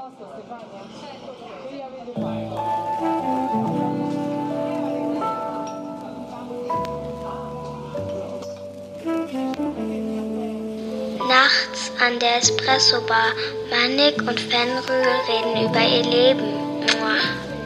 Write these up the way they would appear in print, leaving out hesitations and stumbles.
Nachts an der Espresso-Bar. Manik und Fenrir reden über ihr Leben. Mua.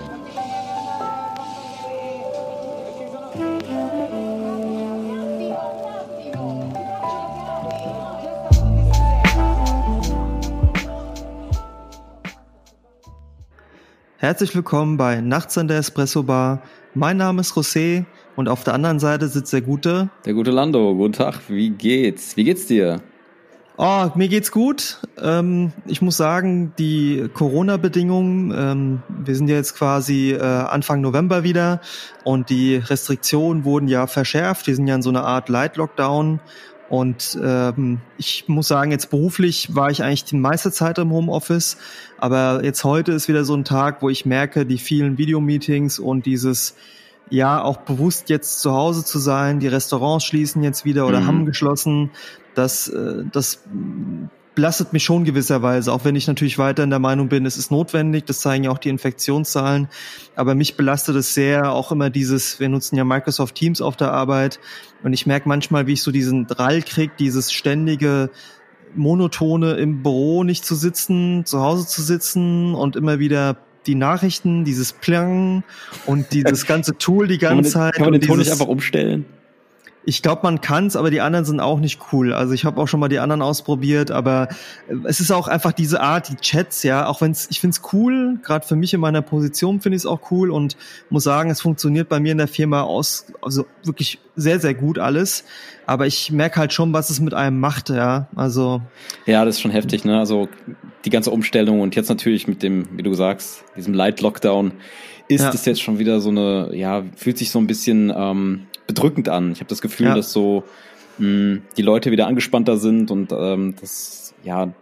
Herzlich willkommen bei Nachts an der Espresso-Bar. Mein Name ist José und auf der anderen Seite sitzt der gute Lando. Guten Tag, wie geht's? Wie geht's dir? Oh, mir geht's gut. Ich muss sagen, die Corona-Bedingungen, wir sind ja jetzt quasi Anfang November wieder und die Restriktionen wurden ja verschärft. Wir sind ja in so einer Art Light-Lockdown und ich muss sagen, jetzt beruflich war ich eigentlich die meiste Zeit im Homeoffice, aber jetzt heute ist wieder so ein Tag, wo ich merke, die vielen Videomeetings und dieses ja auch bewusst jetzt zu Hause zu sein, die Restaurants schließen jetzt wieder oder haben geschlossen, das belastet mich schon gewisserweise, auch wenn ich natürlich weiterhin der Meinung bin, es ist notwendig, das zeigen ja auch die Infektionszahlen, aber mich belastet es sehr, auch immer wir nutzen ja Microsoft Teams auf der Arbeit und ich merke manchmal, wie ich so diesen Drall kriege, dieses ständige Monotone im Büro nicht zu sitzen, zu Hause zu sitzen und immer wieder die Nachrichten, dieses Plang und dieses ganze Tool die ganze Zeit. Kann man den Ton nicht einfach umstellen? Ich glaube, man kann's, aber die anderen sind auch nicht cool. Also ich habe auch schon mal die anderen ausprobiert, aber es ist auch einfach diese Art, die Chats, ja, auch ich find's cool, gerade für mich in meiner Position finde ich es auch cool und muss sagen, es funktioniert bei mir in der Firma also wirklich sehr, sehr gut alles. Aber ich merke halt schon, was es mit einem macht, ja. Also ja, das ist schon heftig, ne? Also die ganze Umstellung und jetzt natürlich mit dem, wie du sagst, diesem Light Lockdown ist es jetzt schon wieder so eine, ja, fühlt sich so ein bisschen bedrückend an. Ich habe das Gefühl, dass so die Leute wieder angespannter sind und dass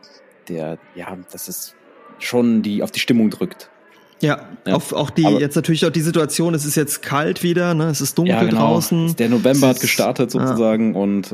es schon auf die Stimmung drückt. Ja. Jetzt natürlich auch die Situation, es ist jetzt kalt wieder, ne? Es ist dunkel draußen. Der November hat gestartet sozusagen und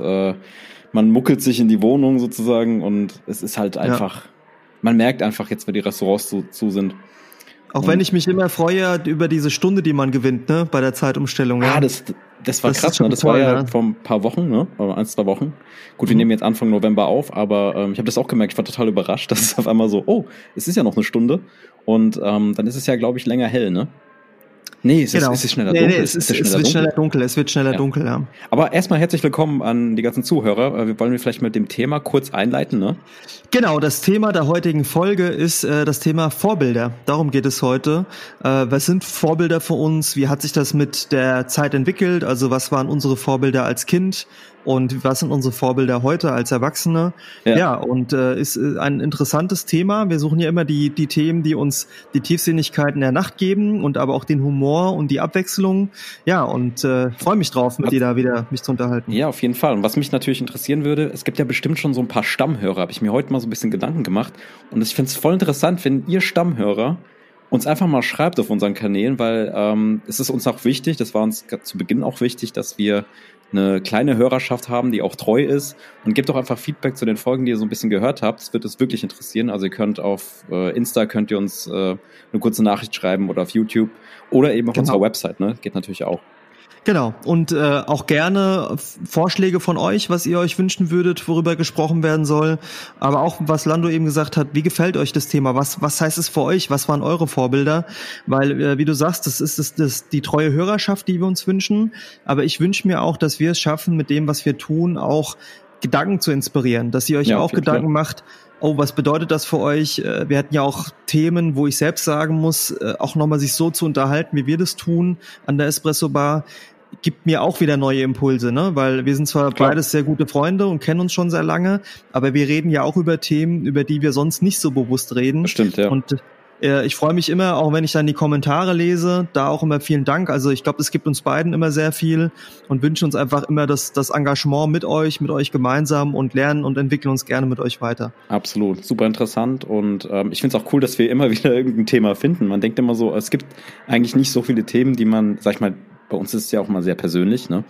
man muckelt sich in die Wohnung sozusagen und es ist halt einfach, man merkt einfach jetzt, wenn die Restaurants zu sind. Auch wenn ich mich immer freue über diese Stunde, die man gewinnt, ne, bei der Zeitumstellung. Ja, das war krass, ne? Das war ja vor ein paar Wochen, ne, oder 1-2 Wochen. Gut, wir nehmen jetzt Anfang November auf, aber ich habe das auch gemerkt, ich war total überrascht, dass es auf einmal so, es ist ja noch eine Stunde und dann ist es ja, glaube ich, länger hell, ne? Nee, es ist schneller dunkel. Es wird schneller dunkel, ja. Aber erstmal herzlich willkommen an die ganzen Zuhörer. Wir wollen vielleicht mit dem Thema kurz einleiten, ne? Genau, das Thema der heutigen Folge ist das Thema Vorbilder. Darum geht es heute. Was sind Vorbilder für uns? Wie hat sich das mit der Zeit entwickelt? Also was waren unsere Vorbilder als Kind? Und was sind unsere Vorbilder heute als Erwachsene? Ja, und ist ein interessantes Thema. Wir suchen ja immer die Themen, die uns die Tiefsinnigkeit in der Nacht geben und aber auch den Humor und die Abwechslung. Ja, und freue mich drauf, mit dir da wieder mich zu unterhalten. Ja, auf jeden Fall. Und was mich natürlich interessieren würde, es gibt ja bestimmt schon so ein paar Stammhörer, habe ich mir heute mal so ein bisschen Gedanken gemacht. Und ich finde es voll interessant, wenn ihr Stammhörer uns einfach mal schreibt auf unseren Kanälen, weil es ist uns auch wichtig, das war uns zu Beginn auch wichtig, dass wir eine kleine Hörerschaft haben, die auch treu ist und gebt doch einfach Feedback zu den Folgen, die ihr so ein bisschen gehört habt. Das wird uns wirklich interessieren. Also ihr könnt auf Insta uns eine kurze Nachricht schreiben oder auf YouTube oder eben auf unserer Website, ne? Geht natürlich auch. Genau. Und auch gerne Vorschläge von euch, was ihr euch wünschen würdet, worüber gesprochen werden soll. Aber auch, was Lando eben gesagt hat, wie gefällt euch das Thema? Was heißt es für euch? Was waren eure Vorbilder? Weil, wie du sagst, das ist die treue Hörerschaft, die wir uns wünschen. Aber ich wünsche mir auch, dass wir es schaffen, mit dem, was wir tun, auch Gedanken zu inspirieren. Dass ihr euch auch Gedanken macht, was bedeutet das für euch? Wir hatten ja auch Themen, wo ich selbst sagen muss, auch nochmal sich so zu unterhalten, wie wir das tun an der Espresso Bar, gibt mir auch wieder neue Impulse, ne? Weil wir sind zwar beides sehr gute Freunde und kennen uns schon sehr lange, aber wir reden ja auch über Themen, über die wir sonst nicht so bewusst reden. Das stimmt, ja. Und ich freue mich immer, auch wenn ich dann die Kommentare lese, da auch immer vielen Dank. Also ich glaube, es gibt uns beiden immer sehr viel und wünschen uns einfach immer das Engagement mit euch gemeinsam und lernen und entwickeln uns gerne mit euch weiter. Absolut, super interessant und ich finde es auch cool, dass wir immer wieder irgendein Thema finden. Man denkt immer so, es gibt eigentlich nicht so viele Themen, die man, sag ich mal, bei uns ist es ja auch mal sehr persönlich, ne?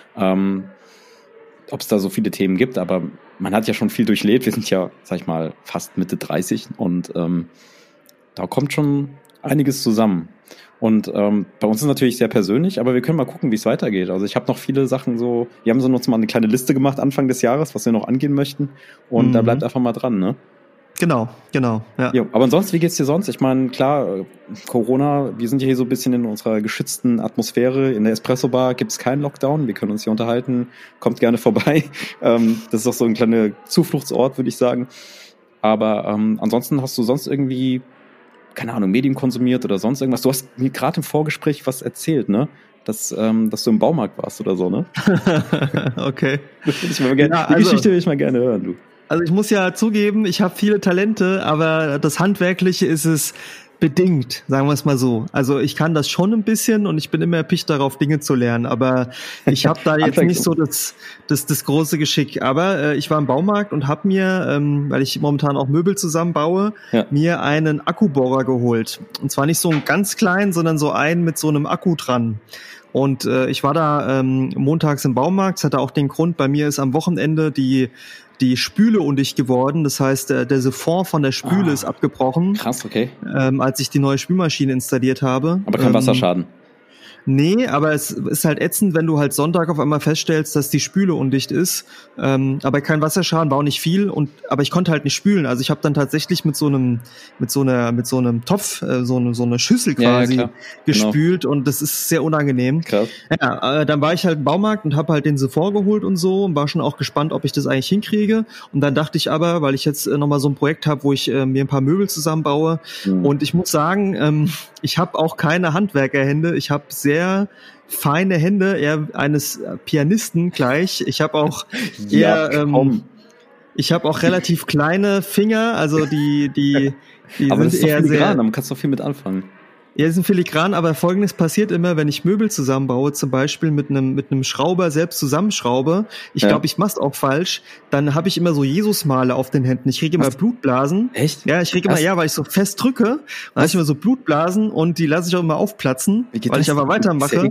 Ob es da so viele Themen gibt, aber man hat ja schon viel durchlebt. Wir sind ja, sag ich mal, fast Mitte 30 und Da kommt schon einiges zusammen. Und bei uns ist es natürlich sehr persönlich, aber wir können mal gucken, wie es weitergeht. Also ich habe noch viele Sachen so, wir haben so uns mal eine kleine Liste gemacht Anfang des Jahres, was wir noch angehen möchten. Und da bleibt einfach mal dran, ne? Genau, ja. Jo, aber ansonsten, wie geht's dir sonst? Ich meine, klar, Corona, wir sind ja hier so ein bisschen in unserer geschützten Atmosphäre. In der Espresso-Bar gibt's keinen Lockdown. Wir können uns hier unterhalten. Kommt gerne vorbei. Das ist auch so ein kleiner Zufluchtsort, würde ich sagen. Aber ansonsten hast du sonst irgendwie, keine Ahnung, Medien konsumiert oder sonst irgendwas? Du hast mir gerade im Vorgespräch was erzählt, ne? Dass du im Baumarkt warst oder so, ne? Okay. Die Geschichte will ich mal gerne hören, du. Also ich muss ja zugeben, ich habe viele Talente, aber das Handwerkliche ist es bedingt, sagen wir es mal so. Also ich kann das schon ein bisschen und ich bin immer erpicht darauf, Dinge zu lernen, aber ich habe da jetzt nicht so das große Geschick. Aber ich war im Baumarkt und habe mir, weil ich momentan auch Möbel zusammenbaue, mir einen Akkubohrer geholt. Und zwar nicht so einen ganz kleinen, sondern so einen mit so einem Akku dran. Und ich war da montags im Baumarkt. Das hatte auch den Grund, bei mir ist am Wochenende die Spüle undicht geworden. Das heißt, der Siphon von der Spüle ist abgebrochen. Krass, okay. Als ich die neue Spülmaschine installiert habe. Aber kein Wasserschaden. Nee, aber es ist halt ätzend, wenn du halt Sonntag auf einmal feststellst, dass die Spüle undicht ist. Aber kein Wasserschaden, war auch nicht viel. Aber ich konnte halt nicht spülen. Also ich habe dann tatsächlich mit so einem Topf, so eine Schüssel quasi gespült. Genau. Und das ist sehr unangenehm. Krass. Ja, dann war ich halt im Baumarkt und habe halt den Siphon geholt und so und war schon auch gespannt, ob ich das eigentlich hinkriege. Und dann dachte ich aber, weil ich jetzt nochmal so ein Projekt habe, wo ich mir ein paar Möbel zusammenbaue. Und ich muss sagen, ich habe auch keine Handwerkerhände. Ich habe sehr feine Hände, eher eines Pianisten gleich. Ich habe auch ich habe auch relativ kleine Finger, also die aber sind das ist doch eher filigran, damit kannst du viel mit anfangen. Ja, die sind filigran, aber Folgendes passiert immer, wenn ich Möbel zusammenbaue, zum Beispiel mit einem Schrauber selbst zusammenschraube. Ich glaube, ich mach's auch falsch. Dann habe ich immer so Jesusmale auf den Händen. Ich kriege immer Blutblasen. Echt? Ja, ich kriege immer, weil ich so fest drücke, dann habe ich immer so Blutblasen und die lasse ich auch immer aufplatzen, weil ich aber weitermache.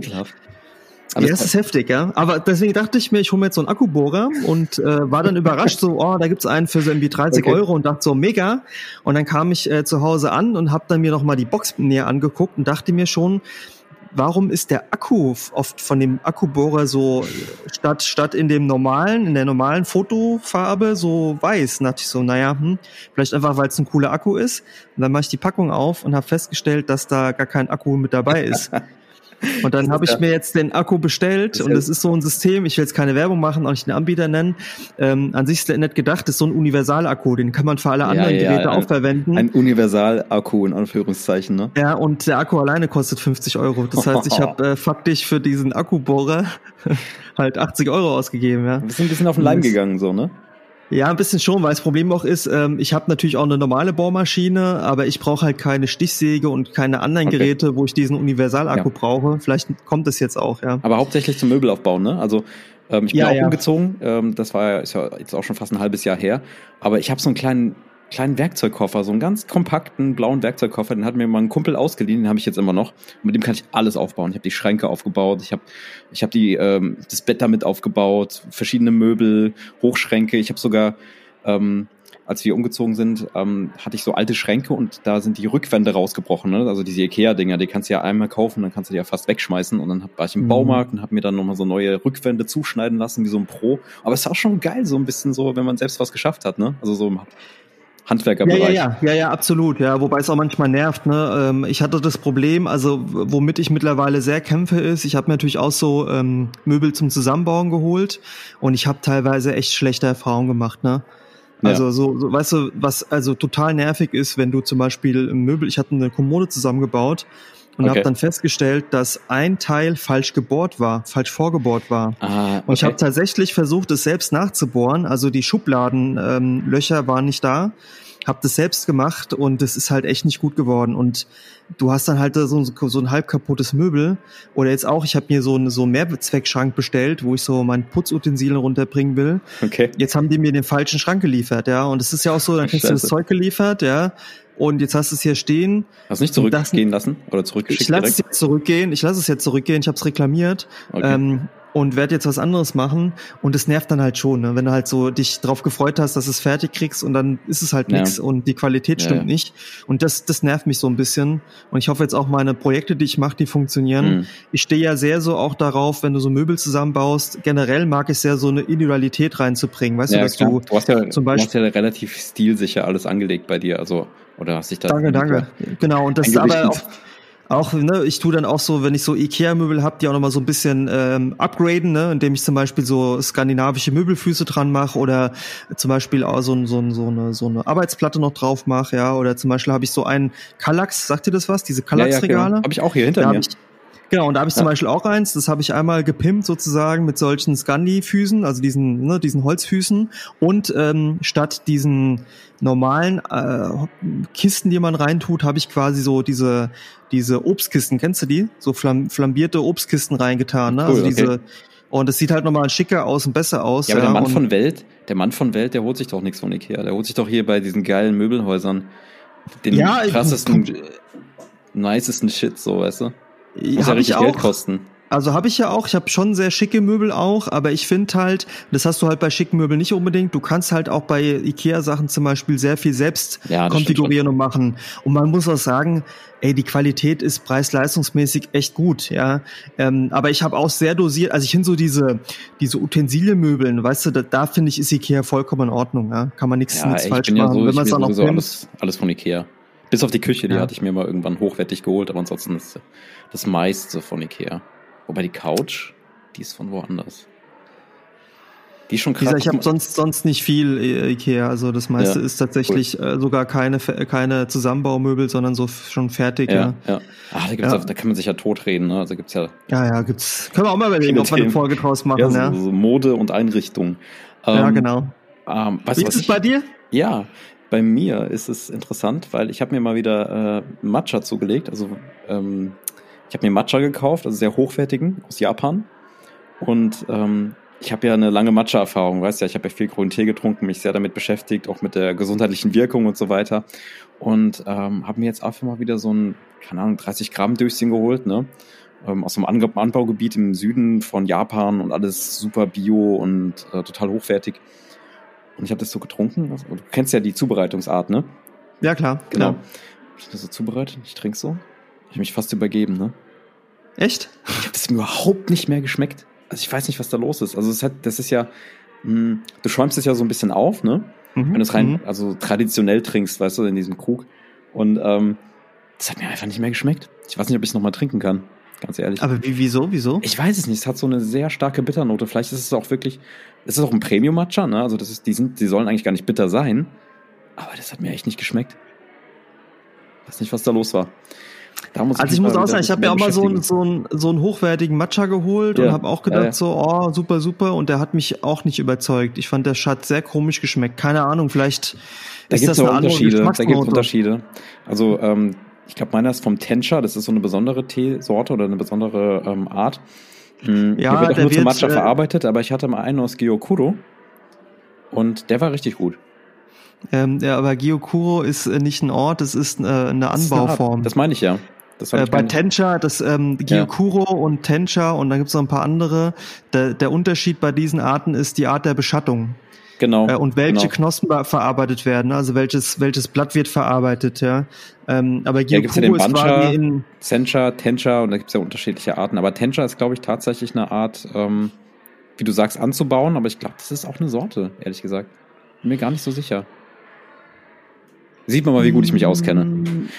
Ja, es ist heftig, ja. Aber deswegen dachte ich mir, ich hole mir jetzt so einen Akkubohrer und war dann überrascht, so, da gibt's einen für so irgendwie 30 Euro und dachte so, mega. Und dann kam ich zu Hause an und habe dann mir nochmal die Box näher angeguckt und dachte mir schon, warum ist der Akku oft von dem Akkubohrer so statt in der normalen Fotofarbe so weiß? Und dachte ich so, vielleicht einfach, weil es ein cooler Akku ist. Und dann mache ich die Packung auf und habe festgestellt, dass da gar kein Akku mit dabei ist. Und dann habe ich mir jetzt den Akku bestellt und es ist so ein System, ich will jetzt keine Werbung machen, auch nicht den Anbieter nennen, an sich ist der nett gedacht, das ist so ein Universalakku, den kann man für alle anderen Geräte auch verwenden. Ein Universalakku in Anführungszeichen, ne? Ja, und der Akku alleine kostet 50 Euro. Das heißt, ich habe faktisch für diesen Akkubohrer halt 80 Euro ausgegeben. Ja. Du bist ein bisschen auf den Leim gegangen, so, ne? Ja, ein bisschen schon, weil das Problem auch ist, ich habe natürlich auch eine normale Bohrmaschine, aber ich brauche halt keine Stichsäge und keine anderen Geräte, wo ich diesen Universalakku brauche. Vielleicht kommt es jetzt auch, ja. Aber hauptsächlich zum Möbelaufbauen, ne? Also ich bin auch umgezogen, das ist ja jetzt auch schon fast ein halbes Jahr her, aber ich habe so einen kleinen Werkzeugkoffer, so einen ganz kompakten blauen Werkzeugkoffer, den hat mir mal ein Kumpel ausgeliehen, den habe ich jetzt immer noch. Und mit dem kann ich alles aufbauen. Ich habe die Schränke aufgebaut, ich habe das Bett damit aufgebaut, verschiedene Möbel, Hochschränke. Ich habe sogar, als wir umgezogen sind, hatte ich so alte Schränke und da sind die Rückwände rausgebrochen. Ne? Also diese Ikea-Dinger, die kannst du ja einmal kaufen, dann kannst du die ja fast wegschmeißen. Und dann war ich im Baumarkt und habe mir dann nochmal so neue Rückwände zuschneiden lassen, wie so ein Pro. Aber es ist auch schon geil, so ein bisschen so, wenn man selbst was geschafft hat, ne? Also so im Handwerkerbereich. Ja, absolut, ja, wobei es auch manchmal nervt, ne? Ich hatte das Problem, also womit ich mittlerweile sehr kämpfe ist, ich habe mir natürlich auch so Möbel zum Zusammenbauen geholt und ich habe teilweise echt schlechte Erfahrungen gemacht, ne? Also so weißt du, was also total nervig ist, wenn du zum Beispiel ich hatte eine Kommode zusammengebaut und habe dann festgestellt, dass ein Teil falsch vorgebohrt war. Und ich habe tatsächlich versucht, es selbst nachzubohren. Also die Schubladenlöcher waren nicht da. Habe das selbst gemacht und es ist halt echt nicht gut geworden. Und du hast dann halt so ein halb kaputtes Möbel. Oder jetzt auch, ich habe mir so einen Mehrzweckschrank bestellt, wo ich so meine Putzutensilien runterbringen will. Okay. Jetzt haben die mir den falschen Schrank geliefert, ja. Und es ist ja auch so, dann kriegst du das Zeug geliefert, ja. Und jetzt hast du es hier stehen. Hast du nicht zurückgehen lassen oder zurückgeschickt? Ich lasse es jetzt zurückgehen. Ich habe es reklamiert. Okay. und werde jetzt was anderes machen und das nervt dann halt schon, ne? Wenn du halt so dich drauf gefreut hast, dass du es fertig kriegst und dann ist es halt nix und die Qualität stimmt nicht und das nervt mich so ein bisschen und ich hoffe jetzt auch meine Projekte, die ich mache, die funktionieren. Ich stehe ja sehr so auch darauf, wenn du so Möbel zusammenbaust, generell mag ich sehr so eine Individualität reinzubringen, weißt du, dass klar. du hast ja, zum Beispiel du hast ja relativ stilsicher alles angelegt bei dir, also oder hast dich da Danke. Genau, und das ist aber auch, ne, ich tue dann auch so, wenn ich so Ikea-Möbel habe, die auch nochmal so ein bisschen upgraden, ne, indem ich zum Beispiel so skandinavische Möbelfüße dran mache oder zum Beispiel auch so eine Arbeitsplatte noch drauf mache, ja, oder zum Beispiel habe ich so einen Kallax, sagt ihr das was? Diese Kallax-Regale? Ja, habe ich auch hier hinter mir. Genau, und da habe ich zum Beispiel auch eins, das habe ich einmal gepimpt sozusagen mit solchen Scandi-Füßen, also diesen Holzfüßen und statt diesen normalen Kisten, die man reintut, habe ich quasi so diese Obstkisten, kennst du die? So flambierte Obstkisten reingetan, ne? Cool, also okay. Und es sieht halt nochmal schicker aus und besser aus. Ja, aber der Mann von Welt, der holt sich doch nichts von Ikea. Der holt sich doch hier bei diesen geilen Möbelhäusern den krassesten, nicesten Shit, so, weißt du? Muss ja richtig Geld kosten. Also habe ich ja auch, ich habe schon sehr schicke Möbel auch, aber ich finde halt, das hast du halt bei schicken Möbeln nicht unbedingt, du kannst halt auch bei Ikea-Sachen zum Beispiel sehr viel selbst konfigurieren und machen. Und man muss auch sagen, die Qualität ist preis-leistungsmäßig echt gut, ja. Aber ich habe auch sehr dosiert, also ich finde so diese Utensilienmöbeln, weißt du, da finde ich, ist Ikea vollkommen in Ordnung, ja. Kann man nichts falsch machen, wenn man es dann auch nimmt. Alles von Ikea. Bis auf die Küche, die hatte ich mir mal irgendwann hochwertig geholt, aber ansonsten ist das meiste von Ikea. Wobei die Couch, die ist von woanders. Die ist schon krass. Ich habe sonst nicht viel Ikea, also das meiste ist tatsächlich sogar keine Zusammenbaumöbel, sondern so schon fertig. Ja. Ach, da kann man sich ja totreden, ne? Also gibt's ja. Ja, gibt's. Können wir auch mal überlegen, ob wir eine Folge draus machen, ja. So Mode und Einrichtung. Ja, genau. Wie ist es bei dir? Ja, bei mir ist es interessant, weil ich habe mir mal wieder Matcha zugelegt. Also ich habe mir Matcha gekauft, also sehr hochwertigen, aus Japan. Und ich habe ja eine lange Matcha-Erfahrung, weißt ja, ich habe ja viel grünen Tee getrunken, mich sehr damit beschäftigt, auch mit der gesundheitlichen Wirkung und so weiter. Und habe mir jetzt einfach mal wieder so ein, 30 Gramm Döschen geholt, ne? Aus einem Anbaugebiet im Süden von Japan und alles super bio und total hochwertig. Und ich habe das so getrunken. Also, du kennst ja die Zubereitungsart, ne? Ja, klar. Genau. Ich habe das so zubereitet, ich trinke so. Ich habe mich fast übergeben, ne? Echt? Ich habe das mir überhaupt nicht mehr geschmeckt. Also ich weiß nicht, was da los ist. Also das ist ja, du schäumst es ja so ein bisschen auf, ne? Wenn du es also traditionell trinkst, weißt du, in diesem Krug. Und das hat mir einfach nicht mehr geschmeckt. Ich weiß nicht, ob ich es nochmal trinken kann, ganz ehrlich. Aber wieso? Ich weiß es nicht. Es hat so eine sehr starke Bitternote. Vielleicht ist es auch wirklich, es ist auch ein Premium-Matcha, ne? Also die sollen eigentlich gar nicht bitter sein. Aber das hat mir echt nicht geschmeckt. Ich weiß nicht, was da los war. Ich muss auch sagen, ich habe mir auch mal so einen hochwertigen Matcha geholt und habe auch gedacht so, super, und der hat mich auch nicht überzeugt. Ich fand, der hat sehr komisch geschmeckt. Keine Ahnung, vielleicht ist das eine andere Geschmacksnote. Da gibt es Unterschiede. Also ich glaube, meiner ist vom Tencha, das ist so eine besondere Teesorte oder eine besondere Art. Der wird auch nur zum Matcha verarbeitet, aber ich hatte mal einen aus Gyokuro und der war richtig gut. Aber Gyokuro ist nicht ein Ort, es ist eine Anbauform. Das meine ich ja. Bei Tencha, Gyokuro und Tencha und dann gibt es noch ein paar andere. Der Unterschied bei diesen Arten ist die Art der Beschattung. Genau. Und welche Knospen verarbeitet werden, also welches Blatt wird verarbeitet, ja. Aber Gyokuro ist quasi in Sencha, Tencha und da gibt es ja unterschiedliche Arten. Aber Tencha ist, glaube ich, tatsächlich eine Art, wie du sagst, anzubauen, aber ich glaube, das ist auch eine Sorte, ehrlich gesagt. Bin mir gar nicht so sicher. Sieht man mal, wie gut ich mich auskenne.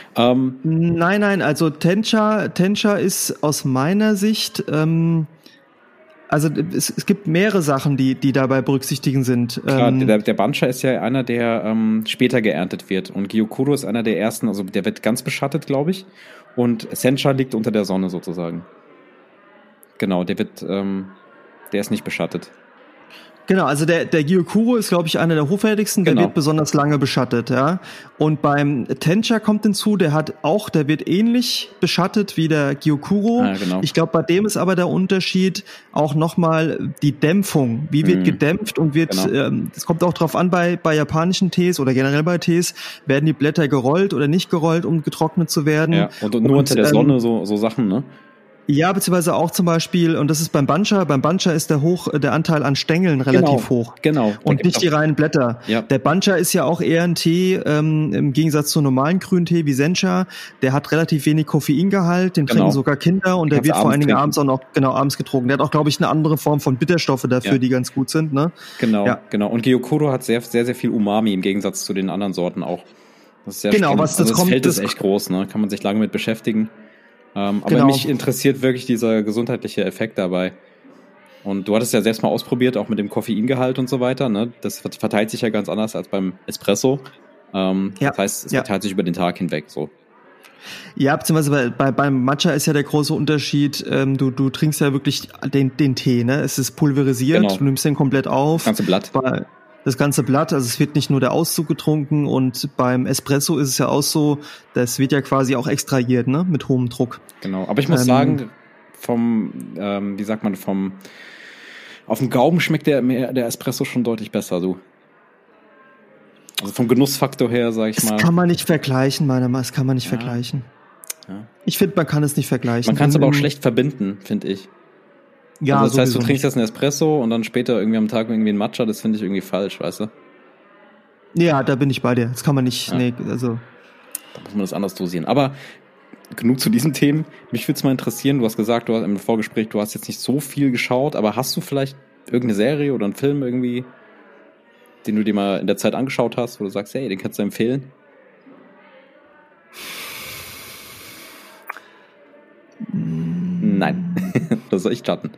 Nein, also Tencha ist aus meiner Sicht, also es gibt mehrere Sachen, die dabei berücksichtigen sind. Klar, der Bancha ist ja einer, der später geerntet wird und Gyokuro ist einer der ersten, also der wird ganz beschattet, glaube ich, und Sencha liegt unter der Sonne sozusagen. Genau, der ist nicht beschattet. Genau, also der Gyokuro ist, glaube ich, einer der hochwertigsten, der wird besonders lange beschattet, ja. Und beim Tencha kommt hinzu, der wird ähnlich beschattet wie der Gyokuro. Ja, genau. Ich glaube, bei dem ist aber der Unterschied auch nochmal die Dämpfung. Wie wird gedämpft und es kommt auch drauf an, bei japanischen Tees oder generell bei Tees, werden die Blätter gerollt oder nicht gerollt, um getrocknet zu werden. Ja, und nur unter der Sonne so Sachen, ne? Ja, beziehungsweise auch zum Beispiel, und das ist beim Bancha ist der Anteil an Stängeln relativ hoch. Genau. Und nicht die reinen Blätter. Ja. Der Bancha ist ja auch eher ein Tee, im Gegensatz zu normalen Grüntee wie Sencha, der hat relativ wenig Koffeingehalt, den trinken sogar Kinder und der wird vor allen Dingen abends auch noch, abends getrunken. Der hat auch, glaube ich, eine andere Form von Bitterstoffe dafür, die ganz gut sind, ne? Genau. Und Gyokuro hat sehr, sehr, sehr viel Umami im Gegensatz zu den anderen Sorten auch. Das ist sehr spannend. Das Feld ist echt groß, ne? Kann man sich lange mit beschäftigen. Aber mich interessiert wirklich dieser gesundheitliche Effekt dabei. Und du hattest ja selbst mal ausprobiert, auch mit dem Koffeingehalt und so weiter, ne? Das verteilt sich ja ganz anders als beim Espresso. Das heißt, es verteilt sich über den Tag hinweg, so. Ja, beziehungsweise beim Matcha ist ja der große Unterschied, du trinkst ja wirklich den Tee, ne? Es ist pulverisiert, du nimmst den komplett auf. Das ganze Blatt, also es wird nicht nur der Auszug getrunken, und beim Espresso ist es ja auch so, das wird ja quasi auch extrahiert, ne, mit hohem Druck. Genau, aber ich muss sagen, auf dem Gaumen schmeckt der Espresso schon deutlich besser, du. Also vom Genussfaktor her, sag ich mal. Das kann man nicht vergleichen, meiner Meinung nach, das kann man nicht vergleichen. Ja. Ich finde, man kann es nicht vergleichen. Man kann es aber auch schlecht verbinden, finde ich. Ja, also das heißt, du trinkst jetzt einen Espresso und dann später irgendwie am Tag irgendwie einen Matcha, das finde ich irgendwie falsch, weißt du? Ja, da bin ich bei dir. Das kann man nicht, Da muss man das anders dosieren. Aber genug zu diesen Themen. Mich würde es mal interessieren, du hast gesagt, du hast im Vorgespräch, du hast jetzt nicht so viel geschaut, aber hast du vielleicht irgendeine Serie oder einen Film irgendwie, den du dir mal in der Zeit angeschaut hast, wo du sagst, hey, den kannst du empfehlen? Nein. Das soll ich starten.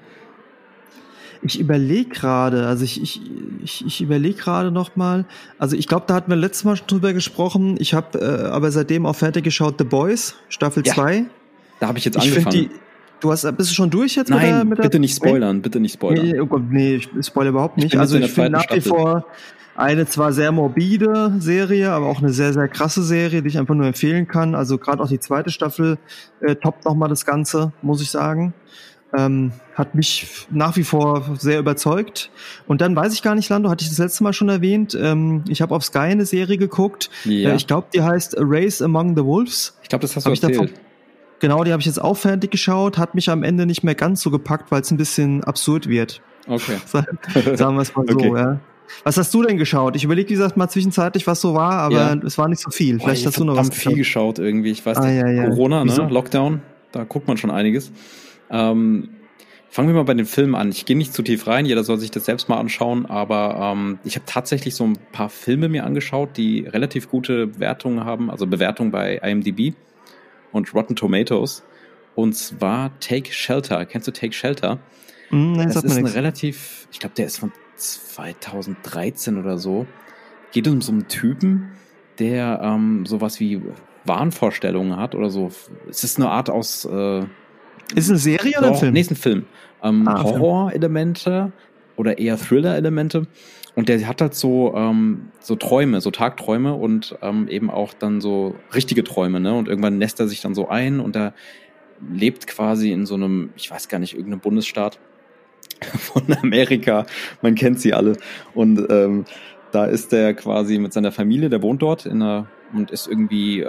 Ich überlege gerade, also ich überlege gerade nochmal, also ich glaube, da hatten wir letztes Mal schon drüber gesprochen, ich habe aber seitdem auch fertig geschaut, The Boys, Staffel 2. Da habe ich jetzt angefangen. Bist du schon durch jetzt? Nein, bitte nicht spoilern, bitte nicht spoilern. Nee, ich spoilere überhaupt nicht. Also ich finde nach wie vor eine zwar sehr morbide Serie, aber auch eine sehr, sehr krasse Serie, die ich einfach nur empfehlen kann. Also gerade auch die zweite Staffel toppt nochmal das Ganze, muss ich sagen. Hat mich nach wie vor sehr überzeugt. Und dann weiß ich gar nicht, Lando, hatte ich das letzte Mal schon erwähnt, ich habe auf Sky eine Serie geguckt. Ja. Ich glaube, die heißt A Race Among the Wolves. Ich glaube, das hast du erzählt. Genau, die habe ich jetzt auch fertig geschaut, hat mich am Ende nicht mehr ganz so gepackt, weil es ein bisschen absurd wird. Okay. Sagen wir es mal so, ja. Was hast du denn geschaut? Ich überlege, wie gesagt, mal zwischenzeitlich, was so war, aber es war nicht so viel. Vielleicht hast du noch was viel geschaut irgendwie. Ich weiß nicht, Corona, ne? Lockdown, da guckt man schon einiges. Fangen wir mal bei den Filmen an. Ich gehe nicht zu tief rein, jeder soll sich das selbst mal anschauen, aber ich habe tatsächlich so ein paar Filme mir angeschaut, die relativ gute Wertungen haben, also Bewertungen bei IMDb und Rotten Tomatoes. Und zwar Take Shelter. Kennst du Take Shelter? Nein, das ist ein relativ, ich glaube, der ist von 2013 oder so. Geht um so einen Typen, der sowas wie Wahnvorstellungen hat oder so. Es ist eine Art aus... Ist es eine Serie oder ein Film? Nee, ist ein Film. Horror-Elemente oder eher Thriller-Elemente. Und der hat halt so Träume, so Tagträume und eben auch dann so richtige Träume, ne? Und irgendwann lässt er sich dann so ein und er lebt quasi in so einem, ich weiß gar nicht, irgendeinem Bundesstaat von Amerika. Man kennt sie alle. Und da ist der quasi mit seiner Familie, der wohnt dort und ist irgendwie,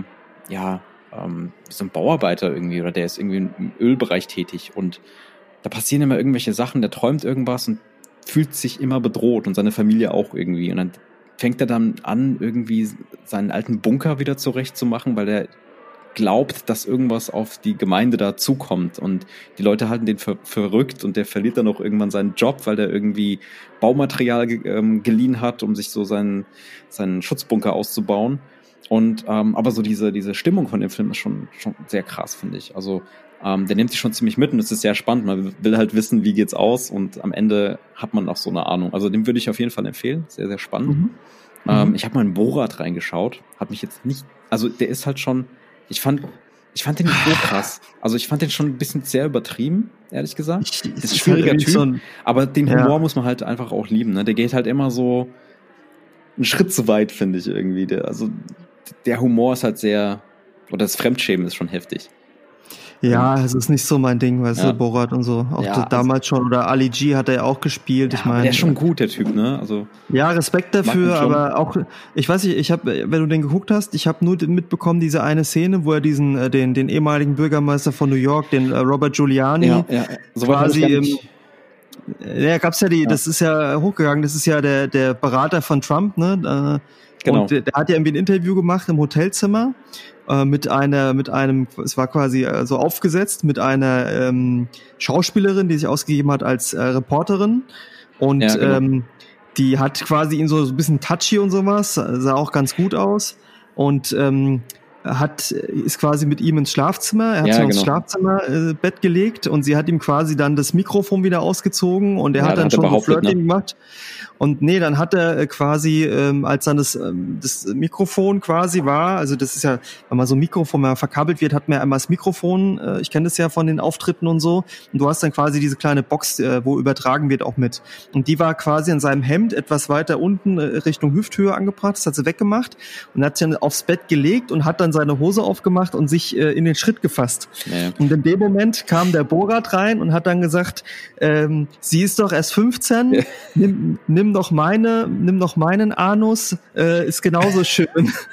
so ein Bauarbeiter irgendwie, oder der ist irgendwie im Ölbereich tätig und da passieren immer irgendwelche Sachen, der träumt irgendwas und fühlt sich immer bedroht und seine Familie auch irgendwie und dann fängt er dann an, irgendwie seinen alten Bunker wieder zurechtzumachen, weil er glaubt, dass irgendwas auf die Gemeinde da zukommt und die Leute halten den für verrückt und der verliert dann auch irgendwann seinen Job, weil der irgendwie Baumaterial geliehen hat, um sich so seinen Schutzbunker auszubauen. Und aber so diese Stimmung von dem Film ist schon sehr krass, finde ich. Also der nimmt sich schon ziemlich mit und es ist sehr spannend. Man will halt wissen, wie geht's aus und am Ende hat man auch so eine Ahnung. Also den würde ich auf jeden Fall empfehlen. Sehr, sehr spannend. Ich habe mal in Borat reingeschaut. Hat mich jetzt nicht... Also der ist halt schon... Ich fand den nicht so krass. Also ich fand den schon ein bisschen sehr übertrieben, ehrlich gesagt. Das ist ein schwieriger Typ. Aber den Humor muss man halt einfach auch lieben. Ne? Der geht halt immer so einen Schritt zu weit, finde ich irgendwie. Der Humor ist halt sehr, oder das Fremdschämen ist schon heftig. Ja, es ist nicht so mein Ding, weißt du, Borat und so. Auch Ja, damals schon. Oder Ali G hat er ja auch gespielt. Ja, Ich meine, der ist schon gut, der Typ, ne? Also ja, Respekt mag ihn dafür, schon. aber auch, ich weiß nicht, wenn du den geguckt hast, ich habe nur mitbekommen, diese eine Szene, wo er den ehemaligen Bürgermeister von New York, den Robert Giuliani, soweit habe ich gar nicht. Ja, gab's ja das ist ja hochgegangen, das ist ja der Berater von Trump, ne? Genau. Und der hat ja irgendwie ein Interview gemacht im Hotelzimmer mit einem, es war quasi so aufgesetzt mit einer Schauspielerin, die sich ausgegeben hat als Reporterin und die hat quasi ihn so ein bisschen touchy und sowas, sah auch ganz gut aus und ist quasi mit ihm ins Schlafzimmer, er hat sich ins Schlafzimmerbett gelegt und sie hat ihm quasi dann das Mikrofon wieder ausgezogen und er hat dann schon so Flirting gemacht. Und nee, dann hat er quasi, als dann das Mikrofon quasi war, also das ist ja, wenn man so ein Mikrofon mal verkabelt wird, hat man ja einmal das Mikrofon, ich kenne das ja von den Auftritten und so, und du hast dann quasi diese kleine Box, wo übertragen wird auch mit. Und die war quasi in seinem Hemd etwas weiter unten Richtung Hüfthöhe angebracht, das hat sie weggemacht und hat sich dann aufs Bett gelegt und hat dann seine Hose aufgemacht und sich in den Schritt gefasst. Ja. Und in dem Moment kam der Borat rein und hat dann gesagt, sie ist doch erst 15, nimm doch meinen Anus, ist genauso schön.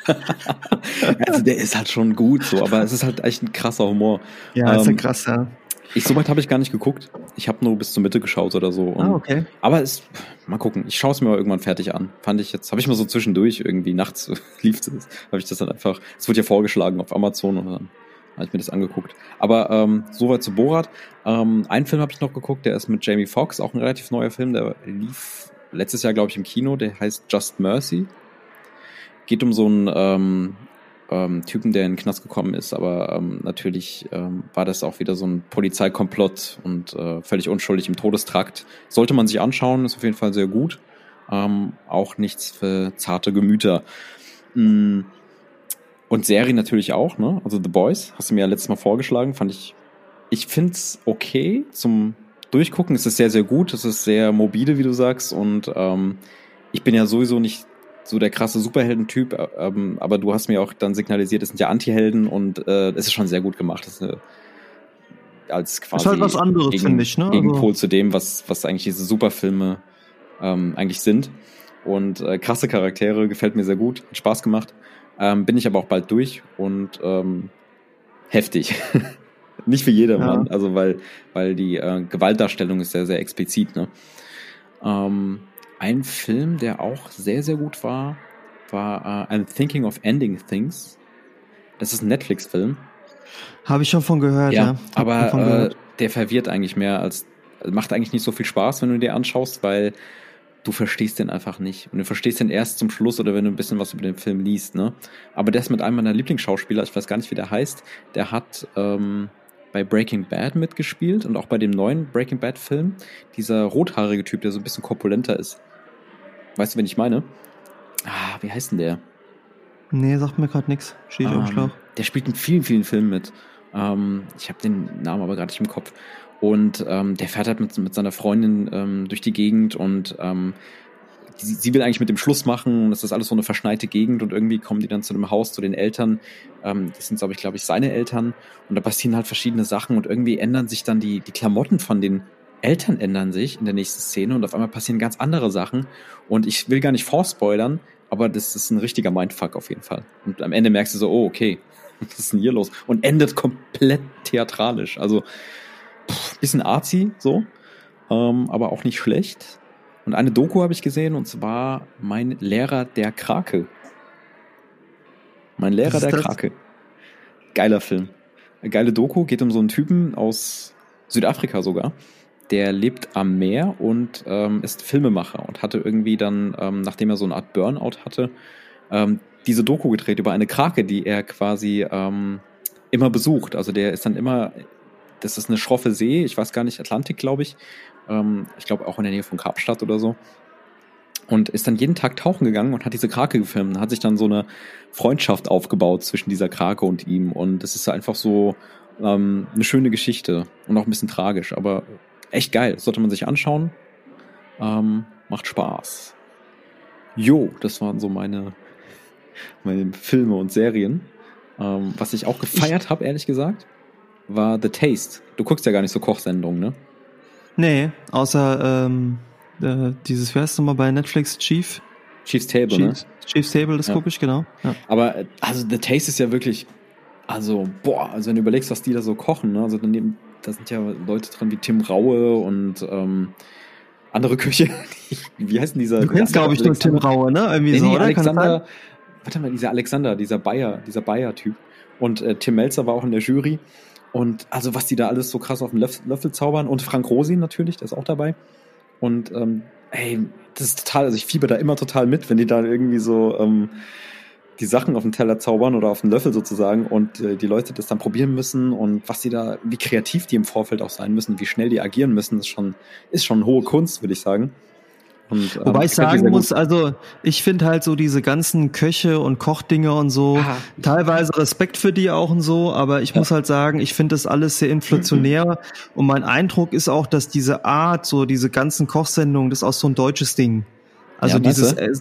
Also der ist halt schon gut so, aber es ist halt echt ein krasser Humor. Ja, ist ja krass, ja. Soweit habe ich gar nicht geguckt. Ich habe nur bis zur Mitte geschaut oder so. Und, okay. Aber mal gucken. Ich schaue es mir mal irgendwann fertig an. Habe ich mal so zwischendurch irgendwie nachts lief es. Habe ich das dann einfach. Es wurde ja vorgeschlagen auf Amazon und dann habe ich mir das angeguckt. Aber soweit zu Borat. Einen Film habe ich noch geguckt, der ist mit Jamie Foxx, auch ein relativ neuer Film. Der lief letztes Jahr, glaube ich, im Kino. Der heißt Just Mercy. Geht um so einen Typen, der in den Knast gekommen ist, aber natürlich war das auch wieder so ein Polizeikomplott und völlig unschuldig im Todestrakt. Sollte man sich anschauen, ist auf jeden Fall sehr gut. Auch nichts für zarte Gemüter. Und Serien natürlich auch, ne? Also The Boys, hast du mir ja letztes Mal vorgeschlagen, ich find's okay zum Durchgucken. Es ist sehr, sehr gut, es ist sehr mobile, wie du sagst, und ich bin ja sowieso nicht so der krasse Superhelden-Typ, aber du hast mir auch dann signalisiert, es sind ja Anti-Helden und es ist schon sehr gut gemacht. Das ist als quasi ist halt was anderes, finde ich, ne? Gegenpol zu dem, was eigentlich diese Superfilme eigentlich sind. Und krasse Charaktere, gefällt mir sehr gut, hat Spaß gemacht. Bin ich aber auch bald durch und heftig. Nicht für jedermann, also weil die Gewaltdarstellung ist sehr, sehr explizit, ne? Ein Film, der auch sehr, sehr gut war I'm Thinking of Ending Things. Das ist ein Netflix-Film. Habe ich schon von gehört, ja. Aber der verwirrt eigentlich mehr macht eigentlich nicht so viel Spaß, wenn du dir anschaust, weil du verstehst den einfach nicht. Und du verstehst den erst zum Schluss oder wenn du ein bisschen was über den Film liest, ne? Aber der ist mit einem meiner Lieblingsschauspieler, ich weiß gar nicht, wie der heißt, der hat bei Breaking Bad mitgespielt und auch bei dem neuen Breaking Bad Film. Dieser rothaarige Typ, der so ein bisschen korpulenter ist. Weißt du, wen ich meine? Wie heißt denn der? Nee, sagt mir gerade nichts. Steht auf dem Schlauch. Der spielt in vielen, vielen Filmen mit. Ich habe den Namen aber gerade nicht im Kopf. Und der fährt halt mit seiner Freundin durch die Gegend und sie will eigentlich mit dem Schluss machen. Das ist alles so eine verschneite Gegend und irgendwie kommen die dann zu dem Haus, zu den Eltern. Das sind, glaube ich, seine Eltern. Und da passieren halt verschiedene Sachen und irgendwie ändern sich dann die Klamotten von den Eltern ändern sich in der nächsten Szene und auf einmal passieren ganz andere Sachen. Und ich will gar nicht vorspoilern, aber das ist ein richtiger Mindfuck auf jeden Fall. Und am Ende merkst du so, oh, okay, was ist denn hier los? Und endet komplett theatralisch. Also, bisschen artsy, so, aber auch nicht schlecht. Und eine Doku habe ich gesehen, und zwar Mein Lehrer der Krake. Mein Lehrer der Krake. Geiler Film. Eine geile Doku, geht um so einen Typen aus Südafrika sogar. Der lebt am Meer und ist Filmemacher und hatte irgendwie dann, nachdem er so eine Art Burnout hatte, diese Doku gedreht über eine Krake, die er quasi immer besucht. Also der ist dann immer, das ist eine schroffe See, ich weiß gar nicht, Atlantik, glaube ich. Ich glaube auch in der Nähe von Kapstadt oder so. Und ist dann jeden Tag tauchen gegangen und hat diese Krake gefilmt. Hat sich dann so eine Freundschaft aufgebaut zwischen dieser Krake und ihm. Und es ist einfach so eine schöne Geschichte und auch ein bisschen tragisch, aber echt geil. Sollte man sich anschauen. Macht Spaß. Jo, das waren so meine Filme und Serien. Was ich auch gefeiert habe, ehrlich gesagt. war The Taste. Du guckst ja gar nicht so Kochsendungen, ne? Nee, außer dieses, wer ist nochmal bei Netflix? Chief's Table, ne? Chief's Table, das gucke ich, genau. Ja. Aber, also The Taste ist ja wirklich, also wenn du überlegst, was die da so kochen, ne? Also da sind ja Leute drin wie Tim Raue und andere Köche. Wie heißt denn dieser? Du kennst, glaube ich, nur Tim Raue, ne? Irgendwie so, oder? Alexander, warte mal, dieser Alexander, dieser Bayer-Typ. Und Tim Melzer war auch in der Jury. Und also was die da alles so krass auf den Löffel zaubern. Und Frank Rosin natürlich, der ist auch dabei. Und das ist total, also ich fieber da immer total mit, wenn die da irgendwie so die Sachen auf den Teller zaubern oder auf den Löffel sozusagen und die Leute das dann probieren müssen und wie kreativ die im Vorfeld auch sein müssen, wie schnell die agieren müssen, ist schon eine hohe Kunst, würde ich sagen. Und, wobei ich sagen muss, also ich finde halt so diese ganzen Köche und Kochdinge und so, teilweise Respekt für die auch und so, aber ich muss halt sagen, ich finde das alles sehr inflationär und mein Eindruck ist auch, dass diese Art, so diese ganzen Kochsendungen, das ist auch so ein deutsches Ding. Also das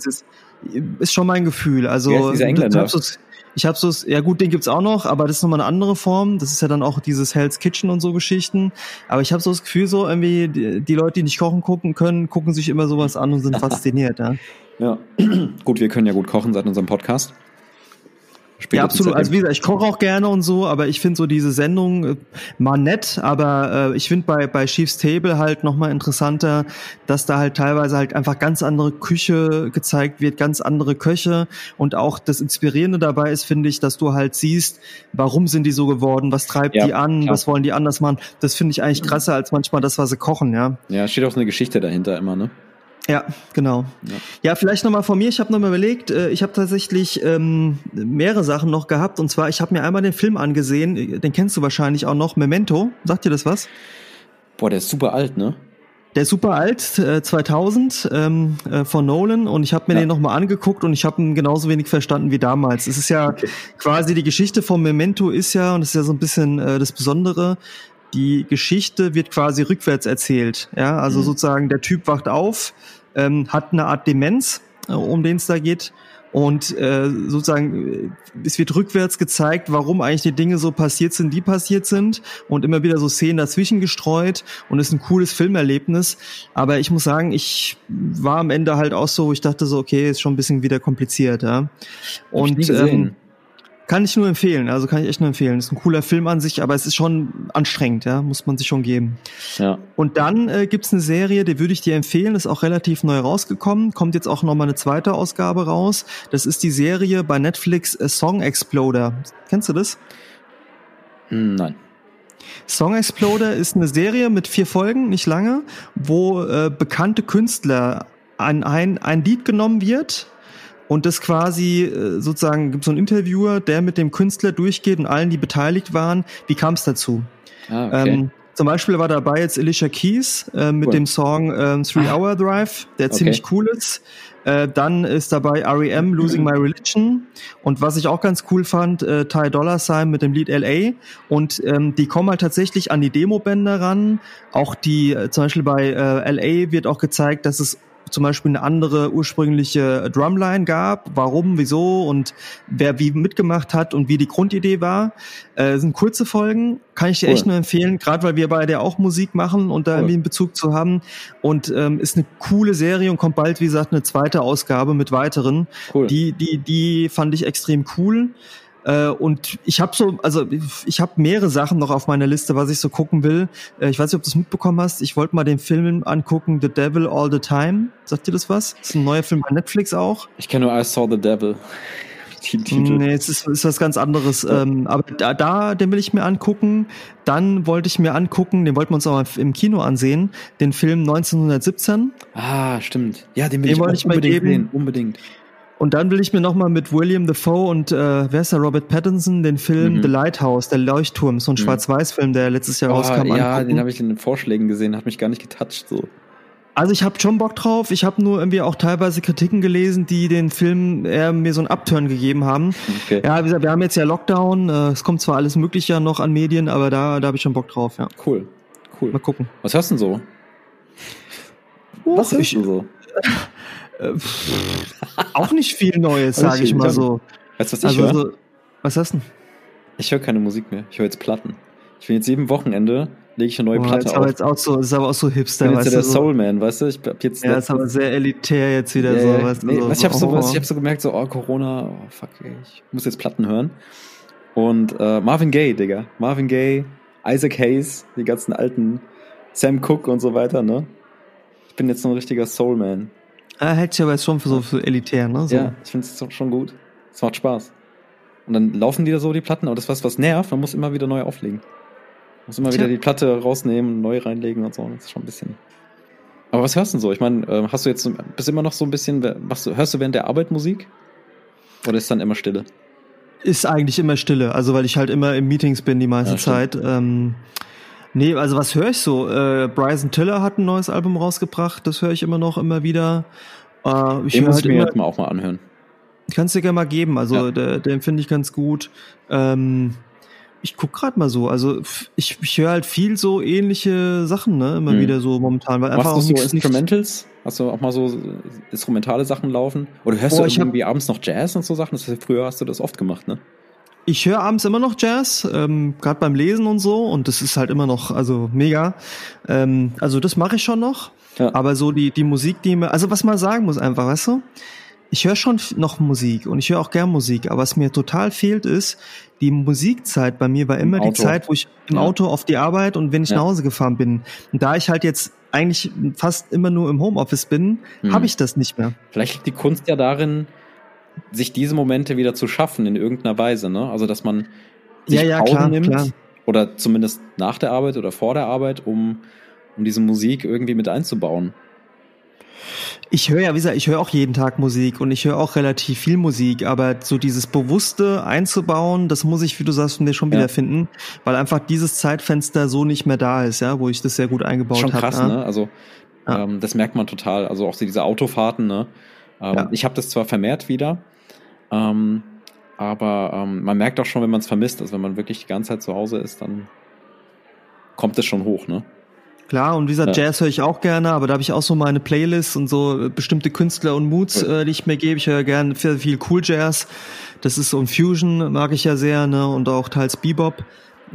ist schon mein Gefühl. Also dieser Engländer? Ich habe so, ja gut, den gibt's auch noch, aber das ist nochmal eine andere Form. Das ist ja dann auch dieses Hell's Kitchen und so Geschichten. Aber ich habe so das Gefühl, so irgendwie die Leute, die nicht kochen gucken können, gucken sich immer sowas an und sind fasziniert. Ja, gut, wir können ja gut kochen seit unserem Podcast. Ja, absolut. Also wie gesagt, ich koche auch gerne und so, aber ich finde so diese Sendung mal nett, aber ich finde bei Chief's Table halt nochmal interessanter, dass da halt teilweise halt einfach ganz andere Küche gezeigt wird, ganz andere Köche und auch das Inspirierende dabei ist, finde ich, dass du halt siehst, warum sind die so geworden, was treibt die an, klar. Was wollen die anders machen. Das finde ich eigentlich krasser als manchmal das, was sie kochen, ja. Ja, steht auch so eine Geschichte dahinter immer, ne? Ja, genau. Ja, vielleicht nochmal von mir. Ich habe nochmal überlegt, ich habe tatsächlich mehrere Sachen noch gehabt. Und zwar, ich habe mir einmal den Film angesehen, den kennst du wahrscheinlich auch noch, Memento. Sagt dir das was? Boah, der ist super alt, ne? Der ist super alt, 2000, von Nolan. Und ich habe mir den nochmal angeguckt und ich habe ihn genauso wenig verstanden wie damals. Es ist ja quasi die Geschichte von Memento ist ja, und das ist ja so ein bisschen das Besondere, die Geschichte wird quasi rückwärts erzählt. Ja, also sozusagen der Typ wacht auf, hat eine Art Demenz, um den es da geht. Und sozusagen, es wird rückwärts gezeigt, warum eigentlich die Dinge so passiert sind, die passiert sind. Und immer wieder so Szenen dazwischen gestreut. Und es ist ein cooles Filmerlebnis. Aber ich muss sagen, ich war am Ende halt auch so, ich dachte so, okay, ist schon ein bisschen wieder kompliziert. Ja. Und kann ich nur empfehlen, also kann ich echt nur empfehlen. Ist ein cooler Film an sich, aber es ist schon anstrengend, ja, muss man sich schon geben. Ja. Und dann gibt's eine Serie, die würde ich dir empfehlen, ist auch relativ neu rausgekommen, kommt jetzt auch nochmal eine zweite Ausgabe raus. Das ist die Serie bei Netflix Song Exploder. Kennst du das? Nein. Song Exploder ist eine Serie mit 4 Folgen, nicht lange, wo bekannte Künstler ein Lied genommen wird. Und das quasi sozusagen gibt so einen Interviewer, der mit dem Künstler durchgeht und allen, die beteiligt waren, wie kam es dazu? Okay. Zum Beispiel war dabei jetzt Alicia Keys mit dem Song 3 Hour Drive, der ziemlich cool ist. Dann ist dabei R.E.M. Losing My Religion. Und was ich auch ganz cool fand, Ty Dolla $ign mit dem Lied L.A. Und die kommen halt tatsächlich an die Demobänder ran. Auch die, zum Beispiel bei L.A. wird auch gezeigt, dass es zum Beispiel eine andere ursprüngliche Drumline gab, warum, wieso und wer wie mitgemacht hat und wie die Grundidee war. Sind kurze Folgen, kann ich dir echt nur empfehlen, gerade weil wir beide auch Musik machen und da irgendwie einen Bezug zu haben. Und ist eine coole Serie und kommt bald, wie gesagt, eine zweite Ausgabe mit weiteren. Cool. Die fand ich extrem cool. Und ich habe mehrere Sachen noch auf meiner Liste, was ich so gucken will. Ich weiß nicht, ob du es mitbekommen hast. Ich wollte mal den Film angucken, The Devil All the Time. Sagt dir das was? Das ist ein neuer Film bei Netflix auch. Ich kenne nur I Saw the Devil. Nee, es ist was ganz anderes. Aber den will ich mir angucken. Dann wollte ich mir angucken, den wollten wir uns auch mal im Kino ansehen, den Film 1917. Ah, stimmt. Ja, den will ich unbedingt sehen. Unbedingt. Und dann will ich mir nochmal mit William Dafoe und wer ist der, Robert Pattinson, den Film The Lighthouse, der Leuchtturm, so ein Schwarz-Weiß-Film, der letztes Jahr rauskam. Ja, angucken. Den habe ich in den Vorschlägen gesehen, hat mich gar nicht getoucht. So. Also ich habe schon Bock drauf, ich habe nur irgendwie auch teilweise Kritiken gelesen, die den Film eher mir so einen Upturn gegeben haben. Okay. Ja, wie gesagt, wir haben jetzt ja Lockdown, es kommt zwar alles Mögliche noch an Medien, aber da habe ich schon Bock drauf, ja. Cool. Mal gucken. Was hörst du denn so? Was hörst du so? Auch nicht viel Neues, sage ich mal so. Weißt du, was ich höre? Was hast du denn? Ich höre keine Musik mehr. Ich höre jetzt Platten. Ich bin jetzt jedem Wochenende, lege ich eine neue Platte ist auf. Jetzt auch so, ist aber auch so Hipster, ich bin jetzt weißt der du? So. Soulman, weißt du? Ich hab jetzt Ja, ist aber sehr elitär jetzt wieder so, weißt du? Nee, So, ich hab so gemerkt, so, Corona, fuck, ey, ich muss jetzt Platten hören. Und Marvin Gaye, Digga. Marvin Gaye, Isaac Hayes, die ganzen alten Sam Cooke und so weiter, ne? Ich bin jetzt so ein richtiger Soulman. Hält sich aber jetzt schon für elitär, ne? So. Ja, ich find's schon gut. Es macht Spaß. Und dann laufen die da so, die Platten, aber das ist was nervt, man muss immer wieder neu auflegen. Man muss immer wieder die Platte rausnehmen, neu reinlegen und so. Das ist schon ein bisschen. Aber was hörst du denn so? Ich meine, bist immer noch so ein bisschen, hörst du während der Arbeit Musik? Oder ist dann immer Stille? Ist eigentlich immer Stille, also weil ich halt immer in Meetings bin die meiste Zeit. Nee, also was höre ich so? Bryson Tiller hat ein neues Album rausgebracht, das höre ich immer wieder. Den muss ich mir jetzt mal auch mal anhören. Kannst du dir gerne mal geben, also den finde ich ganz gut. Ich guck gerade mal so, also ich höre halt viel so ähnliche Sachen, ne, immer wieder so momentan. Weil einfach machst du so Instrumentals? Hast du auch mal so instrumentale Sachen laufen? Oder hörst du irgendwie abends noch Jazz und so Sachen? Früher hast du das oft gemacht, ne? Ich höre abends immer noch Jazz, gerade beim Lesen und so, und das ist halt immer noch, also mega. Also das mache ich schon noch, aber so die Musik, also was man sagen muss einfach, weißt du, ich höre schon noch Musik und ich höre auch gern Musik, aber was mir total fehlt ist, die Musikzeit bei mir war immer die Zeit, wo ich im Auto auf die Arbeit und wenn ich nach Hause gefahren bin. Und da ich halt jetzt eigentlich fast immer nur im Homeoffice bin, habe ich das nicht mehr. Vielleicht liegt die Kunst ja darin, sich diese Momente wieder zu schaffen in irgendeiner Weise, ne? Also, dass man sich Pausen nimmt, klar. Oder zumindest nach der Arbeit oder vor der Arbeit, um diese Musik irgendwie mit einzubauen. Ich höre ja, wie gesagt, ich höre auch jeden Tag Musik und ich höre auch relativ viel Musik, aber so dieses Bewusste einzubauen, das muss ich, wie du sagst, mir schon wieder finden, weil einfach dieses Zeitfenster so nicht mehr da ist, ja, wo ich das sehr gut eingebaut habe. Schon krass, ne? Also das merkt man total, also auch so diese Autofahrten, ne? Ich habe das zwar vermehrt wieder, aber man merkt auch schon, wenn man es vermisst, also wenn man wirklich die ganze Zeit zu Hause ist, dann kommt es schon hoch, ne? Klar, und wie gesagt, Jazz höre ich auch gerne, aber da habe ich auch so meine Playlists und so bestimmte Künstler und Moods, die ich mir gebe. Ich höre gerne viel Cool Jazz. Das ist so ein Fusion, mag ich ja sehr, ne, und auch teils Bebop.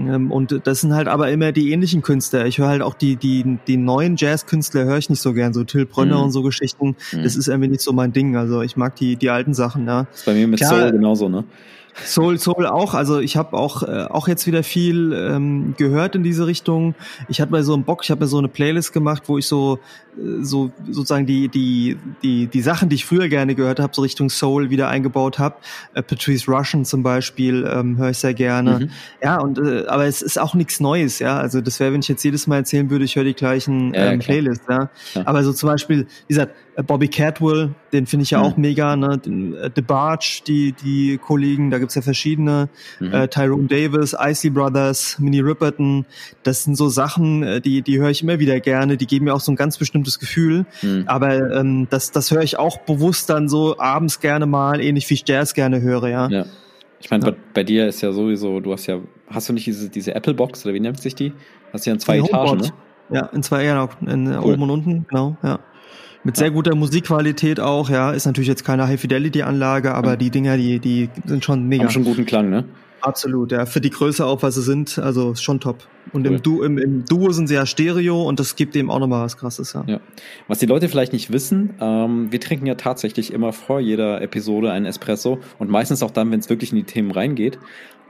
Und das sind halt aber immer die ähnlichen Künstler. Ich höre halt auch die neuen Jazz-Künstler höre ich nicht so gern, so Till Brönner und so Geschichten. Das ist irgendwie nicht so mein Ding. Also ich mag die alten Sachen, ja. Das ist bei mir mit Soul genauso, ne? Soul auch, also ich habe auch jetzt wieder viel gehört in diese Richtung. Ich hatte mal so einen Bock, ich habe mir so eine Playlist gemacht, wo ich so sozusagen die Sachen, die ich früher gerne gehört habe, so Richtung Soul wieder eingebaut habe. Patrice Rushen zum Beispiel höre ich sehr gerne. Ja, und aber es ist auch nichts Neues, ja. Also das wäre, wenn ich jetzt jedes Mal erzählen würde, ich höre die gleichen Playlists, ja. Aber so zum Beispiel, wie gesagt, Bobby Caldwell, den finde ich ja auch mega, ne? The Barge, die Kollegen, da gibt's ja verschiedene, Tyrone Davis, Isley Brothers, Minnie Riperton, das sind so Sachen, die höre ich immer wieder gerne, die geben mir auch so ein ganz bestimmtes Gefühl, aber das höre ich auch bewusst dann so abends gerne mal, ähnlich wie ich Jazz gerne höre, ja. Ja. Ich meine, bei dir ist ja sowieso, hast du nicht diese Apple Box, oder wie nennt sich die? Hast du ja in 2 Etagen, ne? Ja, in 2, cool. Oben und unten, genau, ja. Mit sehr guter Musikqualität auch, ja. Ist natürlich jetzt keine High-Fidelity-Anlage, aber die Dinger, die sind schon mega. Haben schon guten Klang, ne? Absolut, ja. Für die Größe auch, was sie sind, also ist schon top. Und cool. Im Duo sind sie ja Stereo und das gibt eben auch nochmal was Krasses, ja. Was die Leute vielleicht nicht wissen, wir trinken ja tatsächlich immer vor jeder Episode einen Espresso und meistens auch dann, wenn es wirklich in die Themen reingeht.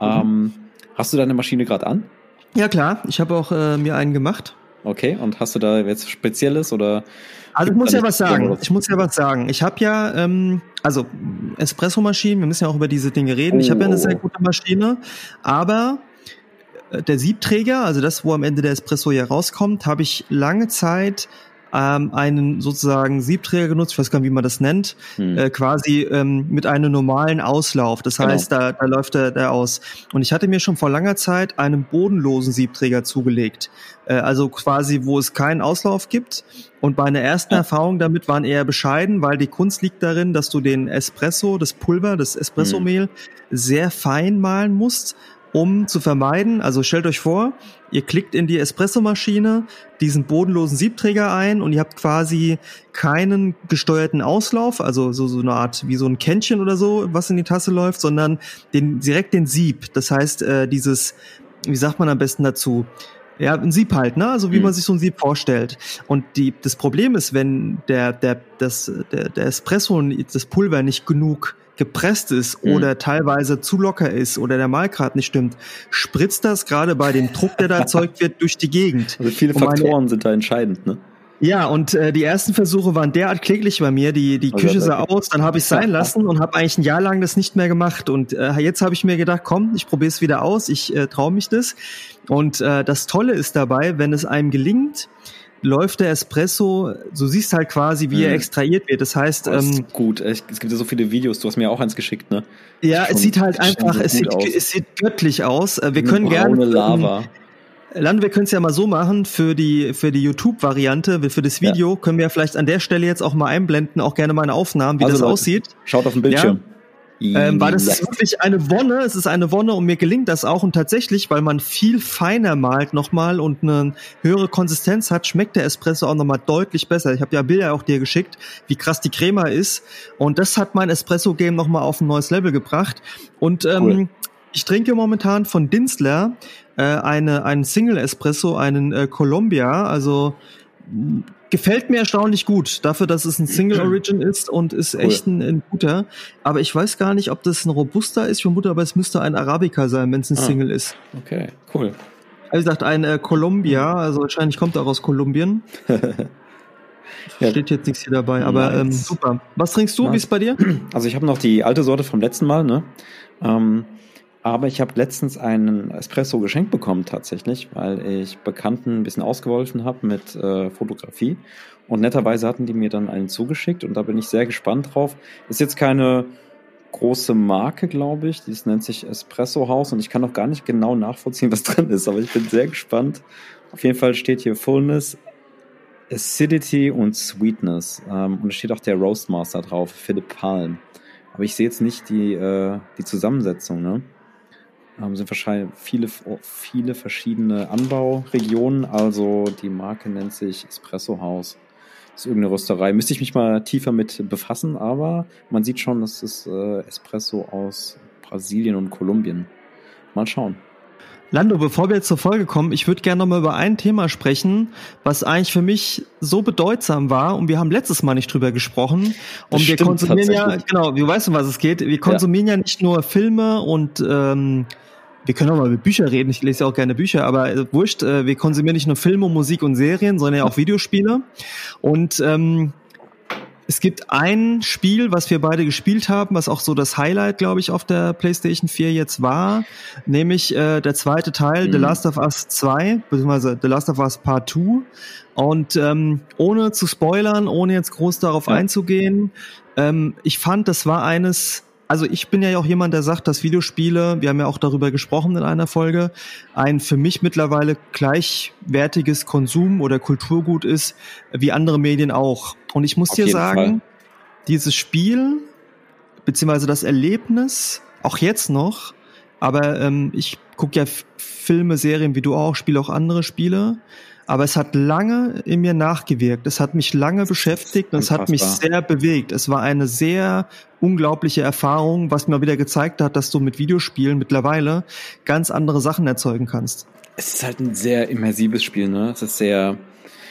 Hast du deine Maschine gerade an? Ja, klar. Ich habe auch mir einen gemacht. Okay, und hast du da jetzt Spezielles oder? Also ich muss ja was sagen. Ich habe ja, also Espresso-Maschinen, wir müssen ja auch über diese Dinge reden. Ich habe ja eine sehr gute Maschine, aber der Siebträger, also das, wo am Ende der Espresso ja rauskommt, habe ich lange Zeit einen sozusagen Siebträger genutzt, ich weiß gar nicht, wie man das nennt, quasi mit einem normalen Auslauf. Das heißt, da läuft der aus. Und ich hatte mir schon vor langer Zeit einen bodenlosen Siebträger zugelegt. Also quasi, wo es keinen Auslauf gibt. Und meine ersten Erfahrungen damit waren eher bescheiden, weil die Kunst liegt darin, dass du den Espresso, das Pulver, das Espressomehl sehr fein mahlen musst, um zu vermeiden, also stellt euch vor, ihr klickt in die Espressomaschine diesen bodenlosen Siebträger ein und ihr habt quasi keinen gesteuerten Auslauf, also so eine Art wie so ein Kännchen oder so, was in die Tasse läuft, sondern direkt den Sieb. Das heißt, dieses wie sagt man am besten dazu? Ja, ein Sieb halt, ne? Also wie man sich so ein Sieb vorstellt. Und das Problem ist, wenn der Espresso, das Pulver nicht genug gepresst ist oder teilweise zu locker ist oder der Mahlgrad nicht stimmt, spritzt das gerade bei dem Druck, der da erzeugt wird, durch die Gegend. Also viele Faktoren sind da entscheidend, ne? Ja, und die ersten Versuche waren derart kläglich bei mir, die Küche sah aus, dann habe ich es sein lassen und habe eigentlich ein Jahr lang das nicht mehr gemacht. Und jetzt habe ich mir gedacht, komm, ich probiere es wieder aus, ich traue mich das. Und das Tolle ist dabei, wenn es einem gelingt, läuft der Espresso, du siehst halt quasi, wie er extrahiert wird. Das heißt, das ist gut. Es gibt ja so viele Videos, du hast mir auch eins geschickt, ne? Ja, es sieht halt einfach, es sieht göttlich aus. Wir können gerne Lava. Lando, wir können es ja mal so machen, für die YouTube-Variante, für das Video, können wir ja vielleicht an der Stelle jetzt auch mal einblenden, auch gerne mal eine Aufnahme, wie das Leute, aussieht. Schaut auf den Bildschirm. Ja. Weil das ist wirklich eine Wonne, es ist eine Wonne und mir gelingt das auch und tatsächlich, weil man viel feiner malt nochmal und eine höhere Konsistenz hat, schmeckt der Espresso auch nochmal deutlich besser. Ich habe ja Bilder auch dir geschickt, wie krass die Crema ist und das hat mein Espresso-Game nochmal auf ein neues Level gebracht und cool. Ich trinke momentan von Dinstler einen Single-Espresso, einen Colombia, also gefällt mir erstaunlich gut, dafür, dass es ein Single-Origin ist und ist echt ein guter. Aber ich weiß gar nicht, ob das ein Robusta ist, ich vermute, aber es müsste ein Arabica sein, wenn es ein Single ist. Okay, cool. Wie gesagt, ein Colombia, also wahrscheinlich kommt er auch aus Kolumbien. Steht jetzt nichts hier dabei, aber super. Was trinkst du, wie ist es bei dir? Also ich habe noch die alte Sorte vom letzten Mal, ne? Aber ich habe letztens einen Espresso geschenkt bekommen tatsächlich, weil ich Bekannten ein bisschen ausgeholfen habe mit Fotografie. Und netterweise hatten die mir dann einen zugeschickt und da bin ich sehr gespannt drauf. Ist jetzt keine große Marke, glaube ich. Das nennt sich Espresso House und ich kann auch gar nicht genau nachvollziehen, was drin ist. Aber ich bin sehr gespannt. Auf jeden Fall steht hier Fullness, Acidity und Sweetness. Und es steht auch der Roastmaster drauf, Philipp Palm. Aber ich sehe jetzt nicht die Zusammensetzung, ne? Sind wahrscheinlich viele verschiedene Anbauregionen, also die Marke nennt sich Espresso House. Das ist irgendeine Rösterei. Müsste ich mich mal tiefer mit befassen, aber man sieht schon, das ist Espresso aus Brasilien und Kolumbien. Mal schauen. Lando, bevor wir jetzt zur Folge kommen, ich würde gerne noch mal über ein Thema sprechen, was eigentlich für mich so bedeutsam war und wir haben letztes Mal nicht drüber gesprochen. Und wir konsumieren ja, genau, du weißt, um was es geht, wir konsumieren ja nicht nur Filme und wir können auch mal über Bücher reden, ich lese ja auch gerne Bücher, aber wurscht, wir konsumieren nicht nur Filme, Musik und Serien, sondern ja auch Videospiele. Und es gibt ein Spiel, was wir beide gespielt haben, was auch so das Highlight, glaube ich, auf der PlayStation 4 jetzt war, nämlich der zweite Teil, The Last of Us 2, beziehungsweise The Last of Us Part 2. Und ohne zu spoilern, ohne jetzt groß darauf einzugehen, ich fand, das war also ich bin ja auch jemand, der sagt, dass Videospiele, wir haben ja auch darüber gesprochen in einer Folge, ein für mich mittlerweile gleichwertiges Konsum- oder Kulturgut ist, wie andere Medien auch. Und ich muss dir sagen, dieses Spiel, beziehungsweise das Erlebnis, auch jetzt noch, aber ich gucke ja Filme, Serien wie du auch, spiele auch andere Spiele, aber es hat lange in mir nachgewirkt. Es hat mich lange beschäftigt und es hat mich sehr bewegt. Es war eine sehr unglaubliche Erfahrung, was mir wieder gezeigt hat, dass du mit Videospielen mittlerweile ganz andere Sachen erzeugen kannst. Es ist halt ein sehr immersives Spiel, ne? Es ist sehr,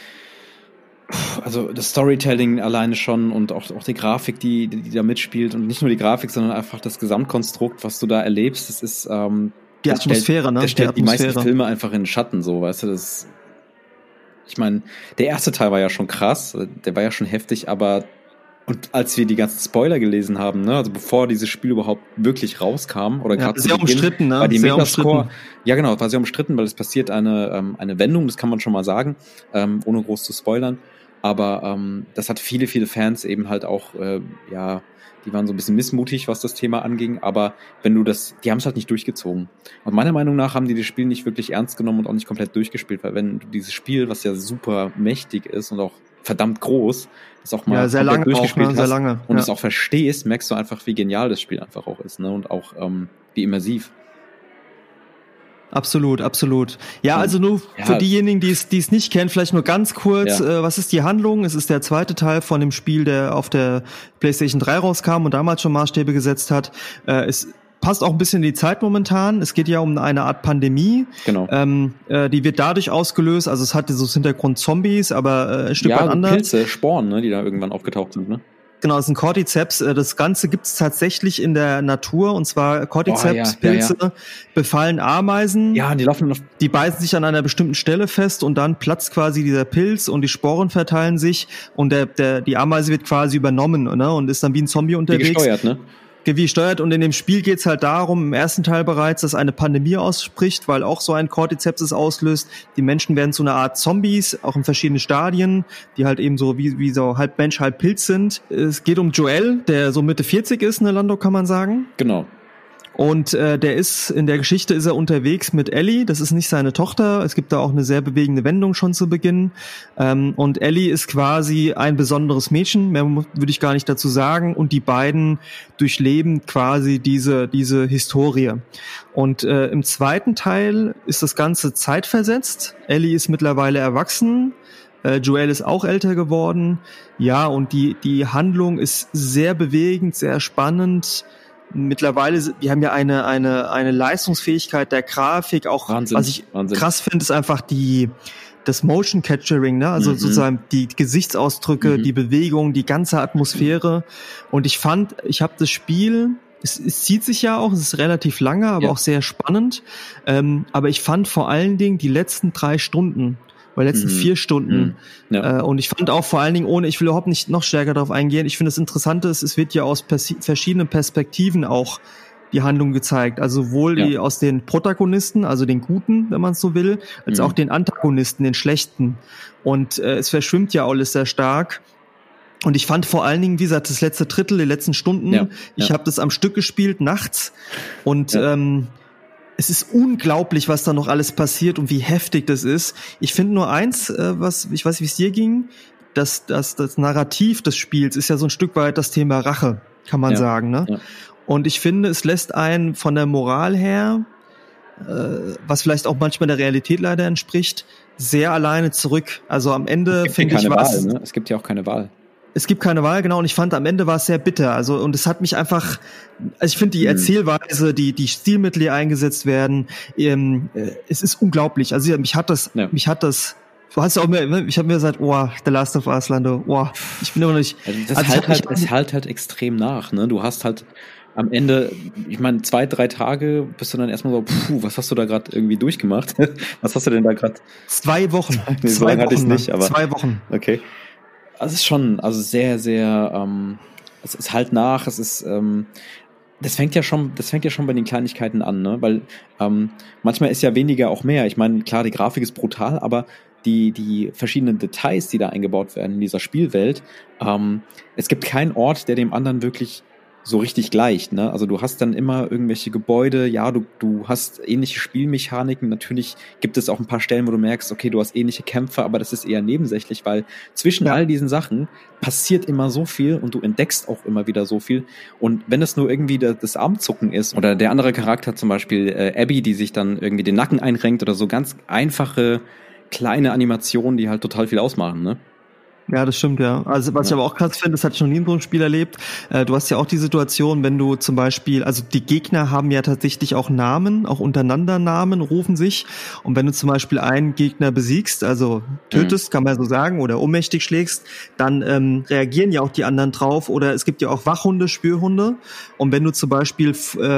also das Storytelling alleine schon und auch die Grafik, die da mitspielt und nicht nur die Grafik, sondern einfach das Gesamtkonstrukt, was du da erlebst. Das ist die Atmosphäre, ne? Das stellt die meisten Filme einfach in den Schatten, so, weißt du, das. Ich meine, der erste Teil war ja schon krass, der war ja schon heftig, aber und als wir die ganzen Spoiler gelesen haben, ne, also bevor dieses Spiel überhaupt wirklich rauskam, oder gerade zu Beginn, umstritten, ne? War die Metascore, ja genau, war sehr umstritten, weil es passiert eine Wendung, das kann man schon mal sagen, ohne groß zu spoilern, aber das hat viele Fans eben halt auch, die waren so ein bisschen missmutig, was das Thema anging, aber die haben es halt nicht durchgezogen. Und meiner Meinung nach haben die das Spiel nicht wirklich ernst genommen und auch nicht komplett durchgespielt, weil wenn du dieses Spiel, was ja super mächtig ist und auch verdammt groß, das auch mal sehr lange durchgespielt auch, ne? hast sehr lange. Und es auch verstehst, merkst du einfach, wie genial das Spiel einfach auch ist, ne? Und auch wie immersiv. Absolut. Ja, also nur für diejenigen, die es nicht kennen, vielleicht nur ganz kurz, was ist die Handlung? Es ist der zweite Teil von dem Spiel, der auf der PlayStation 3 rauskam und damals schon Maßstäbe gesetzt hat. Es passt auch ein bisschen in die Zeit momentan. Es geht ja um eine Art Pandemie. Genau. Die wird dadurch ausgelöst, also es hatte so das Hintergrund Zombies, aber ein Stück weit anders. Pilze, Sporen, ne, die da irgendwann aufgetaucht sind, ne? Genau, es ist ein Cordyceps. Das Ganze gibt's tatsächlich in der Natur, und zwar Cordyceps-Pilze befallen Ameisen. Ja, die beißen sich an einer bestimmten Stelle fest und dann platzt quasi dieser Pilz und die Sporen verteilen sich und die Ameise wird quasi übernommen, ne, und ist dann wie ein Zombie unterwegs. Wie gesteuert, ne? Wie gesteuert, und in dem Spiel geht's halt darum, im ersten Teil bereits, dass eine Pandemie ausspricht, weil auch so ein Cordyceps es auslöst. Die Menschen werden zu einer Art Zombies, auch in verschiedenen Stadien, die halt eben so wie so halb Mensch, halb Pilz sind. Es geht um Joel, der so Mitte 40 ist, ne, Lando, kann man sagen. Genau. Und in der Geschichte ist er unterwegs mit Ellie, das ist nicht seine Tochter, es gibt da auch eine sehr bewegende Wendung schon zu Beginn. Und Ellie ist quasi ein besonderes Mädchen, mehr würde ich gar nicht dazu sagen, und die beiden durchleben quasi diese Historie. Und im zweiten Teil ist das Ganze zeitversetzt, Ellie ist mittlerweile erwachsen, Joel ist auch älter geworden, ja, und die Handlung ist sehr bewegend, sehr spannend. Mittlerweile, wir haben ja eine Leistungsfähigkeit der Grafik, auch Wahnsinn, was ich krass finde, ist einfach das Motion Capturing, ne? Also sozusagen die Gesichtsausdrücke, die Bewegung, die ganze Atmosphäre. Und ich habe das Spiel, es zieht sich ja auch, es ist relativ lange, aber auch sehr spannend. Aber ich fand vor allen Dingen die letzten 3 Stunden, oder letzten 4 Stunden. Und ich fand auch vor allen Dingen, ich will überhaupt nicht noch stärker darauf eingehen, ich finde das Interessante ist, es wird ja aus verschiedenen Perspektiven auch die Handlung gezeigt. Also sowohl die aus den Protagonisten, also den Guten, wenn man es so will, als auch den Antagonisten, den Schlechten. Und es verschwimmt ja alles sehr stark. Und ich fand vor allen Dingen, wie gesagt, das letzte Drittel, die letzten Stunden, ich habe das am Stück gespielt, nachts. Und es ist unglaublich, was da noch alles passiert und wie heftig das ist. Ich finde nur eins, ich weiß nicht, wie es dir ging, das Narrativ des Spiels ist ja so ein Stück weit das Thema Rache, kann man sagen, ne? Ja. Und ich finde, es lässt einen von der Moral her, was vielleicht auch manchmal der Realität leider entspricht, sehr alleine zurück. Also am Ende finde ich was. Ne? Es gibt ja auch keine Wahl. Es gibt keine Wahl, genau, und ich fand, am Ende war es sehr bitter. Also, und es hat mich einfach, also ich finde die Erzählweise, die Stilmittel, die eingesetzt werden, es ist unglaublich. Also mich hat das, du hast ja auch ich habe mir gesagt, The Last of Us, Lando, ich bin immer noch nicht. Also es halt extrem nach, ne? Du hast halt am Ende, ich meine, 2-3 Tage bist du dann erstmal so, was hast du da gerade irgendwie durchgemacht? Was hast du denn da gerade? 2 Wochen. Nee, so lange hatte ich nicht, aber 2 Wochen. Okay. Also es ist schon, also sehr, sehr, es ist halt nach, es ist, das fängt ja schon bei den Kleinigkeiten an, ne? Weil manchmal ist ja weniger auch mehr. Ich meine, klar, die Grafik ist brutal, aber die verschiedenen Details, die da eingebaut werden in dieser Spielwelt, es gibt keinen Ort, der dem anderen wirklich so richtig gleicht, ne? Also du hast dann immer irgendwelche Gebäude, ja, du hast ähnliche Spielmechaniken, natürlich gibt es auch ein paar Stellen, wo du merkst, okay, du hast ähnliche Kämpfe, aber das ist eher nebensächlich, weil zwischen all diesen Sachen passiert immer so viel und du entdeckst auch immer wieder so viel, und wenn es nur irgendwie das Armzucken ist, oder der andere Charakter, zum Beispiel Abby, die sich dann irgendwie den Nacken einrenkt, oder so ganz einfache kleine Animationen, die halt total viel ausmachen, ne? Ja, das stimmt, ja. Also was ich aber auch krass finde, das hatte ich noch nie in so einem Spiel erlebt. Du hast ja auch die Situation, wenn du zum Beispiel, also die Gegner haben ja tatsächlich auch Namen, auch untereinander Namen, rufen sich. Und wenn du zum Beispiel einen Gegner besiegst, also tötest, kann man ja so sagen, oder ohnmächtig schlägst, dann reagieren ja auch die anderen drauf. Oder es gibt ja auch Wachhunde, Spürhunde. Und wenn du zum Beispiel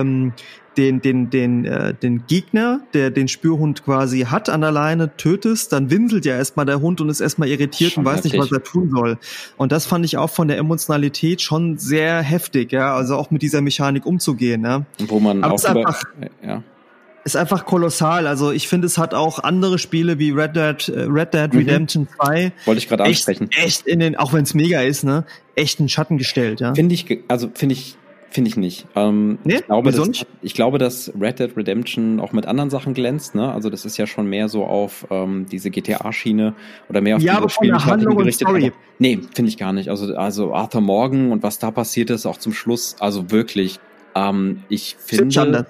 den Gegner, der den Spürhund quasi hat an der Leine, tötest, dann winselt ja erstmal der Hund und ist erstmal irritiert und weiß nicht, was er tun soll. Und das fand ich auch von der Emotionalität schon sehr heftig, ja, also auch mit dieser Mechanik umzugehen, ja. Wo man aber auch ist einfach kolossal. Also ich finde, es hat auch andere Spiele wie Red Dead Redemption 2 wollte ich gerade ansprechen. Echt auch wenn es mega ist, ne, echt in den Schatten gestellt, ja. Finde ich nicht. Ich glaube, dass Red Dead Redemption auch mit anderen Sachen glänzt, ne? Also das ist ja schon mehr so auf diese GTA-Schiene oder mehr auf diese Spielmechaniken gerichtet. Nee, finde ich gar nicht. Also Arthur Morgan und was da passiert ist, auch zum Schluss, also wirklich, ich finde,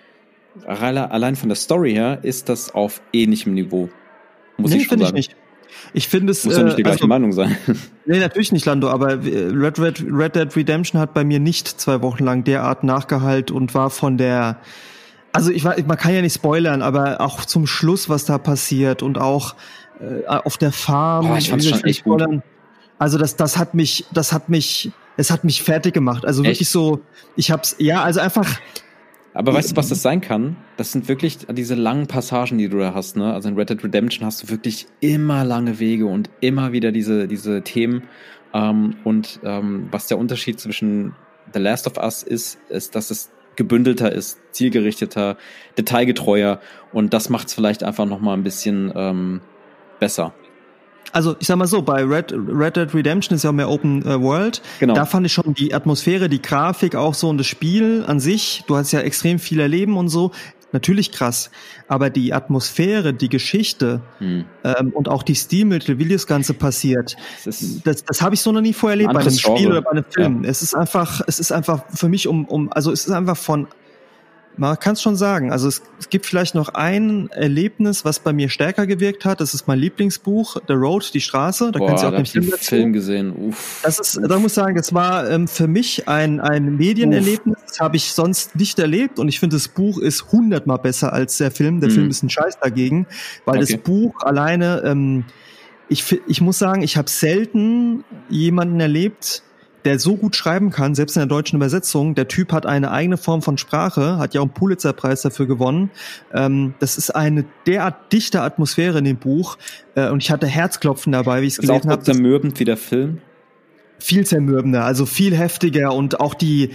allein von der Story her ist das auf ähnlichem Niveau. Muss ich schon sagen. Ich nicht. Ich finde es... Muss ja nicht die gleiche Meinung sein. Nee, natürlich nicht, Lando, aber Red Dead Redemption hat bei mir nicht 2 Wochen lang derart nachgehallt und war von der... Also man kann ja nicht spoilern, aber auch zum Schluss, was da passiert und auch auf der Farm... Ich fand's schon echt gut. Also das hat mich fertig gemacht. Also echt? Wirklich so, also einfach... Aber weißt du, was das sein kann? Das sind wirklich diese langen Passagen, die du da hast, ne? Also in Red Dead Redemption hast du wirklich immer lange Wege und immer wieder diese Themen. Was der Unterschied zwischen The Last of Us ist, dass es gebündelter ist, zielgerichteter, detailgetreuer, und das macht es vielleicht einfach noch mal ein bisschen besser. Also ich sag mal so, bei Red Dead Redemption ist ja auch mehr Open World. Genau. Da fand ich schon die Atmosphäre, die Grafik auch so und das Spiel an sich, du hast ja extrem viel erleben und so, natürlich krass. Aber die Atmosphäre, die Geschichte und auch die Stilmittel, wie das Ganze passiert, das habe ich so noch nie vorher erlebt bei einem Spiel oder bei einem Film. Ja. Es ist einfach für mich also es ist einfach von... Man kann es schon sagen. Also es gibt vielleicht noch ein Erlebnis, was bei mir stärker gewirkt hat. Das ist mein Lieblingsbuch, The Road, die Straße. Da kannst du auch den Film gesehen. Uff. Da muss ich sagen, das war für mich ein Medienerlebnis. Das habe ich sonst nicht erlebt. Und ich finde, das Buch ist 100-mal besser als der Film. Der Film ist ein Scheiß dagegen, weil das Buch alleine, ich muss sagen, ich habe selten jemanden erlebt, der so gut schreiben kann, selbst in der deutschen Übersetzung. Der Typ hat eine eigene Form von Sprache, hat ja auch einen Pulitzer-Preis dafür gewonnen. Das ist eine derart dichte Atmosphäre in dem Buch. Und ich hatte Herzklopfen dabei, wie ich es gelesen habe. Ist auch zermürbend wie der Film? Viel zermürbender, also viel heftiger, und auch die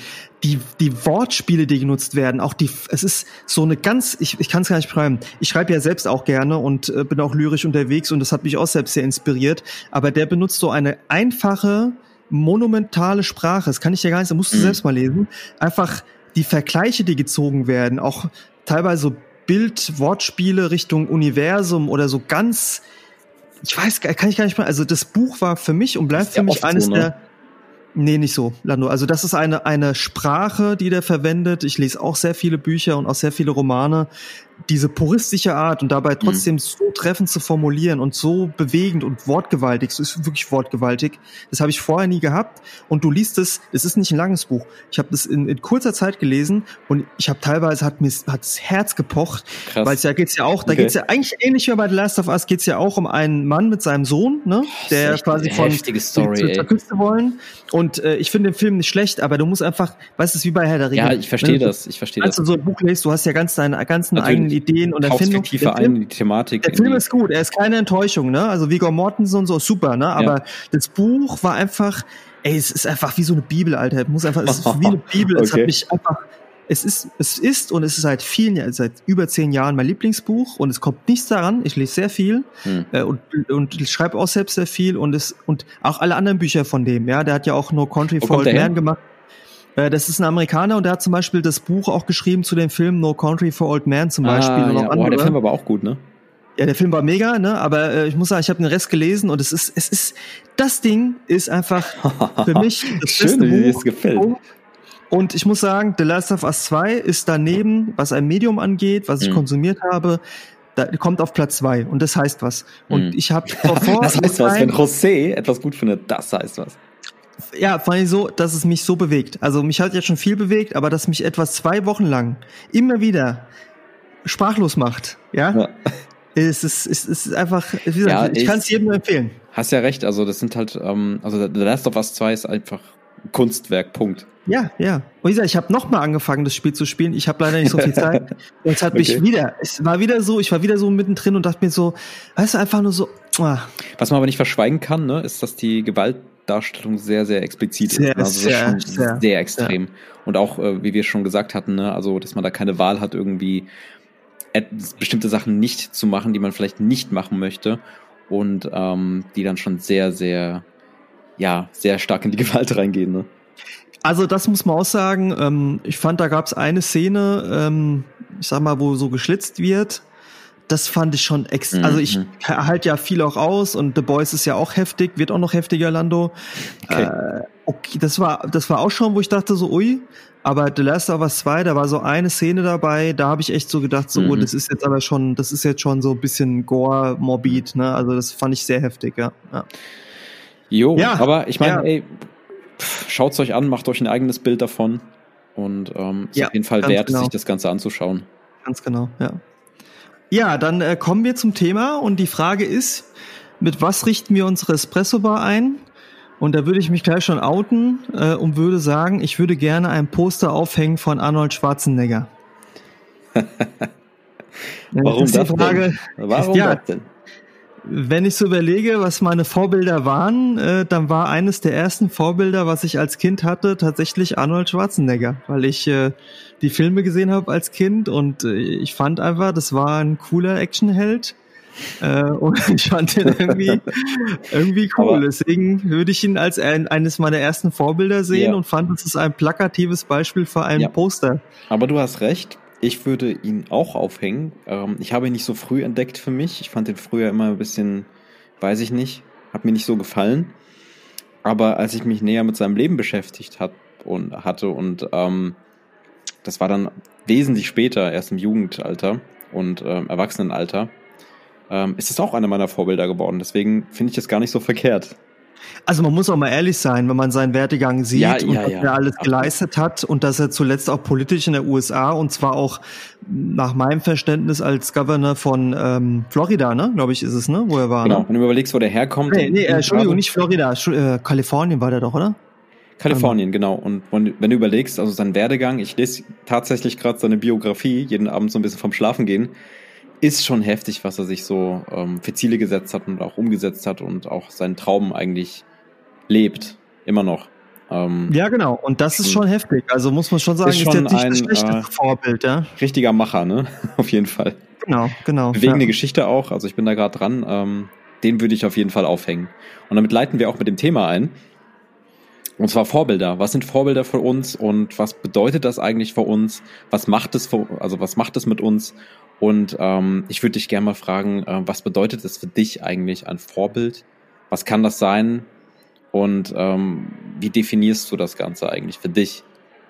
Wortspiele, die genutzt werden, es ist so eine ganz, ich kann es gar nicht beschreiben. Ich schreibe ja selbst auch gerne und bin auch lyrisch unterwegs, und das hat mich auch selbst sehr inspiriert. Aber der benutzt so eine einfache, monumentale Sprache, das kann ich ja gar nicht, das musst du selbst mal lesen. Einfach die Vergleiche, die gezogen werden, auch teilweise so Wortspiele Richtung Universum oder so ganz, ich weiß, kann ich gar nicht mehr, also das Buch war für mich und bleibt für mich eines der... Nee, nicht so, Lando. Also das ist eine Sprache, die der verwendet. Ich lese auch sehr viele Bücher und auch sehr viele Romane. Diese puristische Art und dabei trotzdem so treffend zu formulieren und so bewegend und wortgewaltig, es ist wirklich wortgewaltig, das habe ich vorher nie gehabt. Und du liest es ist nicht ein langes Buch. Ich habe das in kurzer Zeit gelesen und ich habe teilweise, hat das Herz gepocht. Krass. Weil da geht's ja eigentlich ähnlich wie bei The Last of Us, geht's ja auch um einen Mann mit seinem Sohn, ne, der quasi zur Küste wollen. Und ich finde den Film nicht schlecht, aber du musst einfach, weißt du, es ist wie bei Herr der Ringe. Ja, ich verstehe das. Als du so ein Buch liest, du hast ja deine ganzen eigenen Ideen und Erfindungen. Tiefer ein in die Thematik. Der Film ist gut, er ist keine Enttäuschung, ne? Also Viggo Mortensen und so, super, ne? Aber das Buch war einfach, es ist einfach wie so eine Bibel, Alter. Es ist wie eine Bibel. Es hat mich einfach, es ist und es ist seit über 10 Jahren mein Lieblingsbuch, und es kommt nichts daran. Ich lese sehr viel und ich schreibe auch selbst sehr viel, und auch alle anderen Bücher von dem, ja. Der hat ja auch No Country for Old Men gemacht. Das ist ein Amerikaner, und der hat zum Beispiel das Buch auch geschrieben zu dem Film No Country for Old Men zum Beispiel. Und auch der Film war aber auch gut, ne? Ja, der Film war mega, ne? Aber ich muss sagen, ich habe den Rest gelesen, und das Ding ist einfach für mich das schön, beste wie dir das gefällt. Und ich muss sagen, The Last of Us 2 ist daneben, was ein Medium angeht, was ich konsumiert habe, da kommt auf Platz 2, und das heißt was. Und ich habe das heißt was, wenn José etwas gut findet, das heißt was. Ja, vor allem so, dass es mich so bewegt. Also mich hat jetzt schon viel bewegt, aber dass mich etwas 2 Wochen lang immer wieder sprachlos macht, ja. Es ist einfach, wie gesagt, ich kann es jedem nur empfehlen. Hast ja recht, also das sind halt, also The Last of Us 2 ist einfach ein Kunstwerk, Punkt. Ja. Und wie gesagt, ich habe nochmal angefangen, das Spiel zu spielen. Ich habe leider nicht so viel Zeit. Und es hat mich ich war wieder so mittendrin und dachte mir so, weißt du, einfach nur so. Was man aber nicht verschweigen kann, ne, ist, dass die Gewaltdarstellung sehr, sehr explizit ist. Also das ist schon sehr extrem. Ja. Und auch, wie wir schon gesagt hatten, ne, also, dass man da keine Wahl hat, irgendwie bestimmte Sachen nicht zu machen, die man vielleicht nicht machen möchte, und die dann schon sehr, sehr, sehr stark in die Gewalt reingehen, ne? Also das muss man auch sagen, ich fand, da gab es eine Szene, ich sag mal, wo so geschlitzt wird. Das fand ich schon also ich halte ja viel auch aus, und The Boys ist ja auch heftig, wird auch noch heftiger, Lando. Okay, das war auch schon, wo ich dachte so, ui, Aber The Last of Us 2, da war so eine Szene dabei, da habe ich echt so gedacht, so, das ist jetzt schon so ein bisschen Gore-morbid, ne? Also das fand ich sehr heftig, ja. Jo, ja, aber ich meine, ey, schaut's euch an, macht euch ein eigenes Bild davon und ist auf jeden Fall wert, sich das Ganze anzuschauen. Ganz genau, ja. Ja, dann kommen wir zum Thema und die Frage ist, mit was richten wir unsere Espresso-Bar ein? Und da würde ich mich gleich schon outen und würde sagen, ich würde gerne ein Poster aufhängen von Arnold Schwarzenegger. Warum das denn? Warum das denn? Wenn ich so überlege, was meine Vorbilder waren, dann war eines der ersten Vorbilder, was ich als Kind hatte, tatsächlich Arnold Schwarzenegger, weil ich die Filme gesehen habe als Kind und ich fand einfach, das war ein cooler Actionheld. Und ich fand den irgendwie cool. Aber deswegen würde ich ihn als eines meiner ersten Vorbilder sehen und fand, es ist ein plakatives Beispiel für ein Poster. Aber du hast recht. Ich würde ihn auch aufhängen. Ich habe ihn nicht so früh entdeckt für mich. Ich fand den früher immer ein bisschen, weiß ich nicht, hat mir nicht so gefallen. Aber als ich mich näher mit seinem Leben beschäftigt hatte und das war dann wesentlich später, erst im Jugendalter und Erwachsenenalter, ist es auch einer meiner Vorbilder geworden. Deswegen finde ich das gar nicht so verkehrt. Also man muss auch mal ehrlich sein, wenn man seinen Werdegang sieht und was er alles geleistet hat und dass er zuletzt auch politisch in der USA und zwar auch nach meinem Verständnis als Governor von Florida, ne, glaube ich, ist es, ne, wo er war. Genau, ne? wenn du überlegst, wo der herkommt. Nee, Entschuldigung, nicht Florida, Kalifornien war der doch, oder? Kalifornien, genau. Und wenn du überlegst, also sein Werdegang, ich lese tatsächlich gerade seine Biografie, jeden Abend so ein bisschen vom Schlafen gehen, ist schon heftig, was er sich so für Ziele gesetzt hat und auch umgesetzt hat und auch seinen Traum eigentlich lebt, immer noch. Ja, genau. Und das ist schon heftig. Also muss man schon sagen, ist jetzt nicht das schlechteste Vorbild, ja. Richtiger Macher, ne? Auf jeden Fall. Genau. Bewegende Geschichte auch, also ich bin da gerade dran. Den würde ich auf jeden Fall aufhängen. Und damit leiten wir auch mit dem Thema ein. Und zwar Vorbilder. Was sind Vorbilder für uns und was bedeutet das eigentlich für uns? Was macht es mit uns? Und ich würde dich gerne mal fragen, was bedeutet es für dich eigentlich ein Vorbild? Was kann das sein? Und wie definierst du das Ganze eigentlich für dich?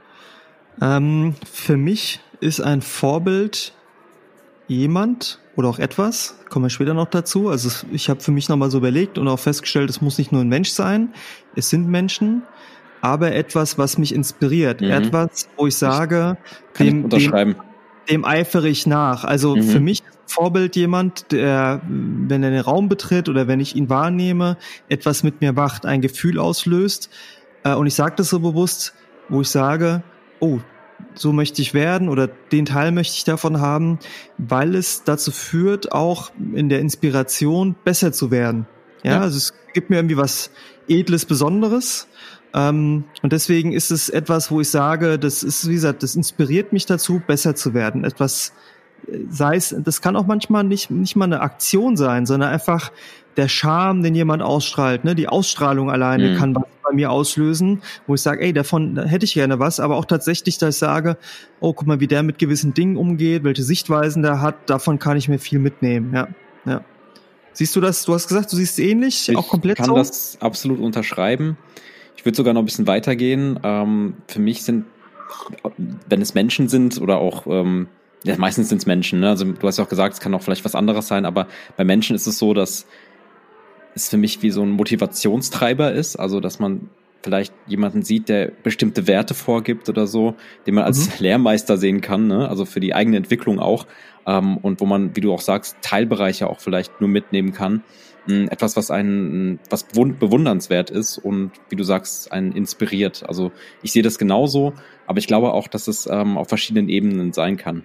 Für mich ist ein Vorbild jemand oder auch etwas, kommen wir später noch dazu. Also ich habe für mich nochmal so überlegt und auch festgestellt, es muss nicht nur ein Mensch sein, es sind Menschen, aber etwas, was mich inspiriert. Etwas, wo ich sage, dem eifere ich nach. Also für mich Vorbild jemand, der, wenn er den Raum betritt oder wenn ich ihn wahrnehme, etwas mit mir macht, ein Gefühl auslöst. Und ich sage das so bewusst, wo ich sage, oh, so möchte ich werden oder den Teil möchte ich davon haben, weil es dazu führt, auch in der Inspiration besser zu werden. Ja. Also es gibt mir irgendwie was Edles, Besonderes. Und deswegen ist es etwas, wo ich sage, das ist, wie gesagt, das inspiriert mich dazu, besser zu werden. Etwas, sei es, das kann auch manchmal nicht mal eine Aktion sein, sondern einfach der Charme, den jemand ausstrahlt, ne, die Ausstrahlung alleine kann was bei mir auslösen, wo ich sage, ey, davon hätte ich gerne was, aber auch tatsächlich, dass ich sage, oh, guck mal, wie der mit gewissen Dingen umgeht, welche Sichtweisen der hat, davon kann ich mir viel mitnehmen, ja. Siehst du das? Du hast gesagt, du siehst es ähnlich, auch komplett so? Ich kann das absolut unterschreiben. Ich würde sogar noch ein bisschen weitergehen. Für mich sind, wenn es Menschen sind oder auch, meistens sind es Menschen, ne? Also du hast ja auch gesagt, es kann auch vielleicht was anderes sein, aber bei Menschen ist es so, dass es für mich wie so ein Motivationstreiber ist, also dass man vielleicht jemanden sieht, der bestimmte Werte vorgibt oder so, den man als Lehrmeister sehen kann, ne? Also für die eigene Entwicklung auch, und wo man, wie du auch sagst, Teilbereiche auch vielleicht nur mitnehmen kann. Etwas, was bewundernswert ist und, wie du sagst, einen inspiriert. Also ich sehe das genauso, aber ich glaube auch, dass es auf verschiedenen Ebenen sein kann.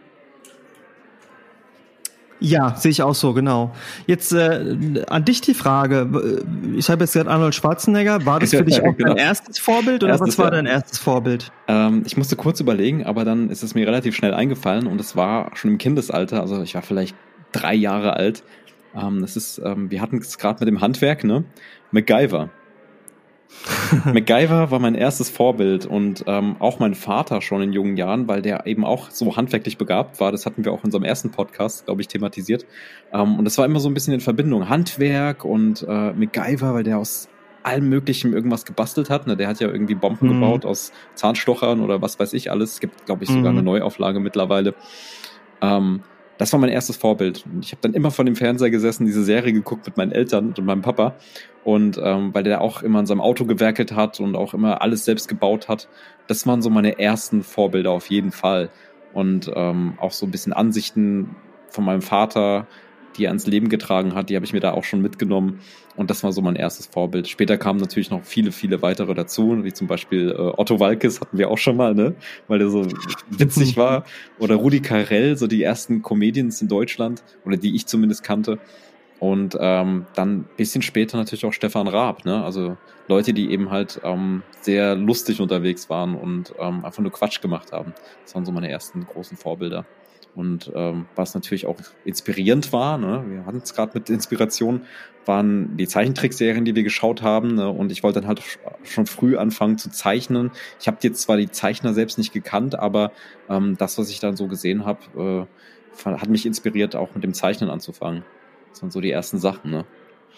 Ja, sehe ich auch so, genau. Jetzt an dich die Frage. Ich habe jetzt gerade Arnold Schwarzenegger. War das für dich auch dein erstes Vorbild oder was war dein erstes Vorbild? Ich musste kurz überlegen, aber dann ist es mir relativ schnell eingefallen und es war schon im Kindesalter, also ich war vielleicht 3 Jahre alt. Wir hatten es gerade mit dem Handwerk, ne? MacGyver. MacGyver war mein erstes Vorbild und auch mein Vater schon in jungen Jahren, weil der eben auch so handwerklich begabt war. Das hatten wir auch in unserem ersten Podcast, glaube ich, thematisiert. Und das war immer so ein bisschen in Verbindung Handwerk und MacGyver, weil der aus allem Möglichen irgendwas gebastelt hat. Ne? Der hat ja irgendwie Bomben gebaut aus Zahnstochern oder was weiß ich alles. Es gibt, glaube ich, sogar eine Neuauflage mittlerweile. Das war mein erstes Vorbild. Und ich habe dann immer vor dem Fernseher gesessen, diese Serie geguckt mit meinen Eltern und meinem Papa. Und weil der auch immer an seinem Auto gewerkelt hat und auch immer alles selbst gebaut hat. Das waren so meine ersten Vorbilder auf jeden Fall. Und auch so ein bisschen Ansichten von meinem Vater, die er ans Leben getragen hat, die habe ich mir da auch schon mitgenommen. Und das war so mein erstes Vorbild. Später kamen natürlich noch viele, viele weitere dazu, wie zum Beispiel Otto Waalkes hatten wir auch schon mal, ne? Weil der so witzig war. Oder Rudi Carrell, so die ersten Comedians in Deutschland, oder die ich zumindest kannte. Und dann ein bisschen später natürlich auch Stefan Raab, ne? Also Leute, die eben halt sehr lustig unterwegs waren und einfach nur Quatsch gemacht haben. Das waren so meine ersten großen Vorbilder. Und was natürlich auch inspirierend war, ne? Wir hatten es gerade mit Inspiration, waren die Zeichentrickserien, die wir geschaut haben. Ne? Und ich wollte dann halt schon früh anfangen zu zeichnen. Ich habe jetzt zwar die Zeichner selbst nicht gekannt, aber das, was ich dann so gesehen habe, hat mich inspiriert, auch mit dem Zeichnen anzufangen. Das waren so die ersten Sachen, ne?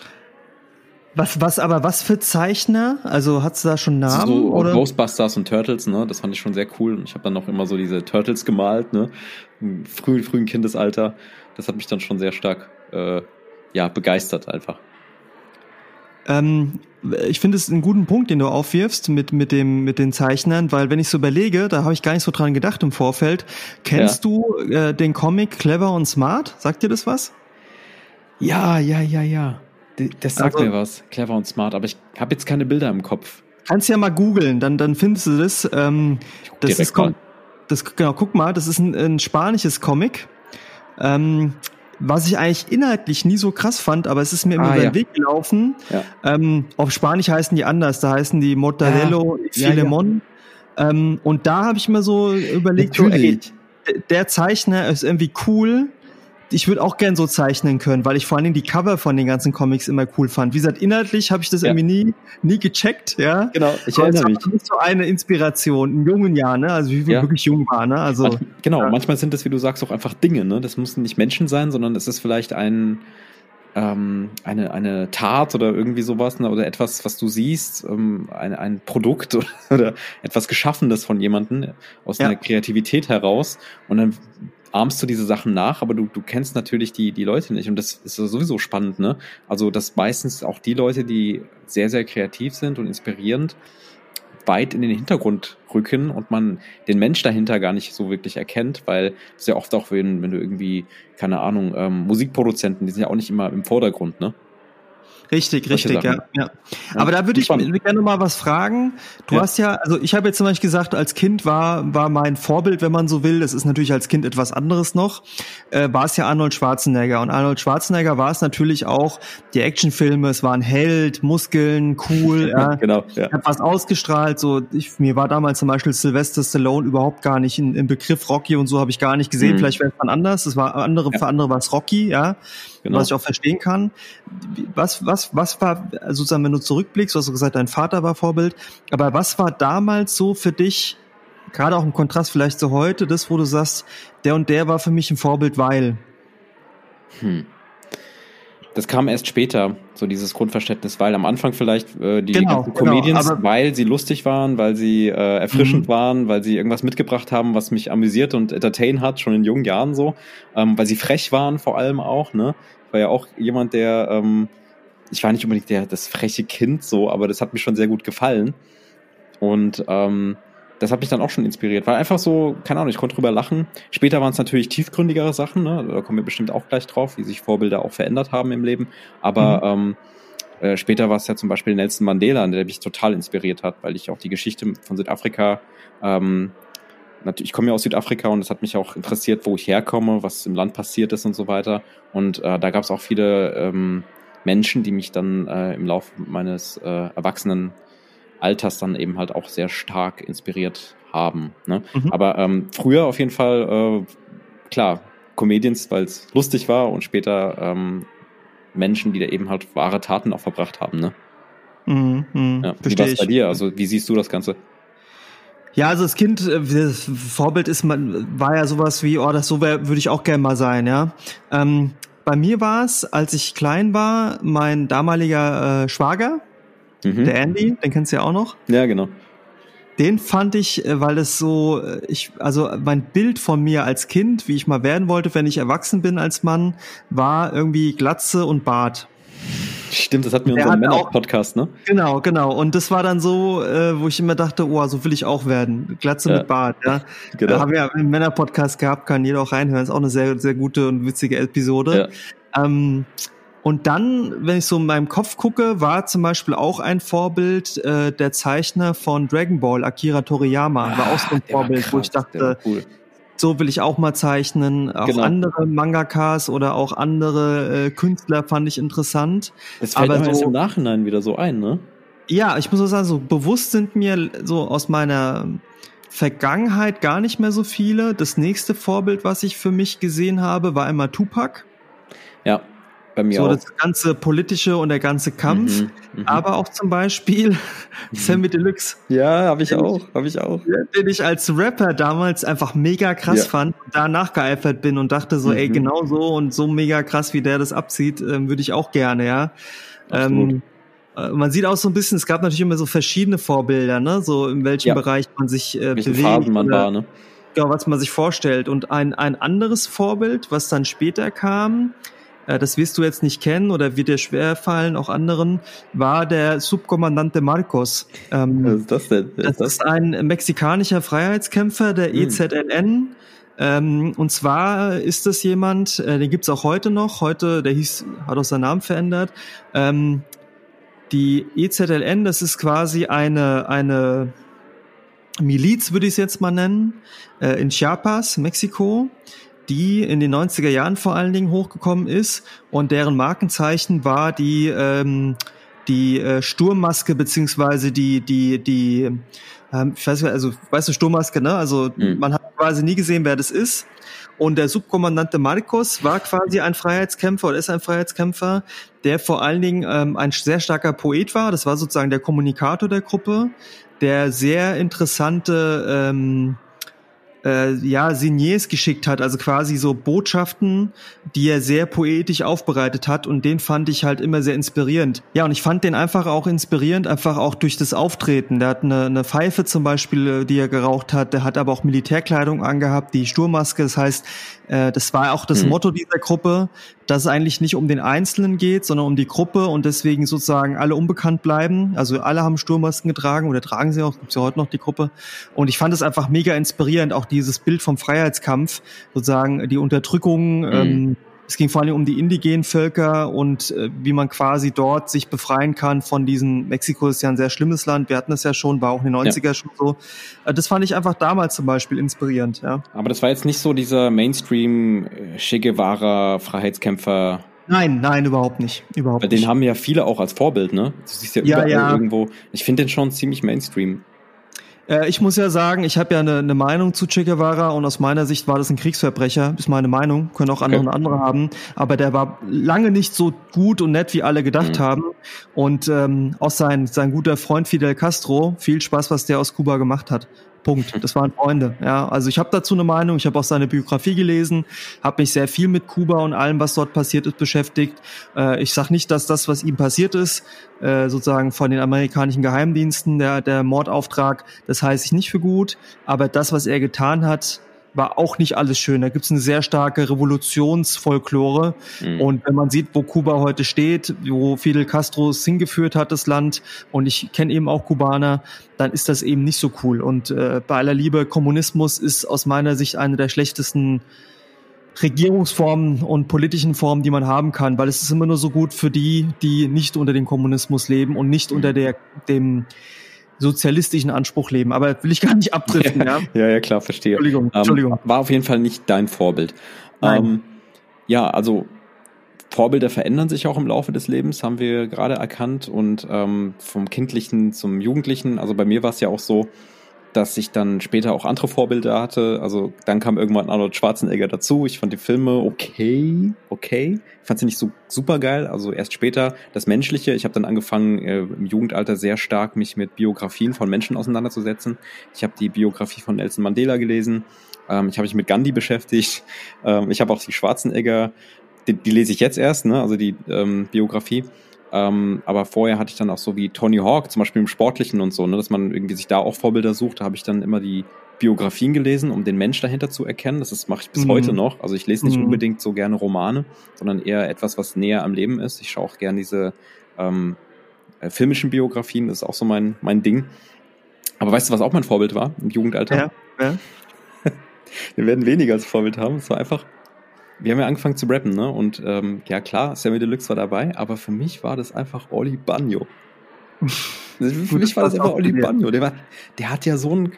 Was für Zeichner? Also hat's da schon Namen? So oder? Ghostbusters und Turtles, ne? Das fand ich schon sehr cool. Und ich habe dann noch immer so diese Turtles gemalt, ne? Im frühen Kindesalter. Das hat mich dann schon sehr stark begeistert einfach. Ich finde es einen guten Punkt, den du aufwirfst mit den Zeichnern, weil wenn ich so überlege, da habe ich gar nicht so dran gedacht im Vorfeld. Kennst du den Comic Clever und Smart? Sagt dir das was? Ja. Das sagt mir was, Clever und Smart, aber ich habe jetzt keine Bilder im Kopf. Kannst ja mal googeln, dann findest du das. Guck mal, das ist ein spanisches Comic, was ich eigentlich inhaltlich nie so krass fand, aber es ist mir immer über den Weg gelaufen. Ja. Auf Spanisch heißen die anders, da heißen die Mortadelo Filemon. Und da habe ich mir so überlegt, so, der Zeichner ist irgendwie cool. Ich würde auch gern so zeichnen können, weil ich vor allen Dingen die Cover von den ganzen Comics immer cool fand. Wie gesagt, inhaltlich habe ich das irgendwie nie gecheckt, ja. Genau, ich erinnere mich. Das ist so eine Inspiration in jungen Jahren, ne? Also wie wir wirklich jung waren, ne? Also manchmal sind das, wie du sagst, auch einfach Dinge, ne? Das müssen nicht Menschen sein, sondern es ist vielleicht eine Tat oder irgendwie sowas, ne? Oder etwas, was du siehst, ein Produkt oder etwas Geschaffenes von jemandem aus einer Kreativität heraus, und dann ahmst du diese Sachen nach, aber du kennst natürlich die Leute nicht, und das ist sowieso spannend, ne? Also, dass meistens auch die Leute, die sehr, sehr kreativ sind und inspirierend, weit in den Hintergrund rücken und man den Mensch dahinter gar nicht so wirklich erkennt, weil es ja oft auch, wenn du irgendwie, keine Ahnung, Musikproduzenten, die sind ja auch nicht immer im Vordergrund, ne? Richtig, ja. Aber da würde ich gerne noch mal was fragen. Du hast ja, also ich habe jetzt zum Beispiel gesagt, als Kind war mein Vorbild, wenn man so will, das ist natürlich als Kind etwas anderes noch, war es ja Arnold Schwarzenegger. Und Arnold Schwarzenegger war es natürlich auch, die Actionfilme, es war ein Held, Muskeln, cool, genau, hat was ausgestrahlt. So, mir war damals zum Beispiel Sylvester Stallone überhaupt gar nicht im Begriff Rocky und so habe ich gar nicht gesehen. Vielleicht wäre es dann anders. Für andere war es Rocky, ja. Genau. Was ich auch verstehen kann. Was war, also sozusagen, wenn du zurückblickst, du hast gesagt, dein Vater war Vorbild, aber was war damals so für dich, gerade auch im Kontrast vielleicht zu heute, das, wo du sagst, der und der war für mich ein Vorbild, weil? Das kam erst später, so dieses Grundverständnis, weil am Anfang vielleicht die ganzen Comedians, weil sie lustig waren, weil sie erfrischend waren, weil sie irgendwas mitgebracht haben, was mich amüsiert und entertain hat, schon in jungen Jahren so, weil sie frech waren vor allem auch, ne? Ich war ja auch jemand, der, ich war nicht unbedingt das freche Kind so, aber das hat mir schon sehr gut gefallen, und das hat mich dann auch schon inspiriert, weil einfach so, keine Ahnung, ich konnte drüber lachen. Später waren es natürlich tiefgründigere Sachen, ne? Da kommen wir bestimmt auch gleich drauf, wie sich Vorbilder auch verändert haben im Leben. Aber später war es ja zum Beispiel Nelson Mandela, der mich total inspiriert hat, weil ich auch die Geschichte von Südafrika, ich komme ja aus Südafrika, und es hat mich auch interessiert, wo ich herkomme, was im Land passiert ist und so weiter. Und da gab es auch viele Menschen, die mich dann im Laufe meines erwachsenen Alters dann eben halt auch sehr stark inspiriert haben, ne? Aber früher auf jeden Fall, klar, Comedians, weil es lustig war, und später Menschen, die da eben halt wahre Taten auch verbracht haben, ne? Wie war es bei dir? Also wie siehst du das Ganze? Ja, also das Kind, das Vorbild war ja sowas wie, würde ich auch gerne mal sein, ja. Bei mir war es, als ich klein war, mein damaliger Schwager, der Andy, den kennst du ja auch noch. Ja, genau. Den fand ich, weil es so, also mein Bild von mir als Kind, wie ich mal werden wollte, wenn ich erwachsen bin als Mann, war irgendwie Glatze und Bart. Stimmt, das hatten wir in unserem Männer-Podcast, ne? Genau. Und das war dann so, wo ich immer dachte, oh, so will ich auch werden. Glatze mit Bart, ja. Genau. Da haben wir ja einen Männer-Podcast gehabt, kann jeder auch reinhören. Ist auch eine sehr, sehr gute und witzige Episode. Ja. Und dann, wenn ich so in meinem Kopf gucke, war zum Beispiel auch ein Vorbild der Zeichner von Dragon Ball, Akira Toriyama. War auch so ein Vorbild, krass, wo ich dachte, cool. So will ich auch mal zeichnen. Auch andere Mangakas oder auch andere Künstler fand ich interessant. Das fällt mir jetzt im Nachhinein wieder so ein, ne? Ja, ich muss auch sagen, so bewusst sind mir so aus meiner Vergangenheit gar nicht mehr so viele. Das nächste Vorbild, was ich für mich gesehen habe, war einmal Tupac. Ja. Bei mir so auch. Das ganze Politische und der ganze Kampf, aber auch zum Beispiel Sammy Deluxe. Ja, habe ich auch. Den ich als Rapper damals einfach mega krass fand, da nachgeeifert bin und dachte so, ey, genau so und so mega krass, wie der das abzieht, würde ich auch gerne, ja. Man sieht auch so ein bisschen, es gab natürlich immer so verschiedene Vorbilder, ne, so in welchem Bereich man sich bewegt. Phasen man war, ne? Genau, was man sich vorstellt. Und ein anderes Vorbild, was dann später kam, das wirst du jetzt nicht kennen oder wird dir schwerfallen, auch anderen, war der Subkommandante Marcos. Was ist das denn? Das ist ein mexikanischer Freiheitskämpfer, der EZLN. Und zwar ist das jemand, den gibt's auch heute noch. Heute, hat auch seinen Namen verändert. Die EZLN, das ist quasi eine Miliz, würde ich es jetzt mal nennen, in Chiapas, Mexiko, die in den 90er Jahren vor allen Dingen hochgekommen ist und deren Markenzeichen war die Sturmmaske beziehungsweise ich weiß nicht, also weißt du, Sturmmaske, ne? Also man hat quasi nie gesehen, wer das ist. Und der Subkommandante Marcos war quasi ein Freiheitskämpfer oder ist ein Freiheitskämpfer, der vor allen Dingen ein sehr starker Poet war. Das war sozusagen der Kommunikator der Gruppe, der sehr interessante Signes geschickt hat, also quasi so Botschaften, die er sehr poetisch aufbereitet hat, und den fand ich halt immer sehr inspirierend. Ja, und ich fand den einfach auch inspirierend, einfach auch durch das Auftreten. Der hat eine Pfeife zum Beispiel, die er geraucht hat, der hat aber auch Militärkleidung angehabt, die Sturmmaske, das heißt, das war auch das Motto dieser Gruppe, dass es eigentlich nicht um den Einzelnen geht, sondern um die Gruppe und deswegen sozusagen alle unbekannt bleiben. Also alle haben Sturmmasken getragen oder tragen sie auch, gibt's ja heute noch die Gruppe. Und ich fand es einfach mega inspirierend, auch dieses Bild vom Freiheitskampf, sozusagen die Unterdrückung. Es ging vor allem um die indigenen Völker und wie man quasi dort sich befreien kann von diesen, Mexiko ist ja ein sehr schlimmes Land, wir hatten das ja schon, war auch in den 90er schon so. Das fand ich einfach damals zum Beispiel inspirierend, ja. Aber das war jetzt nicht so dieser Mainstream Che Guevara Freiheitskämpfer. Nein, überhaupt nicht. Weil den haben ja viele auch als Vorbild, ne? Du siehst ja überall irgendwo. Ich finde den schon ziemlich Mainstream. Ich muss ja sagen, ich habe ja eine Meinung zu Che Guevara und aus meiner Sicht war das ein Kriegsverbrecher, ist meine Meinung, können auch andere eine andere haben, aber der war lange nicht so gut und nett, wie alle gedacht haben, und auch sein guter Freund Fidel Castro, viel Spaß, was der aus Kuba gemacht hat. Punkt. Das waren Freunde. Ja, also ich habe dazu eine Meinung. Ich habe auch seine Biografie gelesen, habe mich sehr viel mit Kuba und allem, was dort passiert ist, beschäftigt. Ich sage nicht, dass das, was ihm passiert ist, sozusagen von den amerikanischen Geheimdiensten, der Mordauftrag, das heiße ich nicht für gut. Aber das, was er getan hat, war auch nicht alles schön. Da gibt's eine sehr starke Revolutionsfolklore. Und wenn man sieht, wo Kuba heute steht, wo Fidel Castro es hingeführt hat, das Land, und ich kenne eben auch Kubaner, dann ist das eben nicht so cool. Und bei aller Liebe, Kommunismus ist aus meiner Sicht eine der schlechtesten Regierungsformen und politischen Formen, die man haben kann, weil es ist immer nur so gut für die nicht unter dem Kommunismus leben und nicht unter dem sozialistischen Anspruch leben, aber will ich gar nicht abdriften, ja? Ja, klar, verstehe. Entschuldigung. War auf jeden Fall nicht dein Vorbild. Also Vorbilder verändern sich auch im Laufe des Lebens, haben wir gerade erkannt, und vom Kindlichen zum Jugendlichen. Also bei mir war es ja auch so, dass ich dann später auch andere Vorbilder hatte. Also dann kam irgendwann Arnold Schwarzenegger dazu. Ich fand die Filme okay. Ich fand sie nicht so super geil. Also erst später das Menschliche. Ich habe dann angefangen, im Jugendalter sehr stark mich mit Biografien von Menschen auseinanderzusetzen. Ich habe die Biografie von Nelson Mandela gelesen. Ich habe mich mit Gandhi beschäftigt. Ich habe auch die Schwarzenegger, die lese ich jetzt erst, ne? Also die Biografie. Aber vorher hatte ich dann auch so wie Tony Hawk, zum Beispiel im Sportlichen und so, ne, dass man irgendwie sich da auch Vorbilder sucht. Da habe ich dann immer die Biografien gelesen, um den Mensch dahinter zu erkennen. Das mache ich bis heute noch. Also ich lese nicht unbedingt so gerne Romane, sondern eher etwas, was näher am Leben ist. Ich schaue auch gerne diese filmischen Biografien, das ist auch so mein Ding. Aber weißt du, was auch mein Vorbild war im Jugendalter? Ja. Wir werden weniger als Vorbild haben. Es war einfach, wir haben ja angefangen zu rappen, ne? Und ja klar, Sammy Deluxe war dabei, aber für mich war das einfach Oli Banjo. Für mich war das einfach Oli Banjo. Der hat ja so einen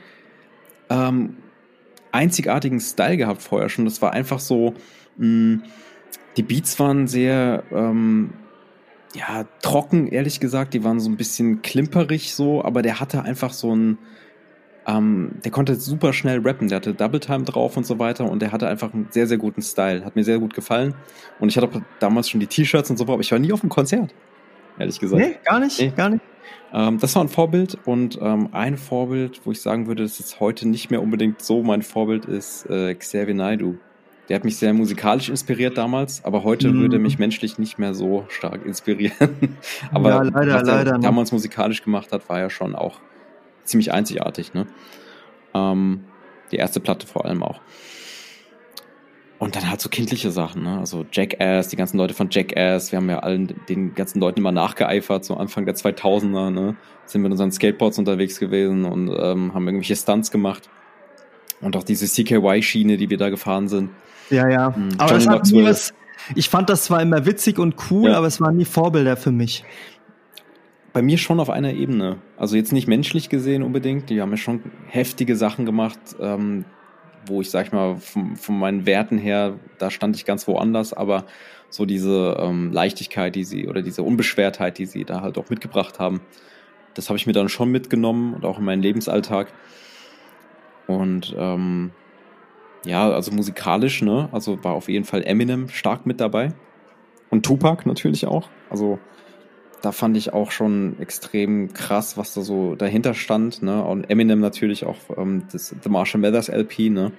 einzigartigen Style gehabt vorher schon. Das war einfach so, die Beats waren sehr trocken, ehrlich gesagt. Die waren so ein bisschen klimperig so, aber der hatte einfach so ein der konnte super schnell rappen, der hatte Double Time drauf und so weiter und der hatte einfach einen sehr, sehr guten Style. Hat mir sehr gut gefallen. Und ich hatte auch damals schon die T-Shirts und so, aber ich war nie auf einem Konzert, ehrlich gesagt. Nee, gar nicht. Das war ein Vorbild und ein Vorbild, wo ich sagen würde, das ist heute nicht mehr unbedingt so mein Vorbild, ist Xavier Naidoo. Der hat mich sehr musikalisch inspiriert damals, aber heute würde mich menschlich nicht mehr so stark inspirieren. Aber ja, leider, was er leider damals musikalisch gemacht hat, war ja schon auch ziemlich einzigartig, ne? Die erste Platte vor allem auch. Und dann halt so kindliche Sachen, ne? Also Jackass, die ganzen Leute von Jackass, wir haben ja den ganzen Leuten immer nachgeeifert, so Anfang der 2000er, ne? Sind mit unseren Skateboards unterwegs gewesen und haben irgendwelche Stunts gemacht. Und auch diese CKY-Schiene, die wir da gefahren sind. Ja. Aber das hat nie was, ich fand das zwar immer witzig und cool, aber es waren nie Vorbilder für mich. Bei mir schon auf einer Ebene. Also jetzt nicht menschlich gesehen unbedingt. Die haben ja schon heftige Sachen gemacht, wo ich, sag ich mal, von meinen Werten her, da stand ich ganz woanders. Aber so diese Leichtigkeit, oder diese Unbeschwertheit, die sie da halt auch mitgebracht haben, das habe ich mir dann schon mitgenommen und auch in meinen Lebensalltag. Und also musikalisch, ne? Also war auf jeden Fall Eminem stark mit dabei. Und Tupac natürlich auch. Also da fand ich auch schon extrem krass, was da so dahinter stand, ne? Und Eminem natürlich auch das The Marshall Mathers LP, ne?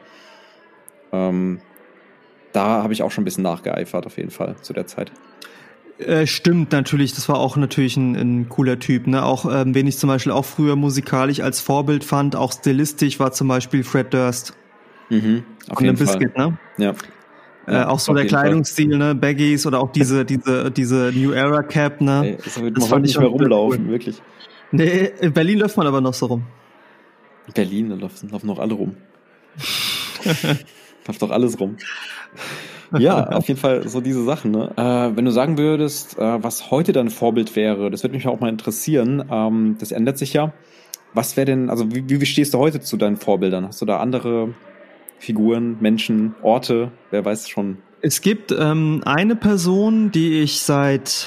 Da habe ich auch schon ein bisschen nachgeeifert, auf jeden Fall, zu der Zeit. Stimmt, natürlich. Das war auch natürlich ein cooler Typ, ne? Auch, wen ich zum Beispiel auch früher musikalisch als Vorbild fand, auch stilistisch, war zum Beispiel Fred Durst. Auf jeden Fall. Biscuit, ne? Ja. Auch so der Kleidungsstil, ne, Baggies oder auch diese New Era Cap, ne. Ey, das fand ich nicht mehr rumlaufen, cool. Wirklich. Nee, in Berlin läuft man aber noch so rum. In Berlin, da laufen noch alle rum. Läuft doch alles rum. Ja, auf jeden Fall so diese Sachen, ne. Wenn du sagen würdest, was heute dein Vorbild wäre, das würde mich auch mal interessieren. Das ändert sich ja. Was wäre denn, also wie stehst du heute zu deinen Vorbildern? Hast du da andere Figuren, Menschen, Orte, wer weiß schon. Es gibt eine Person, die ich seit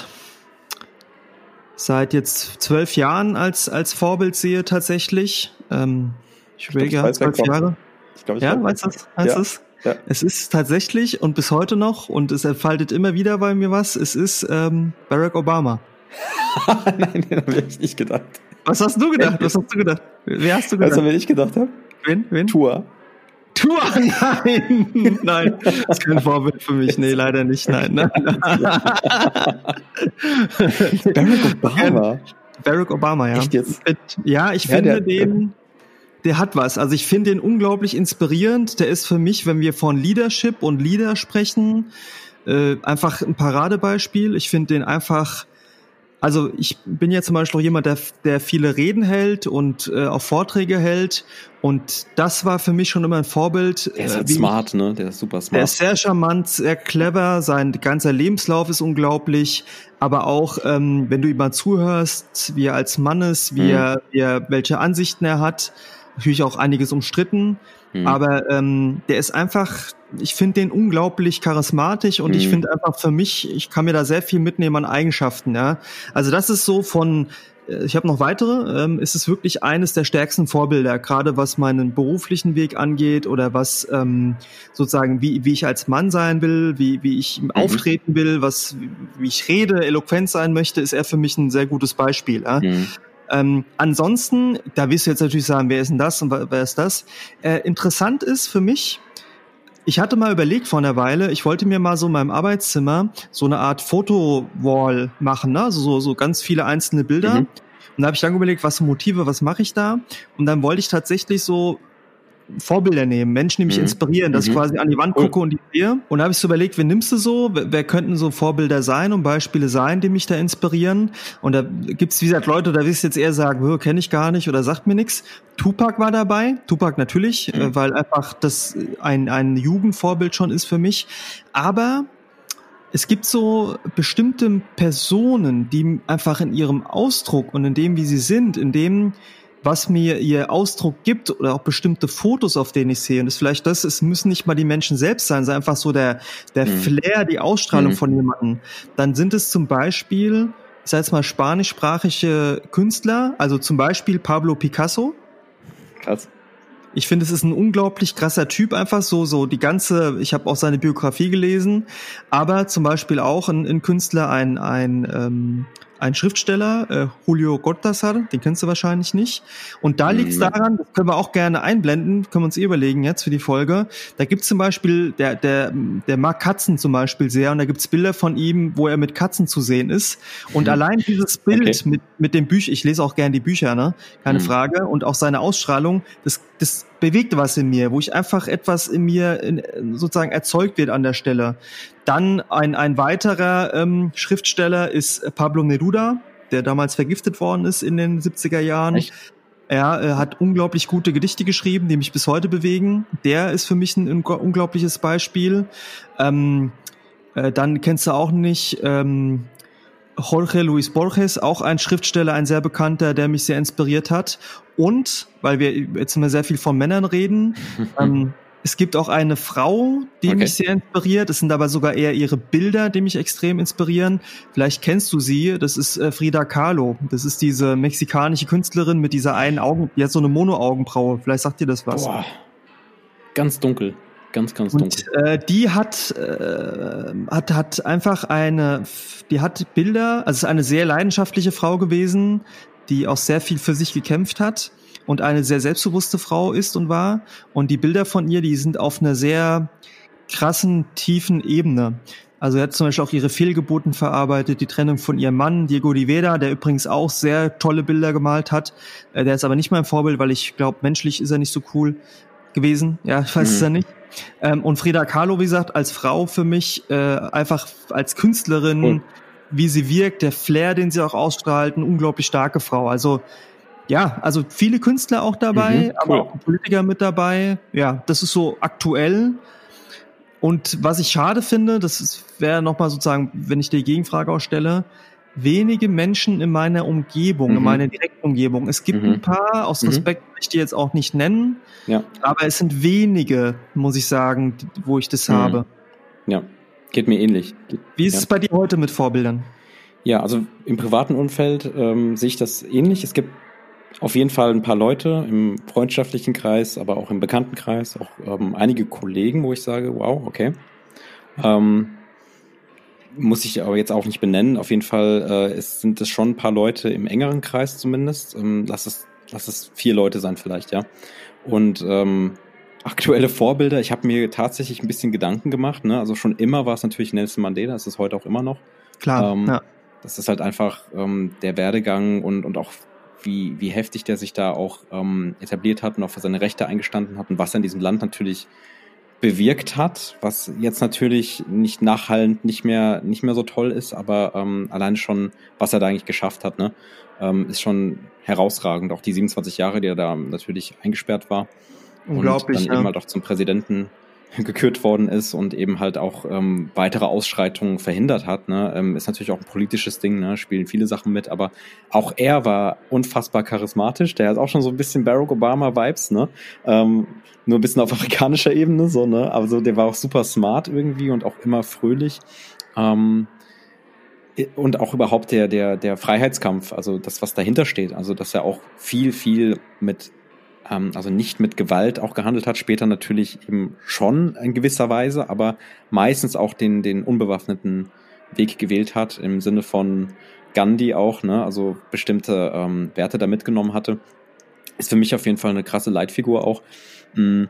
jetzt 12 Jahren als Vorbild sehe tatsächlich. Ich überlege, 12 Jahre. Weißt du das? Ja. Es ist tatsächlich und bis heute noch und es entfaltet immer wieder bei mir was. Es ist Barack Obama. Nein, den habe ich nicht gedacht. Was hast du gedacht? Wer hast du gedacht? Weißt du, wen ich gedacht habe? Wen? Tua, nein, das ist kein Vorbild für mich. Nee, leider nicht, nein. Barack Obama, ja. Echt jetzt? Ja, ich finde der hat was. Also ich finde den unglaublich inspirierend. Der ist für mich, wenn wir von Leadership und Leader sprechen, einfach ein Paradebeispiel. Ich finde den einfach, also ich bin ja zum Beispiel auch jemand, der viele Reden hält und auch Vorträge hält. Und das war für mich schon immer ein Vorbild. Der ist halt smart, ne? Der ist super smart. Der ist sehr charmant, sehr clever. Sein ganzer Lebenslauf ist unglaublich. Aber auch, wenn du ihm mal zuhörst, wie er als Mann ist, wie er welche Ansichten er hat. Natürlich auch einiges umstritten. Aber der ist einfach, ich finde den unglaublich charismatisch und ich finde einfach für mich, ich kann mir da sehr viel mitnehmen an Eigenschaften. Ja, also das ist so von, ich habe noch weitere, ist es wirklich eines der stärksten Vorbilder, gerade was meinen beruflichen Weg angeht oder was sozusagen, wie ich als Mann sein will, wie ich auftreten will, wie ich rede, eloquent sein möchte, ist er für mich ein sehr gutes Beispiel. Ja? Ansonsten, da wirst du jetzt natürlich sagen, wer ist denn das und wer ist das? Interessant ist für mich, Ich hatte mal überlegt vor einer Weile, ich wollte mir mal so in meinem Arbeitszimmer so eine Art Fotowall machen, ne? Also so ganz viele einzelne Bilder. Und da habe ich dann überlegt, was für Motive, was mache ich da? Und dann wollte ich tatsächlich so Vorbilder nehmen, Menschen, die mich inspirieren, dass ich quasi an die Wand gucke und die sehe. Und da habe ich so überlegt, wen nimmst du so? Wer könnten so Vorbilder sein und Beispiele sein, die mich da inspirieren? Und da gibt's, wie gesagt, Leute, da wirst du jetzt eher sagen, kenne ich gar nicht oder sagt mir nichts. Tupac war dabei, Tupac natürlich, weil einfach das ein Jugendvorbild schon ist für mich. Aber es gibt so bestimmte Personen, die einfach in ihrem Ausdruck und in dem, wie sie sind, in dem, was mir ihr Ausdruck gibt oder auch bestimmte Fotos, auf denen ich sehe. Und es müssen nicht mal die Menschen selbst sein, sondern einfach so der Flair, die Ausstrahlung von jemandem. Dann sind es zum Beispiel, ich sage jetzt mal, spanischsprachige Künstler, also zum Beispiel Pablo Picasso. Krass. Ich finde, es ist ein unglaublich krasser Typ, einfach so ich habe auch seine Biografie gelesen, aber zum Beispiel auch ein Künstler, ein Schriftsteller, Julio Cortázar, den kennst du wahrscheinlich nicht. Und da liegt es daran, das können wir auch gerne einblenden, können wir uns überlegen jetzt für die Folge. Da gibt's zum Beispiel, der mag Katzen zum Beispiel sehr, und da gibt's Bilder von ihm, wo er mit Katzen zu sehen ist. Und allein dieses Bild mit dem Bücher, ich lese auch gerne die Bücher, ne, keine Frage, und auch seine Ausstrahlung, das bewegt was in mir, wo ich einfach etwas in mir sozusagen erzeugt wird an der Stelle. Dann ein weiterer Schriftsteller ist Pablo Neruda, der damals vergiftet worden ist in den 70er Jahren. Echt? Er hat unglaublich gute Gedichte geschrieben, die mich bis heute bewegen. Der ist für mich ein unglaubliches Beispiel. Dann kennst du auch nicht Jorge Luis Borges, auch ein Schriftsteller, ein sehr bekannter, der mich sehr inspiriert hat. Und, weil wir jetzt immer sehr viel von Männern reden, es gibt auch eine Frau, die mich sehr inspiriert. Es sind aber sogar eher ihre Bilder, die mich extrem inspirieren. Vielleicht kennst du sie. Das ist Frida Kahlo. Das ist diese mexikanische Künstlerin mit dieser einen die hat so eine Mono-Augenbraue. Vielleicht sagt dir das was. Boah. Ganz dunkel. Ganz dunkel. Und die hat einfach die hat Bilder, also es ist eine sehr leidenschaftliche Frau gewesen, die auch sehr viel für sich gekämpft hat und eine sehr selbstbewusste Frau ist und war. Und die Bilder von ihr, die sind auf einer sehr krassen, tiefen Ebene. Also er hat zum Beispiel auch ihre Fehlgeburten verarbeitet, die Trennung von ihrem Mann, Diego Rivera, der übrigens auch sehr tolle Bilder gemalt hat. Der ist aber nicht mein Vorbild, weil ich glaube, menschlich ist er nicht so cool gewesen. Ja, ich weiß es ja nicht. Und Frida Kahlo, wie gesagt, als Frau für mich, einfach als Künstlerin, wie sie wirkt, der Flair, den sie auch ausstrahlt, eine unglaublich starke Frau. Also ja, also viele Künstler auch dabei, aber auch Politiker mit dabei. Ja, das ist so aktuell. Und was ich schade finde, wäre nochmal sozusagen, wenn ich die Gegenfrage auch stelle, wenige Menschen in meiner Umgebung, in meiner direkten Umgebung. Es gibt ein paar, aus Respekt will ich die jetzt auch nicht nennen, aber es sind wenige, muss ich sagen, wo ich das habe. Ja, geht mir ähnlich. Wie ist es bei dir heute mit Vorbildern? Ja, also im privaten Umfeld sehe ich das ähnlich. Es gibt auf jeden Fall ein paar Leute im freundschaftlichen Kreis, aber auch im Bekanntenkreis, auch einige Kollegen, wo ich sage, wow, okay. Muss ich aber jetzt auch nicht benennen. Auf jeden Fall sind es schon ein paar Leute im engeren Kreis zumindest. Lass es 4 Leute sein vielleicht, ja. Und aktuelle Vorbilder, ich habe mir tatsächlich ein bisschen Gedanken gemacht, ne? Also schon immer war es natürlich Nelson Mandela, das ist heute auch immer noch. Klar, ja. Das ist halt einfach der Werdegang und auch wie heftig der sich da auch etabliert hat und auch für seine Rechte eingestanden hat und was er in diesem Land natürlich bewirkt hat, was jetzt natürlich nicht nachhallend nicht mehr so toll ist, aber allein schon, was er da eigentlich geschafft hat, ne, ist schon herausragend. Auch die 27 Jahre, die er da natürlich eingesperrt war. Unglaublich, und dann eben halt auch zum Präsidenten gekürt worden ist und eben halt auch weitere Ausschreitungen verhindert hat, ne, ist natürlich auch ein politisches Ding, ne, spielen viele Sachen mit, aber auch er war unfassbar charismatisch, der hat auch schon so ein bisschen Barack Obama-Vibes, ne, nur ein bisschen auf afrikanischer Ebene, so, ne, aber so, der war auch super smart irgendwie und auch immer fröhlich, und auch überhaupt der Freiheitskampf, also das, was dahinter steht, also dass er auch viel mit also nicht mit Gewalt auch gehandelt hat, später natürlich eben schon in gewisser Weise, aber meistens auch den unbewaffneten Weg gewählt hat, im Sinne von Gandhi auch, ne, also bestimmte Werte da mitgenommen hatte, ist für mich auf jeden Fall eine krasse Leitfigur auch.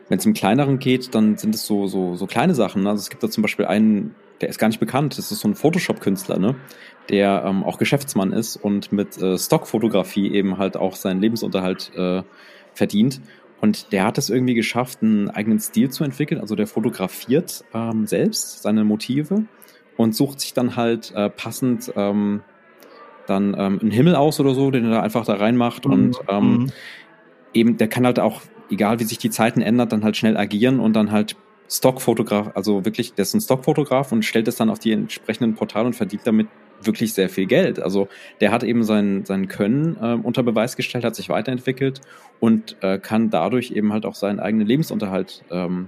Wenn es im Kleineren geht, dann sind es so kleine Sachen. Ne? Also es gibt da zum Beispiel einen, der ist gar nicht bekannt, das ist so ein Photoshop-Künstler, ne? Der auch Geschäftsmann ist und mit Stockfotografie eben halt auch seinen Lebensunterhalt verdient. Und der hat es irgendwie geschafft, einen eigenen Stil zu entwickeln. Also der fotografiert selbst seine Motive und sucht sich dann halt passend dann einen Himmel aus oder so, den er da einfach da reinmacht. Und eben, der kann halt auch, egal wie sich die Zeiten ändern, dann halt schnell agieren und dann halt Stockfotograf, also wirklich, der ist ein Stockfotograf und stellt es dann auf die entsprechenden Portale und verdient damit wirklich sehr viel Geld. Also der hat eben sein Können unter Beweis gestellt, hat sich weiterentwickelt und kann dadurch eben halt auch seinen eigenen Lebensunterhalt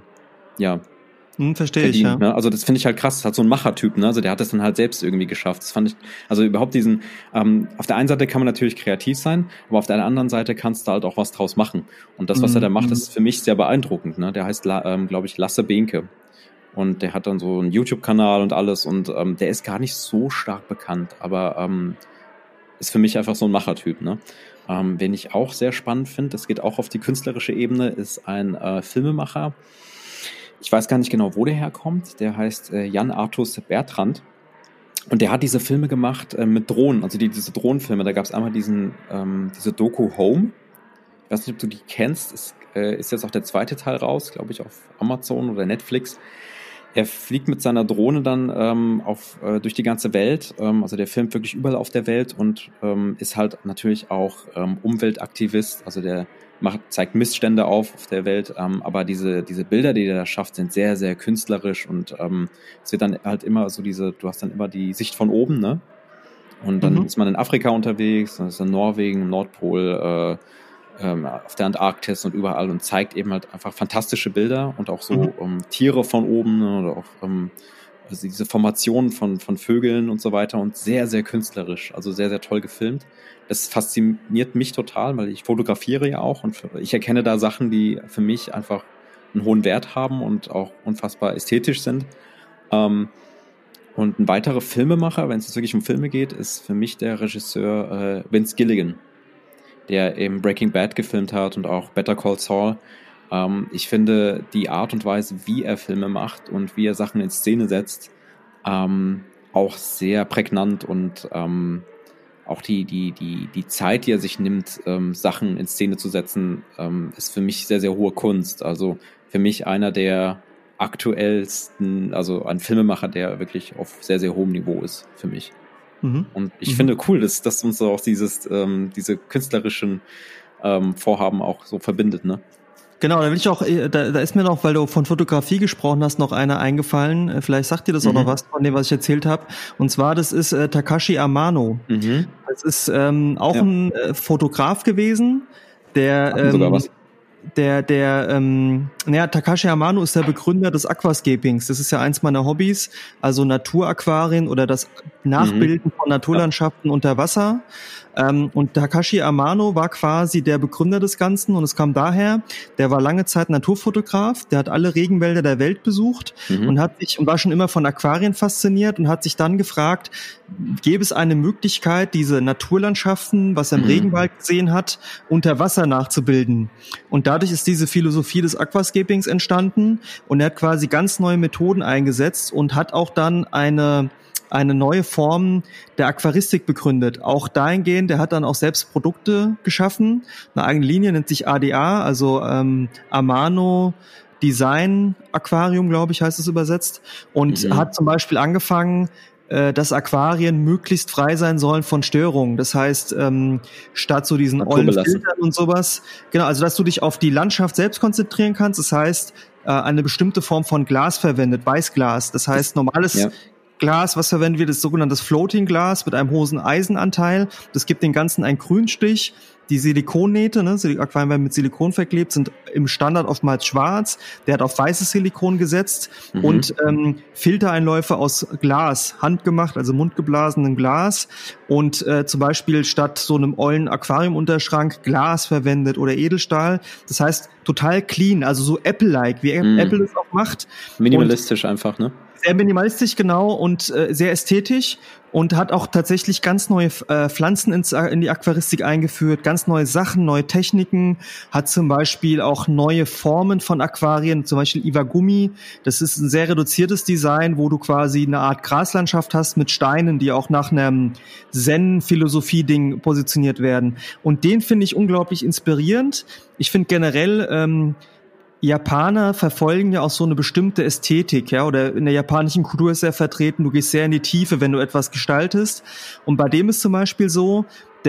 verstehe ich, ja. Ne? Also das finde ich halt krass, das hat so ein Machertyp, ne? Also der hat das dann halt selbst irgendwie geschafft. Das fand ich, also überhaupt diesen, auf der einen Seite kann man natürlich kreativ sein, aber auf der anderen Seite kannst du halt auch was draus machen. Und das, was er da macht, ist für mich sehr beeindruckend, ne? Der heißt, glaube ich, Lasse Behnke. Und der hat dann so einen YouTube-Kanal und alles und der ist gar nicht so stark bekannt, aber ist für mich einfach so ein Machertyp, ne? Wen ich auch sehr spannend finde, das geht auch auf die künstlerische Ebene, ist ein Filmemacher. Ich weiß gar nicht genau, wo der herkommt. Der heißt Jan Arthus Bertrand. Und der hat diese Filme gemacht mit Drohnen, also diese Drohnenfilme. Da gab es einmal diese Doku Home. Ich weiß nicht, ob du die kennst. Ist jetzt auch der zweite Teil raus, glaube ich, auf Amazon oder Netflix. Er fliegt mit seiner Drohne dann durch die ganze Welt. Also der filmt wirklich überall auf der Welt und ist halt natürlich auch Umweltaktivist. Also der zeigt Missstände auf der Welt. Aber diese Bilder, die er da schafft, sind sehr, sehr künstlerisch. Und es wird dann halt immer so du hast dann immer die Sicht von oben, ne? Und dann ist man in Afrika unterwegs, dann ist in Norwegen, Nordpol, auf der Antarktis und überall und zeigt eben halt einfach fantastische Bilder und auch so Tiere von oben, ne, oder auch also diese Formationen von Vögeln und so weiter und sehr, sehr künstlerisch, also sehr, sehr toll gefilmt. Das fasziniert mich total, weil ich fotografiere ja auch und ich erkenne da Sachen, die für mich einfach einen hohen Wert haben und auch unfassbar ästhetisch sind. Und ein weiterer Filmemacher, wenn es jetzt wirklich um Filme geht, ist für mich der Regisseur Vince Gilligan, der eben Breaking Bad gefilmt hat und auch Better Call Saul. Ich finde die Art und Weise, wie er Filme macht und wie er Sachen in Szene setzt, auch sehr prägnant und auch die Zeit, die er sich nimmt, Sachen in Szene zu setzen, ist für mich sehr, sehr hohe Kunst. Also für mich einer der aktuellsten, also ein Filmemacher, der wirklich auf sehr, sehr hohem Niveau ist für mich. Und ich finde cool, dass uns auch diese künstlerischen Vorhaben auch so verbindet, ne? Genau, da will ich auch, da ist mir noch, weil du von Fotografie gesprochen hast, noch einer eingefallen. Vielleicht sagt dir das auch noch was von dem, was ich erzählt habe. Und zwar, das ist Takashi Amano. Das ist auch ein Fotograf gewesen, der sogar was. Takashi Amano ist der Begründer des Aquascapings. Das ist ja eins meiner Hobbys, also Naturaquarien oder das Nachbilden von Naturlandschaften unter Wasser. Und Takashi Amano war quasi der Begründer des Ganzen und es kam daher, der war lange Zeit Naturfotograf, der hat alle Regenwälder der Welt besucht und war schon immer von Aquarien fasziniert und hat sich dann gefragt, gäbe es eine Möglichkeit, diese Naturlandschaften, was er im Regenwald gesehen hat, unter Wasser nachzubilden. Und dadurch ist diese Philosophie des Aquascapings entstanden und er hat quasi ganz neue Methoden eingesetzt und hat auch dann eine neue Form der Aquaristik begründet. Auch dahingehend, der hat dann auch selbst Produkte geschaffen. Eine eigene Linie nennt sich ADA, also Amano Design Aquarium, glaube ich, heißt es übersetzt. Und hat zum Beispiel angefangen, dass Aquarien möglichst frei sein sollen von Störungen. Das heißt, statt so diesen ollen Filtern und sowas, genau, also dass du dich auf die Landschaft selbst konzentrieren kannst. Das heißt, eine bestimmte Form von Glas verwendet, Weißglas. Das heißt, normales Glas, was verwendet wird, ist sogenanntes Floating Glas mit einem hohen Eisenanteil. Das gibt den Ganzen einen Grünstich. Die Silikonnähte, ne, die Aquarien werden mit Silikon verklebt, sind im Standard oftmals schwarz. Der hat auf weißes Silikon gesetzt und Filtereinläufe aus Glas, handgemacht, also mundgeblasenem Glas. Und zum Beispiel statt so einem ollen Aquariumunterschrank Glas verwendet oder Edelstahl. Das heißt, total clean, also so Apple-like, wie Apple es auch macht. Minimalistisch einfach, ne? Sehr minimalistisch, genau, und sehr ästhetisch und hat auch tatsächlich ganz neue Pflanzen in die Aquaristik eingeführt, ganz neue Sachen, neue Techniken, hat zum Beispiel auch neue Formen von Aquarien, zum Beispiel Iwagumi. Das ist ein sehr reduziertes Design, wo du quasi eine Art Graslandschaft hast mit Steinen, die auch nach einem Zen-Philosophie-Ding positioniert werden. Und den finde ich unglaublich inspirierend. Ich finde generell, Japaner verfolgen ja auch so eine bestimmte Ästhetik, ja, oder in der japanischen Kultur ist sehr vertreten, du gehst sehr in die Tiefe, wenn du etwas gestaltest. Und bei dem ist zum Beispiel so,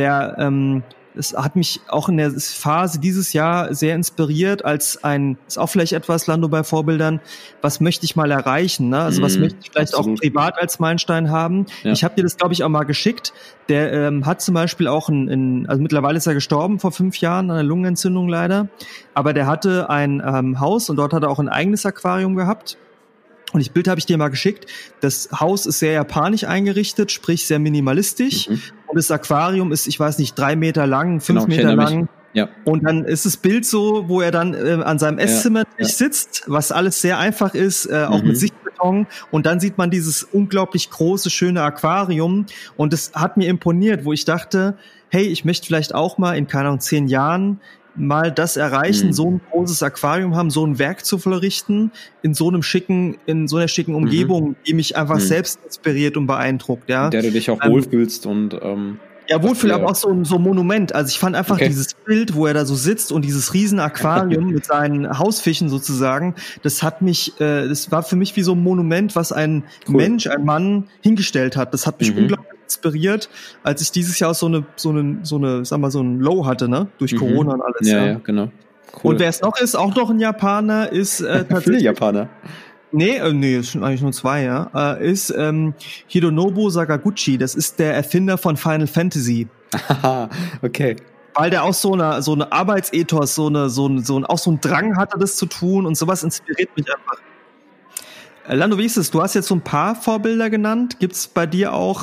es hat mich auch in der Phase dieses Jahr sehr inspiriert ist auch vielleicht etwas, Lando, bei Vorbildern, was möchte ich mal erreichen, ne? Also was möchte ich vielleicht absolut auch privat als Meilenstein haben. Ja. Ich habe dir das, glaube ich, auch mal geschickt. Der hat zum Beispiel auch also mittlerweile ist er gestorben, vor 5 Jahren, an einer Lungenentzündung leider, aber der hatte ein Haus und dort hat er auch ein eigenes Aquarium gehabt. Und das Bild habe ich dir mal geschickt. Das Haus ist sehr japanisch eingerichtet, sprich sehr minimalistisch. Und das Aquarium ist, ich weiß nicht, 3 Meter lang, 5 Meter lang. Ja. Und dann ist das Bild so, wo er dann an seinem Esszimmertisch sitzt, was alles sehr einfach ist, auch mit Sichtbeton. Und dann sieht man dieses unglaublich große, schöne Aquarium. Und das hat mir imponiert, wo ich dachte, hey, ich möchte vielleicht auch mal in, keine Ahnung, 10 Jahren mal das erreichen, so ein großes Aquarium haben, so ein Werk zu verrichten, in so einer schicken Umgebung, die mich einfach selbst inspiriert und beeindruckt, ja. In der du dich auch wohlfühlst und ja, wohlfühl, aber auch so ein Monument. Also ich fand einfach dieses Bild, wo er da so sitzt und dieses riesen Aquarium mit seinen Hausfischen sozusagen, das war für mich wie so ein Monument, was ein Mensch, ein Mann hingestellt hat. Das hat mich unglaublich inspiriert, als ich dieses Jahr so eine, sag mal, so ein Low hatte, ne? Durch Corona und alles. Ja, genau. Cool. Und wer es noch ist, auch noch ein Japaner, ist tatsächlich... Viele Japaner. Nee, es sind eigentlich nur 2, ja. Ist Hironobu Sakaguchi. Das ist der Erfinder von Final Fantasy. Aha, okay. Weil der auch so eine Arbeitsethos, auch so einen Drang hatte, das zu tun und sowas inspiriert mich einfach. Lando, wie ist es? Du hast jetzt so ein paar Vorbilder genannt. Gibt's bei dir auch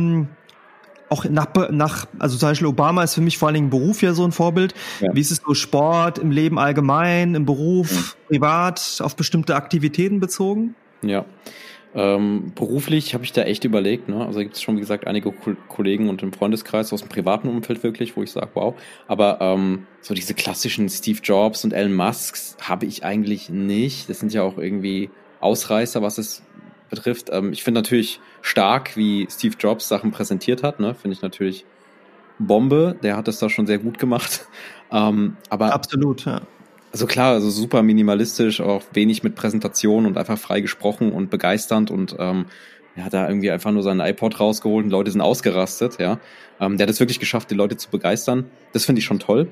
also zum Beispiel Obama ist für mich vor allen Dingen im Beruf ja so ein Vorbild. Ja. Wie ist es so Sport, im Leben allgemein, im Beruf, privat, auf bestimmte Aktivitäten bezogen? Ja, beruflich habe ich da echt überlegt, ne? Also gibt es schon, wie gesagt, einige Kollegen und im Freundeskreis aus dem privaten Umfeld wirklich, wo ich sage, wow. Aber so diese klassischen Steve Jobs und Elon Musks habe ich eigentlich nicht. Das sind ja auch irgendwie Ausreißer, was es betrifft. Ich finde natürlich stark, wie Steve Jobs Sachen präsentiert hat, ne? Finde ich natürlich Bombe. Der hat das da schon sehr gut gemacht. Aber absolut, ja. Also klar, also super minimalistisch, auch wenig mit Präsentation und einfach frei gesprochen und begeisternd und er hat da irgendwie einfach nur seinen iPod rausgeholt und Leute sind ausgerastet, ja. Der hat es wirklich geschafft, die Leute zu begeistern. Das finde ich schon toll.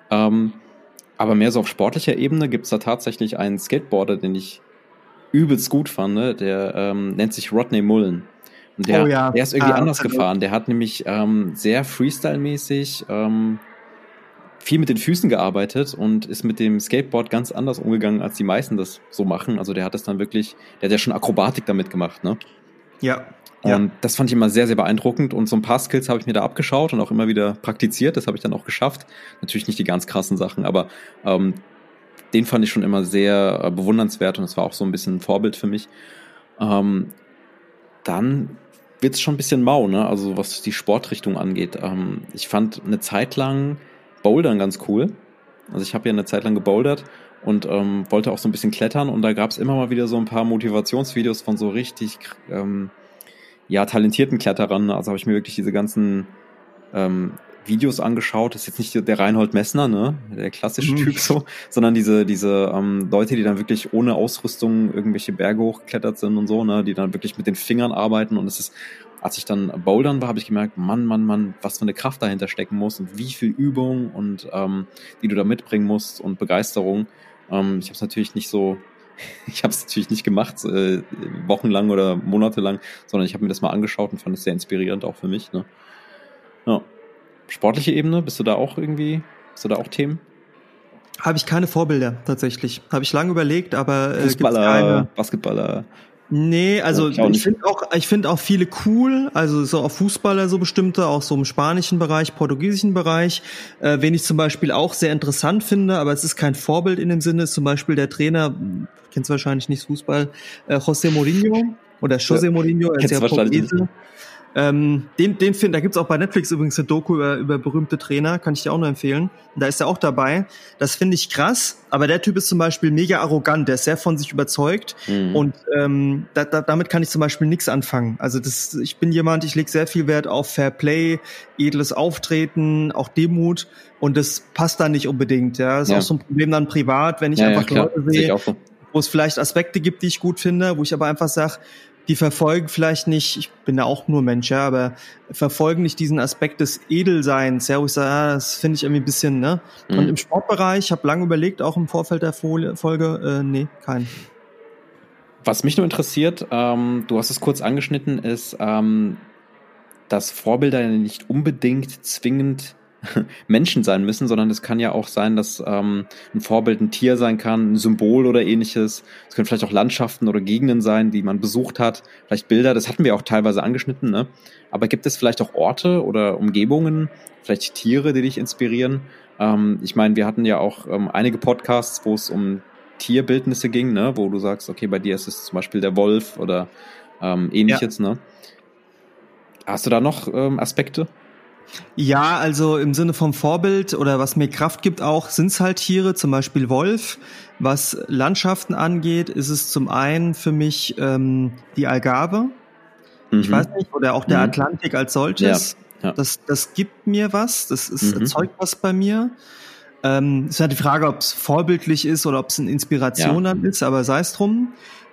Aber mehr so auf sportlicher Ebene gibt's da tatsächlich einen Skateboarder, den ich übelst gut fand, ne? Der nennt sich Rodney Mullen. Und der ist irgendwie anders gefahren. Der hat nämlich sehr Freestyle-mäßig viel mit den Füßen gearbeitet und ist mit dem Skateboard ganz anders umgegangen, als die meisten das so machen. Also der hat ja schon Akrobatik damit gemacht, ne? Ja. Und das fand ich immer sehr, sehr beeindruckend. Und so ein paar Skills habe ich mir da abgeschaut und auch immer wieder praktiziert. Das habe ich dann auch geschafft. Natürlich nicht die ganz krassen Sachen, aber den fand ich schon immer sehr bewundernswert und es war auch so ein bisschen ein Vorbild für mich. Dann wird's schon ein bisschen mau, ne? Also was die Sportrichtung angeht. Ich fand eine Zeit lang Bouldern ganz cool. Also ich habe ja eine Zeit lang gebouldert und wollte auch so ein bisschen klettern und da gab's immer mal wieder so ein paar Motivationsvideos von so richtig talentierten Kletterern. Also habe ich mir wirklich diese ganzen Videos angeschaut. Das ist jetzt nicht der Reinhold Messner, ne, der klassische Typ so, sondern diese Leute, die dann wirklich ohne Ausrüstung irgendwelche Berge hochgeklettert sind und so, ne, die dann wirklich mit den Fingern arbeiten und es ist, als ich dann bouldern war, habe ich gemerkt, Mann, was für eine Kraft dahinter stecken muss und wie viel Übung und die du da mitbringen musst und Begeisterung. Ich habe es natürlich nicht gemacht, wochenlang oder monatelang, sondern ich habe mir das mal angeschaut und fand es sehr inspirierend auch für mich, ne. Ja. Sportliche Ebene, hast du da auch Themen? Habe ich keine Vorbilder, tatsächlich. Habe ich lange überlegt, aber Fußballer, Basketballer. Nee, also Ich auch nicht. ich finde auch viele cool, also so auch Fußballer so bestimmte, auch so im spanischen Bereich, portugiesischen Bereich. Wen ich zum Beispiel auch sehr interessant finde, aber es ist kein Vorbild in dem Sinne, ist zum Beispiel der Trainer, kennst wahrscheinlich nicht Fußball, José Mourinho oder José Mourinho, er ist Kennst ja wahrscheinlich nicht. Portugiese. Den finde, da gibt's auch bei Netflix übrigens eine Doku über berühmte Trainer, kann ich dir auch nur empfehlen. Und da ist er auch dabei. Das finde ich krass, aber der Typ ist zum Beispiel mega arrogant, der ist sehr von sich überzeugt und damit kann ich zum Beispiel nichts anfangen. Also ich bin jemand, ich lege sehr viel Wert auf Fair Play, edles Auftreten, auch Demut und das passt da nicht unbedingt. Ja, das ist auch so ein Problem dann privat, wenn ich einfach Leute sehe, wo es vielleicht Aspekte gibt, die ich gut finde, wo ich aber einfach sage, die verfolgen vielleicht nicht, ich bin da auch nur Mensch, ja, aber verfolgen nicht diesen Aspekt des Edelseins, ja, wo ich sage, das finde ich irgendwie ein bisschen, ne? Und im Sportbereich, ich habe lange überlegt, auch im Vorfeld der Folge, nee, keinen. Was mich nur interessiert, du hast es kurz angeschnitten, ist, dass Vorbilder ja nicht unbedingt zwingend Menschen sein müssen, sondern es kann ja auch sein, dass ein Vorbild ein Tier sein kann, ein Symbol oder ähnliches. Es können vielleicht auch Landschaften oder Gegenden sein, die man besucht hat, vielleicht Bilder, das hatten wir auch teilweise angeschnitten, ne? Aber gibt es vielleicht auch Orte oder Umgebungen, vielleicht Tiere, die dich inspirieren? Ich meine, wir hatten ja auch einige Podcasts, wo es um Tierbildnisse ging, ne? Wo du sagst, okay, bei dir ist es zum Beispiel der Wolf oder ähnliches, ne? Hast du da noch Aspekte? Ja, also im Sinne vom Vorbild oder was mir Kraft gibt auch, sind es halt Tiere, zum Beispiel Wolf. Was Landschaften angeht, ist es zum einen für mich die Algarve. Ich weiß nicht, oder auch der Atlantik als solches. Ja. Das gibt mir was, das erzeugt was bei mir. Ist halt die Frage, ob es vorbildlich ist oder ob es eine Inspiration dann ist, aber sei es drum.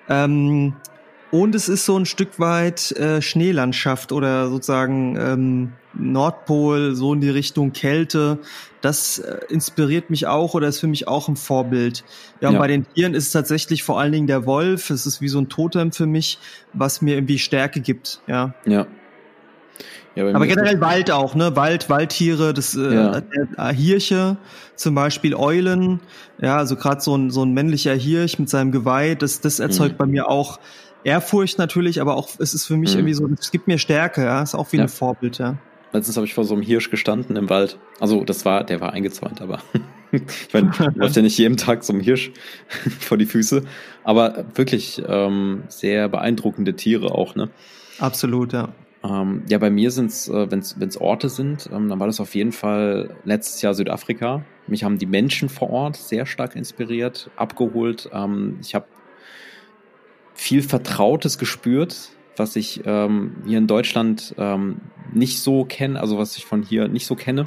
Und es ist so ein Stück weit Schneelandschaft oder sozusagen Nordpol, so in die Richtung Kälte. Das inspiriert mich auch oder ist für mich auch ein Vorbild. Ja, und bei den Tieren ist es tatsächlich vor allen Dingen der Wolf. Es ist wie so ein Totem für mich, was mir irgendwie Stärke gibt. Ja. Aber generell Wald auch, ne? Waldtiere, das Hirsche, zum Beispiel Eulen. Ja, also gerade so ein männlicher Hirsch mit seinem Geweih, das erzeugt bei mir auch Ehrfurcht natürlich, aber auch, es ist für mich irgendwie so, es gibt mir Stärke, ja, ist auch wie ein Vorbild, ja. Letztens habe ich vor so einem Hirsch gestanden im Wald. Also der war eingezäunt, aber ich meine, läuft ja nicht jeden Tag so ein Hirsch vor die Füße. Aber wirklich sehr beeindruckende Tiere auch, ne? Absolut, ja. Ja, bei mir sind's, wenn's Orte sind, dann war das auf jeden Fall letztes Jahr Südafrika. Mich haben die Menschen vor Ort sehr stark inspiriert, abgeholt. Ich habe viel Vertrautes gespürt, was ich hier in Deutschland nicht so kenne, also was ich von hier nicht so kenne.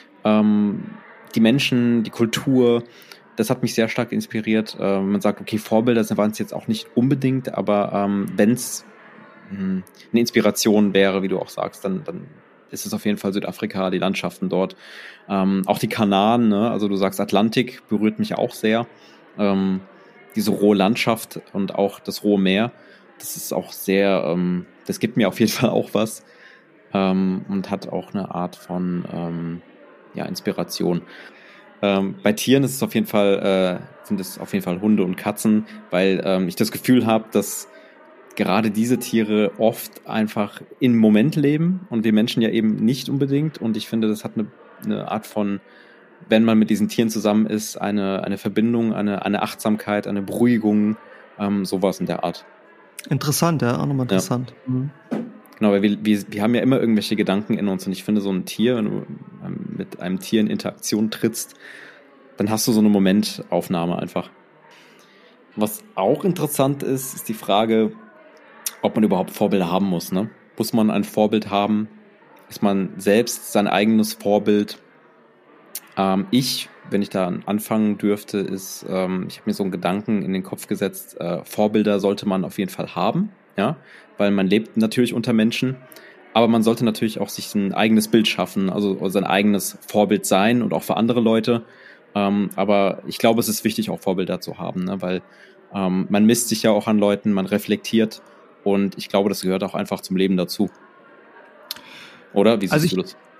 Die Menschen, die Kultur, das hat mich sehr stark inspiriert. Man sagt, okay, Vorbilder waren es jetzt auch nicht unbedingt, aber wenn es eine Inspiration wäre, wie du auch sagst, dann ist es auf jeden Fall Südafrika, die Landschaften dort. Auch die Kanaren, ne? Also du sagst, Atlantik berührt mich auch sehr. Diese rohe Landschaft und auch das rohe Meer, das ist auch sehr, das gibt mir auf jeden Fall auch was und hat auch eine Art von Inspiration. Bei Tieren ist es auf jeden Fall, sind es auf jeden Fall Hunde und Katzen, weil ich das Gefühl habe, dass gerade diese Tiere oft einfach im Moment leben und wir Menschen ja eben nicht unbedingt. Und ich finde, das hat eine Art von, wenn man mit diesen Tieren zusammen ist, eine Verbindung, eine Achtsamkeit, eine Beruhigung, sowas in der Art. Interessant, ja, auch nochmal interessant. Ja. Mhm. Genau, weil wir haben ja immer irgendwelche Gedanken in uns und ich finde, so ein Tier, wenn du mit einem Tier in Interaktion trittst, dann hast du so eine Momentaufnahme einfach. Was auch interessant ist, ist die Frage, ob man überhaupt Vorbilder haben muss, ne? Muss man ein Vorbild haben? Ist man selbst sein eigenes Vorbild? Wenn ich da anfangen dürfte, ist, ich habe mir so einen Gedanken in den Kopf gesetzt, Vorbilder sollte man auf jeden Fall haben, ja, weil man lebt natürlich unter Menschen, aber man sollte natürlich auch sich ein eigenes Bild schaffen, also sein eigenes Vorbild sein und auch für andere Leute, aber ich glaube, es ist wichtig, auch Vorbilder zu haben, ne, weil man misst sich ja auch an Leuten, man reflektiert und ich glaube, das gehört auch einfach zum Leben dazu. Oder? Wie siehst du das?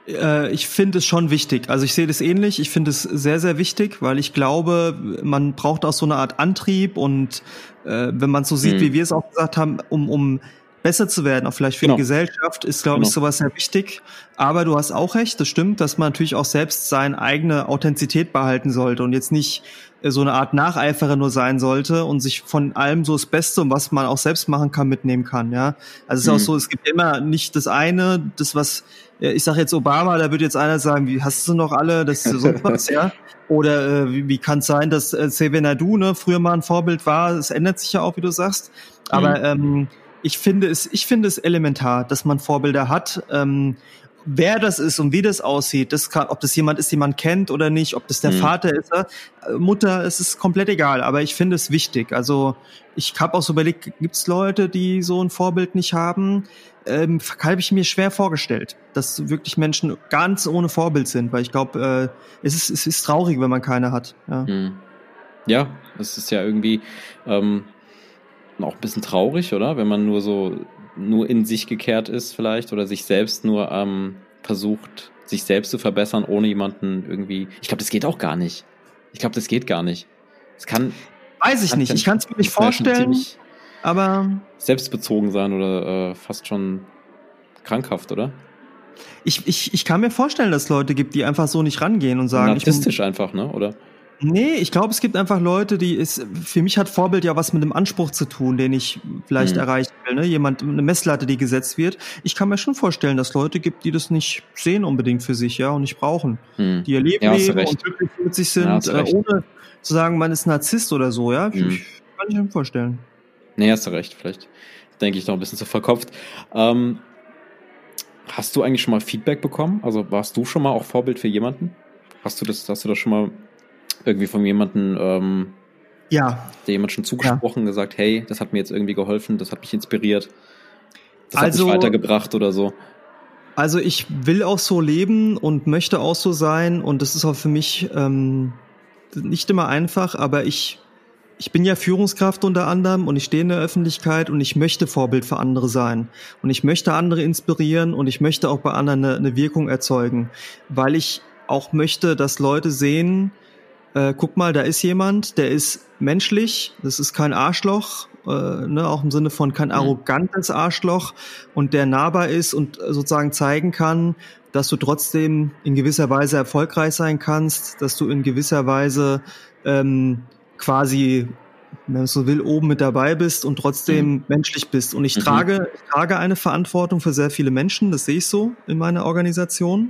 Ich finde es schon wichtig. Also ich sehe das ähnlich. Ich finde es sehr, sehr wichtig, weil ich glaube, man braucht auch so eine Art Antrieb und wenn man so sieht, wie wir es auch gesagt haben, um besser zu werden, auch vielleicht für die Gesellschaft, ist, glaube ich, sowas sehr wichtig. Aber du hast auch recht, das stimmt, dass man natürlich auch selbst seine eigene Authentizität behalten sollte und jetzt nicht so eine Art Nacheiferer nur sein sollte und sich von allem so das Beste, was man auch selbst machen kann, mitnehmen kann, ja. Also es ist auch so, es gibt immer nicht das eine, das was, ich sage jetzt Obama, da wird jetzt einer sagen, wie hast du noch alle, das ist so was, ja. Oder wie kann es sein, dass Xavier Naidoo, ne, früher mal ein Vorbild war, es ändert sich ja auch, wie du sagst. Aber ich finde es elementar, dass man Vorbilder hat. Wer das ist und wie das aussieht, ob das jemand ist, den man kennt oder nicht, ob das der Vater ist, Mutter, es ist komplett egal. Aber ich finde es wichtig. Also ich habe auch so überlegt, gibt es Leute, die so ein Vorbild nicht haben? Habe ich mir schwer vorgestellt, dass wirklich Menschen ganz ohne Vorbild sind, weil ich glaube, es ist traurig, wenn man keine hat. Ja, es ist ja irgendwie auch ein bisschen traurig, oder? Wenn man nur in sich gekehrt ist vielleicht oder sich selbst nur versucht, sich selbst zu verbessern, ohne jemanden irgendwie... Ich glaube, das geht auch gar nicht. Es kann... Weiß ich nicht. Ich kann es mir nicht vorstellen, aber... selbstbezogen sein oder fast schon krankhaft, oder? Ich kann mir vorstellen, dass es Leute gibt, die einfach so nicht rangehen und sagen... Narzisstisch einfach, ne? Oder... Nee, ich glaube, es gibt einfach Leute, für mich hat Vorbild ja was mit dem Anspruch zu tun, den ich vielleicht erreichen will, ne? Eine Messlatte, die gesetzt wird. Ich kann mir schon vorstellen, dass es Leute gibt, die das nicht sehen unbedingt für sich, ja, und nicht brauchen. Die ihr Leben leben und glücklich mit sich sind, ohne zu sagen, man ist Narzisst oder so, ja. Kann ich mir vorstellen. Nee, hast du recht, vielleicht denke ich noch ein bisschen zu verkopft. Hast du eigentlich schon mal Feedback bekommen? Also warst du schon mal auch Vorbild für jemanden? Hast du das schon mal irgendwie von jemandem, der jemand schon zugesprochen, gesagt, hey, das hat mir jetzt irgendwie geholfen, das hat mich inspiriert, das hat mich weitergebracht oder so? Also ich will auch so leben und möchte auch so sein und das ist auch für mich nicht immer einfach, aber ich bin ja Führungskraft unter anderem und ich stehe in der Öffentlichkeit und ich möchte Vorbild für andere sein und ich möchte andere inspirieren und ich möchte auch bei anderen eine Wirkung erzeugen, weil ich auch möchte, dass Leute sehen, guck mal, da ist jemand, der ist menschlich, das ist kein Arschloch, auch im Sinne von kein arrogantes Arschloch und der nahbar ist und sozusagen zeigen kann, dass du trotzdem in gewisser Weise erfolgreich sein kannst, dass du in gewisser Weise quasi, wenn man so will, oben mit dabei bist und trotzdem menschlich bist. Und ich trage eine Verantwortung für sehr viele Menschen, das sehe ich so in meiner Organisation.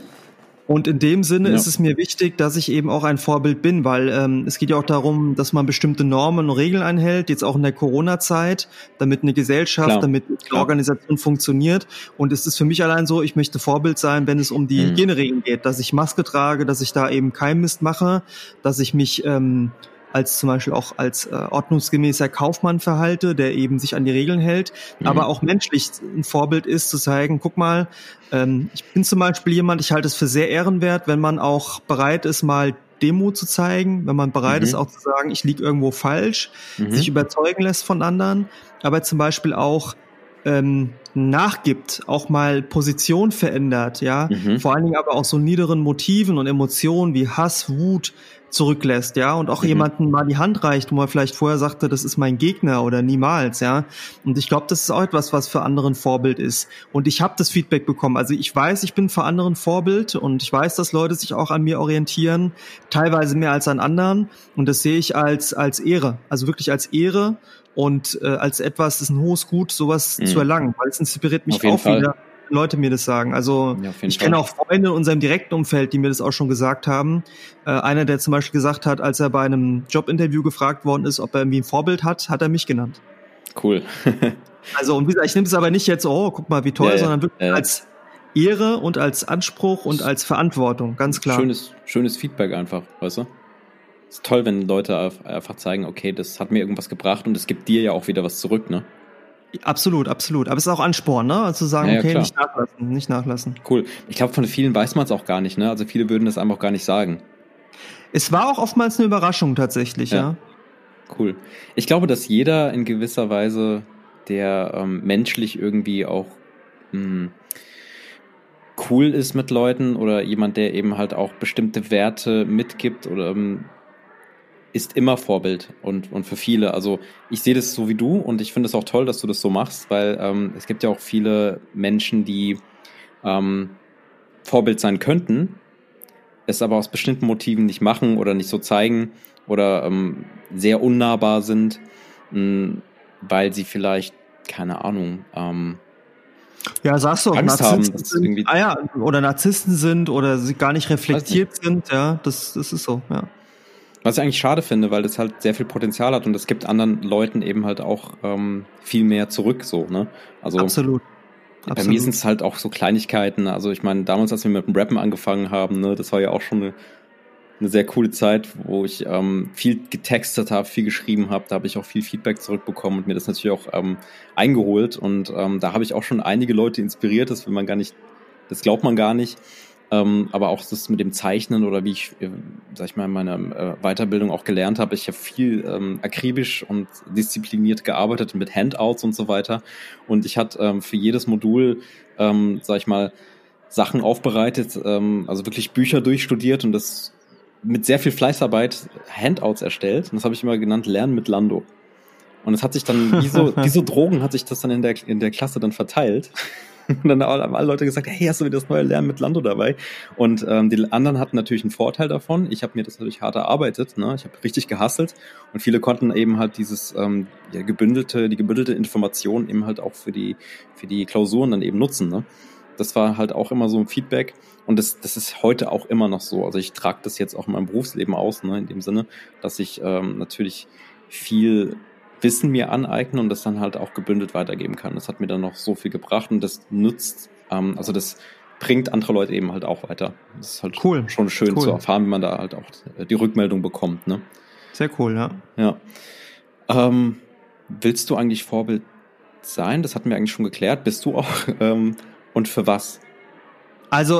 Und in dem Sinne ist es mir wichtig, dass ich eben auch ein Vorbild bin, weil es geht ja auch darum, dass man bestimmte Normen und Regeln einhält, jetzt auch in der Corona-Zeit, damit eine Gesellschaft, damit eine Organisation funktioniert. Und es ist für mich allein so, ich möchte Vorbild sein, wenn es um die Hygieneregeln geht, dass ich Maske trage, dass ich da eben keinen Mist mache, dass ich mich als zum Beispiel auch als ordnungsgemäßer Kaufmann verhalte, der eben sich an die Regeln hält, aber auch menschlich ein Vorbild ist, zu zeigen, guck mal, ich bin zum Beispiel jemand, ich halte es für sehr ehrenwert, wenn man auch bereit ist, mal Demut zu zeigen, wenn man bereit ist, auch zu sagen, ich liege irgendwo falsch, sich überzeugen lässt von anderen, aber zum Beispiel auch nachgibt, auch mal Position verändert, ja, vor allen Dingen aber auch so niederen Motiven und Emotionen wie Hass, Wut zurücklässt, ja, und auch jemanden mal die Hand reicht, wo man vielleicht vorher sagte, das ist mein Gegner oder niemals, ja, und ich glaube, das ist auch etwas, was für andere ein Vorbild ist und ich habe das Feedback bekommen, also ich weiß, ich bin für andere ein Vorbild und ich weiß, dass Leute sich auch an mir orientieren, teilweise mehr als an anderen und das sehe ich als Ehre, also wirklich als Ehre und als etwas, das ist ein hohes Gut, sowas zu erlangen, weil es inspiriert mich auch wieder, wenn Leute mir das sagen. Also ich kenne auch Freunde in unserem direkten Umfeld, die mir das auch schon gesagt haben. Einer, der zum Beispiel gesagt hat, als er bei einem Jobinterview gefragt worden ist, ob er irgendwie ein Vorbild hat, hat er mich genannt. Cool. Also und wie gesagt, ich nehme es aber nicht jetzt, oh, guck mal, wie toll, sondern wirklich als Ehre und als Anspruch und als Verantwortung, ganz klar. Schönes Feedback einfach, weißt du? Ist toll, wenn Leute einfach zeigen, okay, das hat mir irgendwas gebracht und es gibt dir ja auch wieder was zurück, ne? Absolut, absolut. Aber es ist auch Ansporn, ne? Also zu sagen, okay, klar. nicht nachlassen. Cool. Ich glaube, von vielen weiß man es auch gar nicht, ne? Also viele würden das einem auch gar nicht sagen. Es war auch oftmals eine Überraschung tatsächlich, ja. Cool. Ich glaube, dass jeder in gewisser Weise, der menschlich irgendwie auch cool ist mit Leuten oder jemand, der eben halt auch bestimmte Werte mitgibt oder ist immer Vorbild und für viele. Also ich sehe das so wie du und ich finde es auch toll, dass du das so machst, weil es gibt ja auch viele Menschen, die Vorbild sein könnten, es aber aus bestimmten Motiven nicht machen oder nicht so zeigen oder sehr unnahbar sind, weil sie vielleicht, keine Ahnung, ja, sagst du auch, Angst Narzissten haben, sind, oder Narzissten sind oder sie gar nicht reflektiert sind, ja, das ist so, ja. Was ich eigentlich schade finde, weil das halt sehr viel Potenzial hat und es gibt anderen Leuten eben halt auch viel mehr zurück, so, ne? Also Absolut. Bei mir sind es halt auch so Kleinigkeiten. Also ich meine, damals, als wir mit dem Rappen angefangen haben, ne, das war ja auch schon eine sehr coole Zeit, wo ich viel getextet habe, viel geschrieben habe. Da habe ich auch viel Feedback zurückbekommen und mir das natürlich auch eingeholt. Und da habe ich auch schon einige Leute inspiriert. Das glaubt man gar nicht. Aber auch das mit dem Zeichnen oder wie ich, sag ich mal, in meiner Weiterbildung auch gelernt habe, ich habe viel akribisch und diszipliniert gearbeitet mit Handouts und so weiter. Und ich hatte für jedes Modul, sag ich mal, Sachen aufbereitet, also wirklich Bücher durchstudiert und das mit sehr viel Fleißarbeit Handouts erstellt. Und das habe ich immer genannt Lernen mit Lando. Und es hat sich dann, wie so Drogen, hat sich das dann in der Klasse dann verteilt. Und dann haben alle Leute gesagt, hey, hast du wieder das neue Lernen mit Lando dabei? Und die anderen hatten natürlich einen Vorteil davon. Ich habe mir das natürlich hart erarbeitet, ne? Ich habe richtig gehustelt und viele konnten eben halt die gebündelte Information eben halt auch für die Klausuren dann eben nutzen, ne? Das war halt auch immer so ein Feedback und das ist heute auch immer noch so. Also ich trage das jetzt auch in meinem Berufsleben aus, ne? In dem Sinne, dass ich natürlich viel Wissen mir aneignen und das dann halt auch gebündelt weitergeben kann. Das hat mir dann noch so viel gebracht und das nutzt, also das bringt andere Leute eben halt auch weiter. Das ist halt schon schön zu erfahren, wie man da halt auch die Rückmeldung bekommt, ne? Sehr cool, ja. Ja. Willst du eigentlich Vorbild sein? Das hatten wir eigentlich schon geklärt. Bist du auch? Und für was? Also,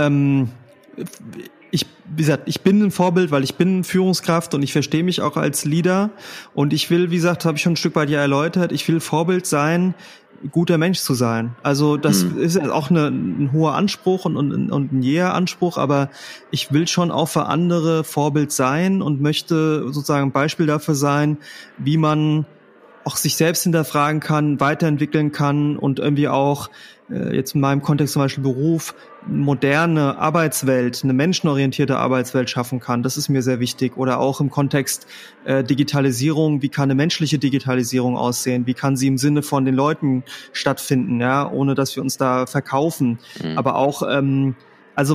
wie gesagt, ich bin ein Vorbild, weil ich bin Führungskraft und ich verstehe mich auch als Leader und ich will, wie gesagt, habe ich schon ein Stück weit ja erläutert, ich will Vorbild sein, guter Mensch zu sein. Also das ist ja auch ein hoher Anspruch und ein jäher Anspruch, aber ich will schon auch für andere Vorbild sein und möchte sozusagen ein Beispiel dafür sein, wie man auch sich selbst hinterfragen kann, weiterentwickeln kann und irgendwie auch jetzt in meinem Kontext zum Beispiel Beruf, moderne Arbeitswelt, eine menschenorientierte Arbeitswelt schaffen kann. Das ist mir sehr wichtig. Oder auch im Kontext Digitalisierung, wie kann eine menschliche Digitalisierung aussehen? Wie kann sie im Sinne von den Leuten stattfinden, ja, ohne dass wir uns da verkaufen? Aber auch, also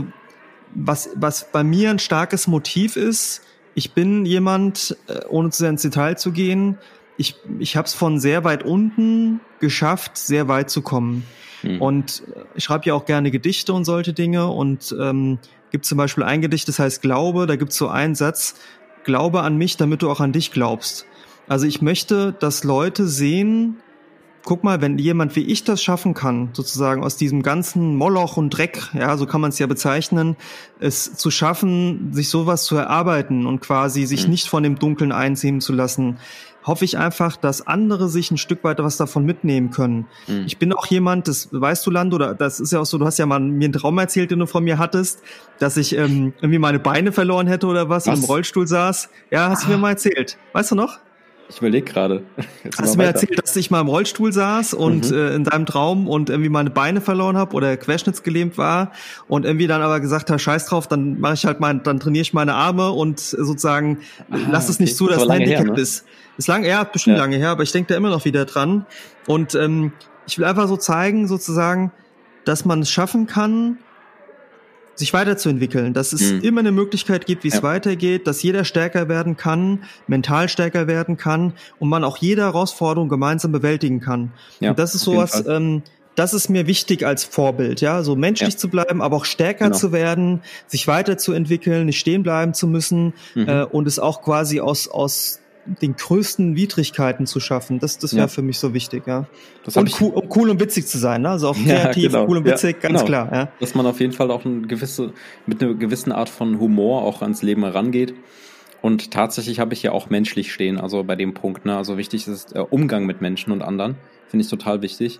was bei mir ein starkes Motiv ist, ich bin jemand, ohne zu sehr ins Detail zu gehen, ich habe es von sehr weit unten geschafft, sehr weit zu kommen. Und ich schreibe ja auch gerne Gedichte und solche Dinge und gibt zum Beispiel ein Gedicht, das heißt Glaube, da gibt es so einen Satz, Glaube an mich, damit du auch an dich glaubst. Also ich möchte, dass Leute sehen, guck mal, wenn jemand wie ich das schaffen kann, sozusagen aus diesem ganzen Moloch und Dreck, ja, so kann man es ja bezeichnen, es zu schaffen, sich sowas zu erarbeiten und quasi sich nicht von dem Dunkeln einziehen zu lassen, hoffe ich einfach, dass andere sich ein Stück weit was davon mitnehmen können. Ich bin auch jemand, das weißt du, Lando, das ist ja auch so, du hast ja mal mir einen Traum erzählt, den du von mir hattest, dass ich irgendwie meine Beine verloren hätte oder was? Und im Rollstuhl saß. Ja, hast du mir mal erzählt. Weißt du noch? Ich überlege gerade. Hast du mir erzählt, dass ich mal im Rollstuhl saß und in deinem Traum und irgendwie meine Beine verloren habe oder querschnittsgelähmt war und irgendwie dann aber gesagt habe, scheiß drauf, dann mache ich halt dann trainiere ich meine Arme und sozusagen lass es nicht zu, dass ein Handicap ist. Ist lang, ja, bestimmt lange her, aber ich denke da immer noch wieder dran. Und ich will einfach so zeigen, sozusagen, dass man es schaffen kann, sich weiterzuentwickeln, dass es immer eine Möglichkeit gibt, wie es weitergeht, dass jeder stärker werden kann, mental stärker werden kann und man auch jede Herausforderung gemeinsam bewältigen kann. Ja, und das ist sowas, das ist mir wichtig als Vorbild, ja, so menschlich zu bleiben, aber auch stärker zu werden, sich weiterzuentwickeln, nicht stehen bleiben zu müssen und es auch quasi aus den größten Widrigkeiten zu schaffen, das wäre für mich so wichtig, ja. Und cool und witzig zu sein, ne? Also auch kreativ, cool und witzig, ganz klar, ja. Dass man auf jeden Fall auch mit einer gewissen Art von Humor auch ans Leben herangeht. Und tatsächlich habe ich ja auch menschlich stehen, also bei dem Punkt, ne? Also wichtig ist Umgang mit Menschen und anderen, finde ich total wichtig.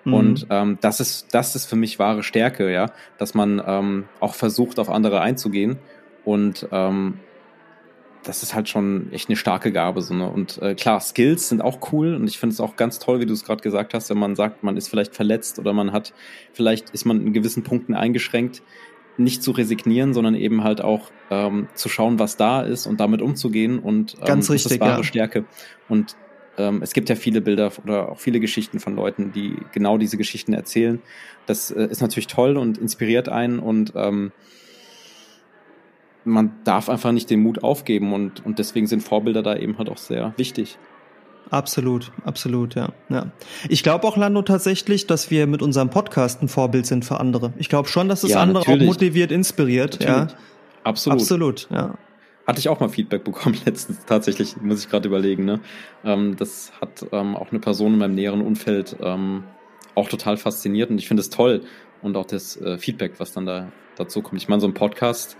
Und das ist für mich wahre Stärke, ja, dass man auch versucht, auf andere einzugehen. Und das ist halt schon echt eine starke Gabe. So, ne? Und klar, Skills sind auch cool und ich finde es auch ganz toll, wie du es gerade gesagt hast, wenn man sagt, man ist vielleicht verletzt oder vielleicht ist man in gewissen Punkten eingeschränkt, nicht zu resignieren, sondern eben halt auch zu schauen, was da ist und damit umzugehen. Und ganz richtig, das ist wahre Stärke. Und es gibt ja viele Bilder oder auch viele Geschichten von Leuten, die genau diese Geschichten erzählen. Das ist natürlich toll und inspiriert einen und man darf einfach nicht den Mut aufgeben und deswegen sind Vorbilder da eben halt auch sehr wichtig. Absolut, ja. Ich glaube auch, Lando, tatsächlich, dass wir mit unserem Podcast ein Vorbild sind für andere. Ich glaube schon, dass es andere natürlich auch motiviert, inspiriert. Natürlich. Ja, absolut, ja. Hatte ich auch mal Feedback bekommen letztens, tatsächlich, muss ich gerade überlegen. Ne? Das hat auch eine Person in meinem näheren Umfeld auch total fasziniert und ich finde es toll und auch das Feedback, was dann dazu kommt. Ich meine, so ein Podcast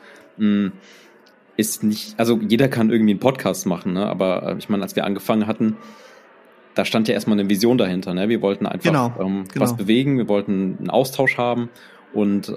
ist nicht, also jeder kann irgendwie einen Podcast machen, ne? Aber ich meine, als wir angefangen hatten, da stand ja erstmal eine Vision dahinter. Ne? Wir wollten einfach was bewegen, wir wollten einen Austausch haben und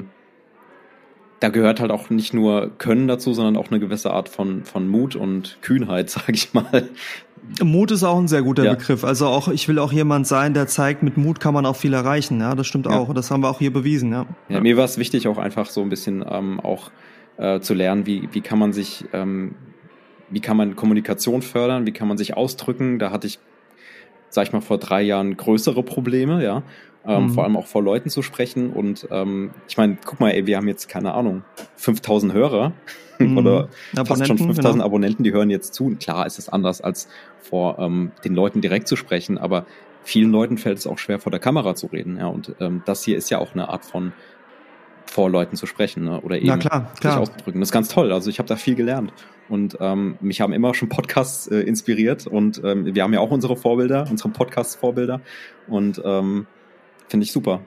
da gehört halt auch nicht nur Können dazu, sondern auch eine gewisse Art von Mut und Kühnheit, sage ich mal. Mut ist auch ein sehr guter Begriff. Also auch, ich will auch jemand sein, der zeigt, mit Mut kann man auch viel erreichen. Ja, das stimmt auch. Das haben wir auch hier bewiesen. Ja, mir war es wichtig, auch einfach so ein bisschen auch zu lernen, wie kann man sich, wie kann man Kommunikation fördern, wie kann man sich ausdrücken. Da hatte ich, sag ich mal, vor 3 Jahren größere Probleme, ja. Vor allem auch vor Leuten zu sprechen und ich meine, guck mal, ey, wir haben jetzt, keine Ahnung, 5.000 Hörer oder fast schon 5.000 Abonnenten, die hören jetzt zu. Und klar ist es anders, als vor den Leuten direkt zu sprechen, aber vielen Leuten fällt es auch schwer, vor der Kamera zu reden. Ja, und das hier ist ja auch eine Art von vor Leuten zu sprechen, ne? Oder eben sich auszudrücken. Das ist ganz toll. Also ich habe da viel gelernt. Und mich haben immer schon Podcasts inspiriert und wir haben ja auch unsere Vorbilder, unsere Podcast-Vorbilder und finde ich super.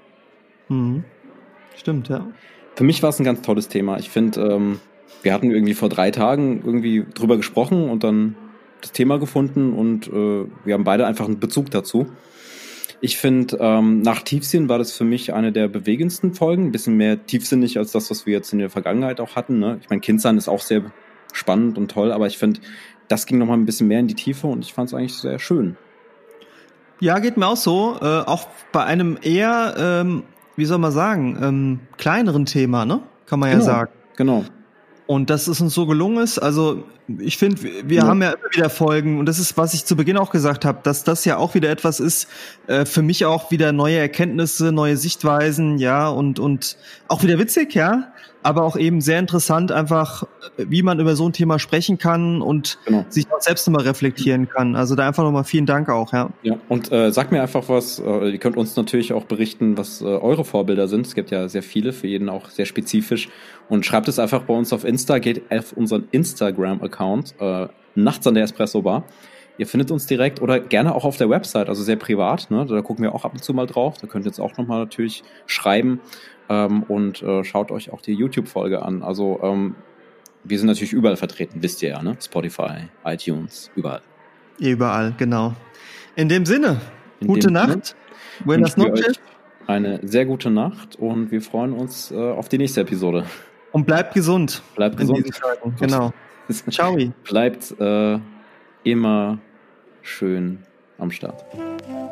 Stimmt, ja. Für mich war es ein ganz tolles Thema. Ich finde, wir hatten irgendwie vor 3 Tagen irgendwie drüber gesprochen und dann das Thema gefunden und wir haben beide einfach einen Bezug dazu. Ich finde, nach Tiefsinn war das für mich eine der bewegendsten Folgen. Ein bisschen mehr tiefsinnig als das, was wir jetzt in der Vergangenheit auch hatten. Ne? Ich meine, Kindsein ist auch sehr spannend und toll, aber ich finde, das ging nochmal ein bisschen mehr in die Tiefe und ich fand es eigentlich sehr schön. Ja, geht mir auch so. Auch bei einem eher, wie soll man sagen, kleineren Thema, ne? Kann man ja sagen. Genau. Und dass es uns so gelungen ist, also ich finde, wir haben ja immer wieder Folgen und das ist, was ich zu Beginn auch gesagt habe, dass das ja auch wieder etwas ist, für mich auch wieder neue Erkenntnisse, neue Sichtweisen, ja, und auch wieder witzig, ja, aber auch eben sehr interessant einfach, wie man über so ein Thema sprechen kann und sich auch selbst nochmal reflektieren kann. Also da einfach nochmal vielen Dank auch, ja. Ja, und sagt mir einfach was, ihr könnt uns natürlich auch berichten, was eure Vorbilder sind. Es gibt ja sehr viele, für jeden auch sehr spezifisch. Und schreibt es einfach bei uns auf Insta, geht auf unseren Instagram-Account, nachts an der Espresso Bar. Ihr findet uns direkt oder gerne auch auf der Website, also sehr privat, ne? Da gucken wir auch ab und zu mal drauf. Da könnt ihr jetzt auch nochmal natürlich schreiben und schaut euch auch die YouTube-Folge an. Also wir sind natürlich überall vertreten, wisst ihr ja, ne? Spotify, iTunes, überall. Überall, genau. In dem Sinne, gute Nacht. Buenas noches. Eine sehr gute Nacht und wir freuen uns auf die nächste Episode. Und bleibt gesund. Bleibt gesund. Genau. Ciao. Bleibt immer schön am Start.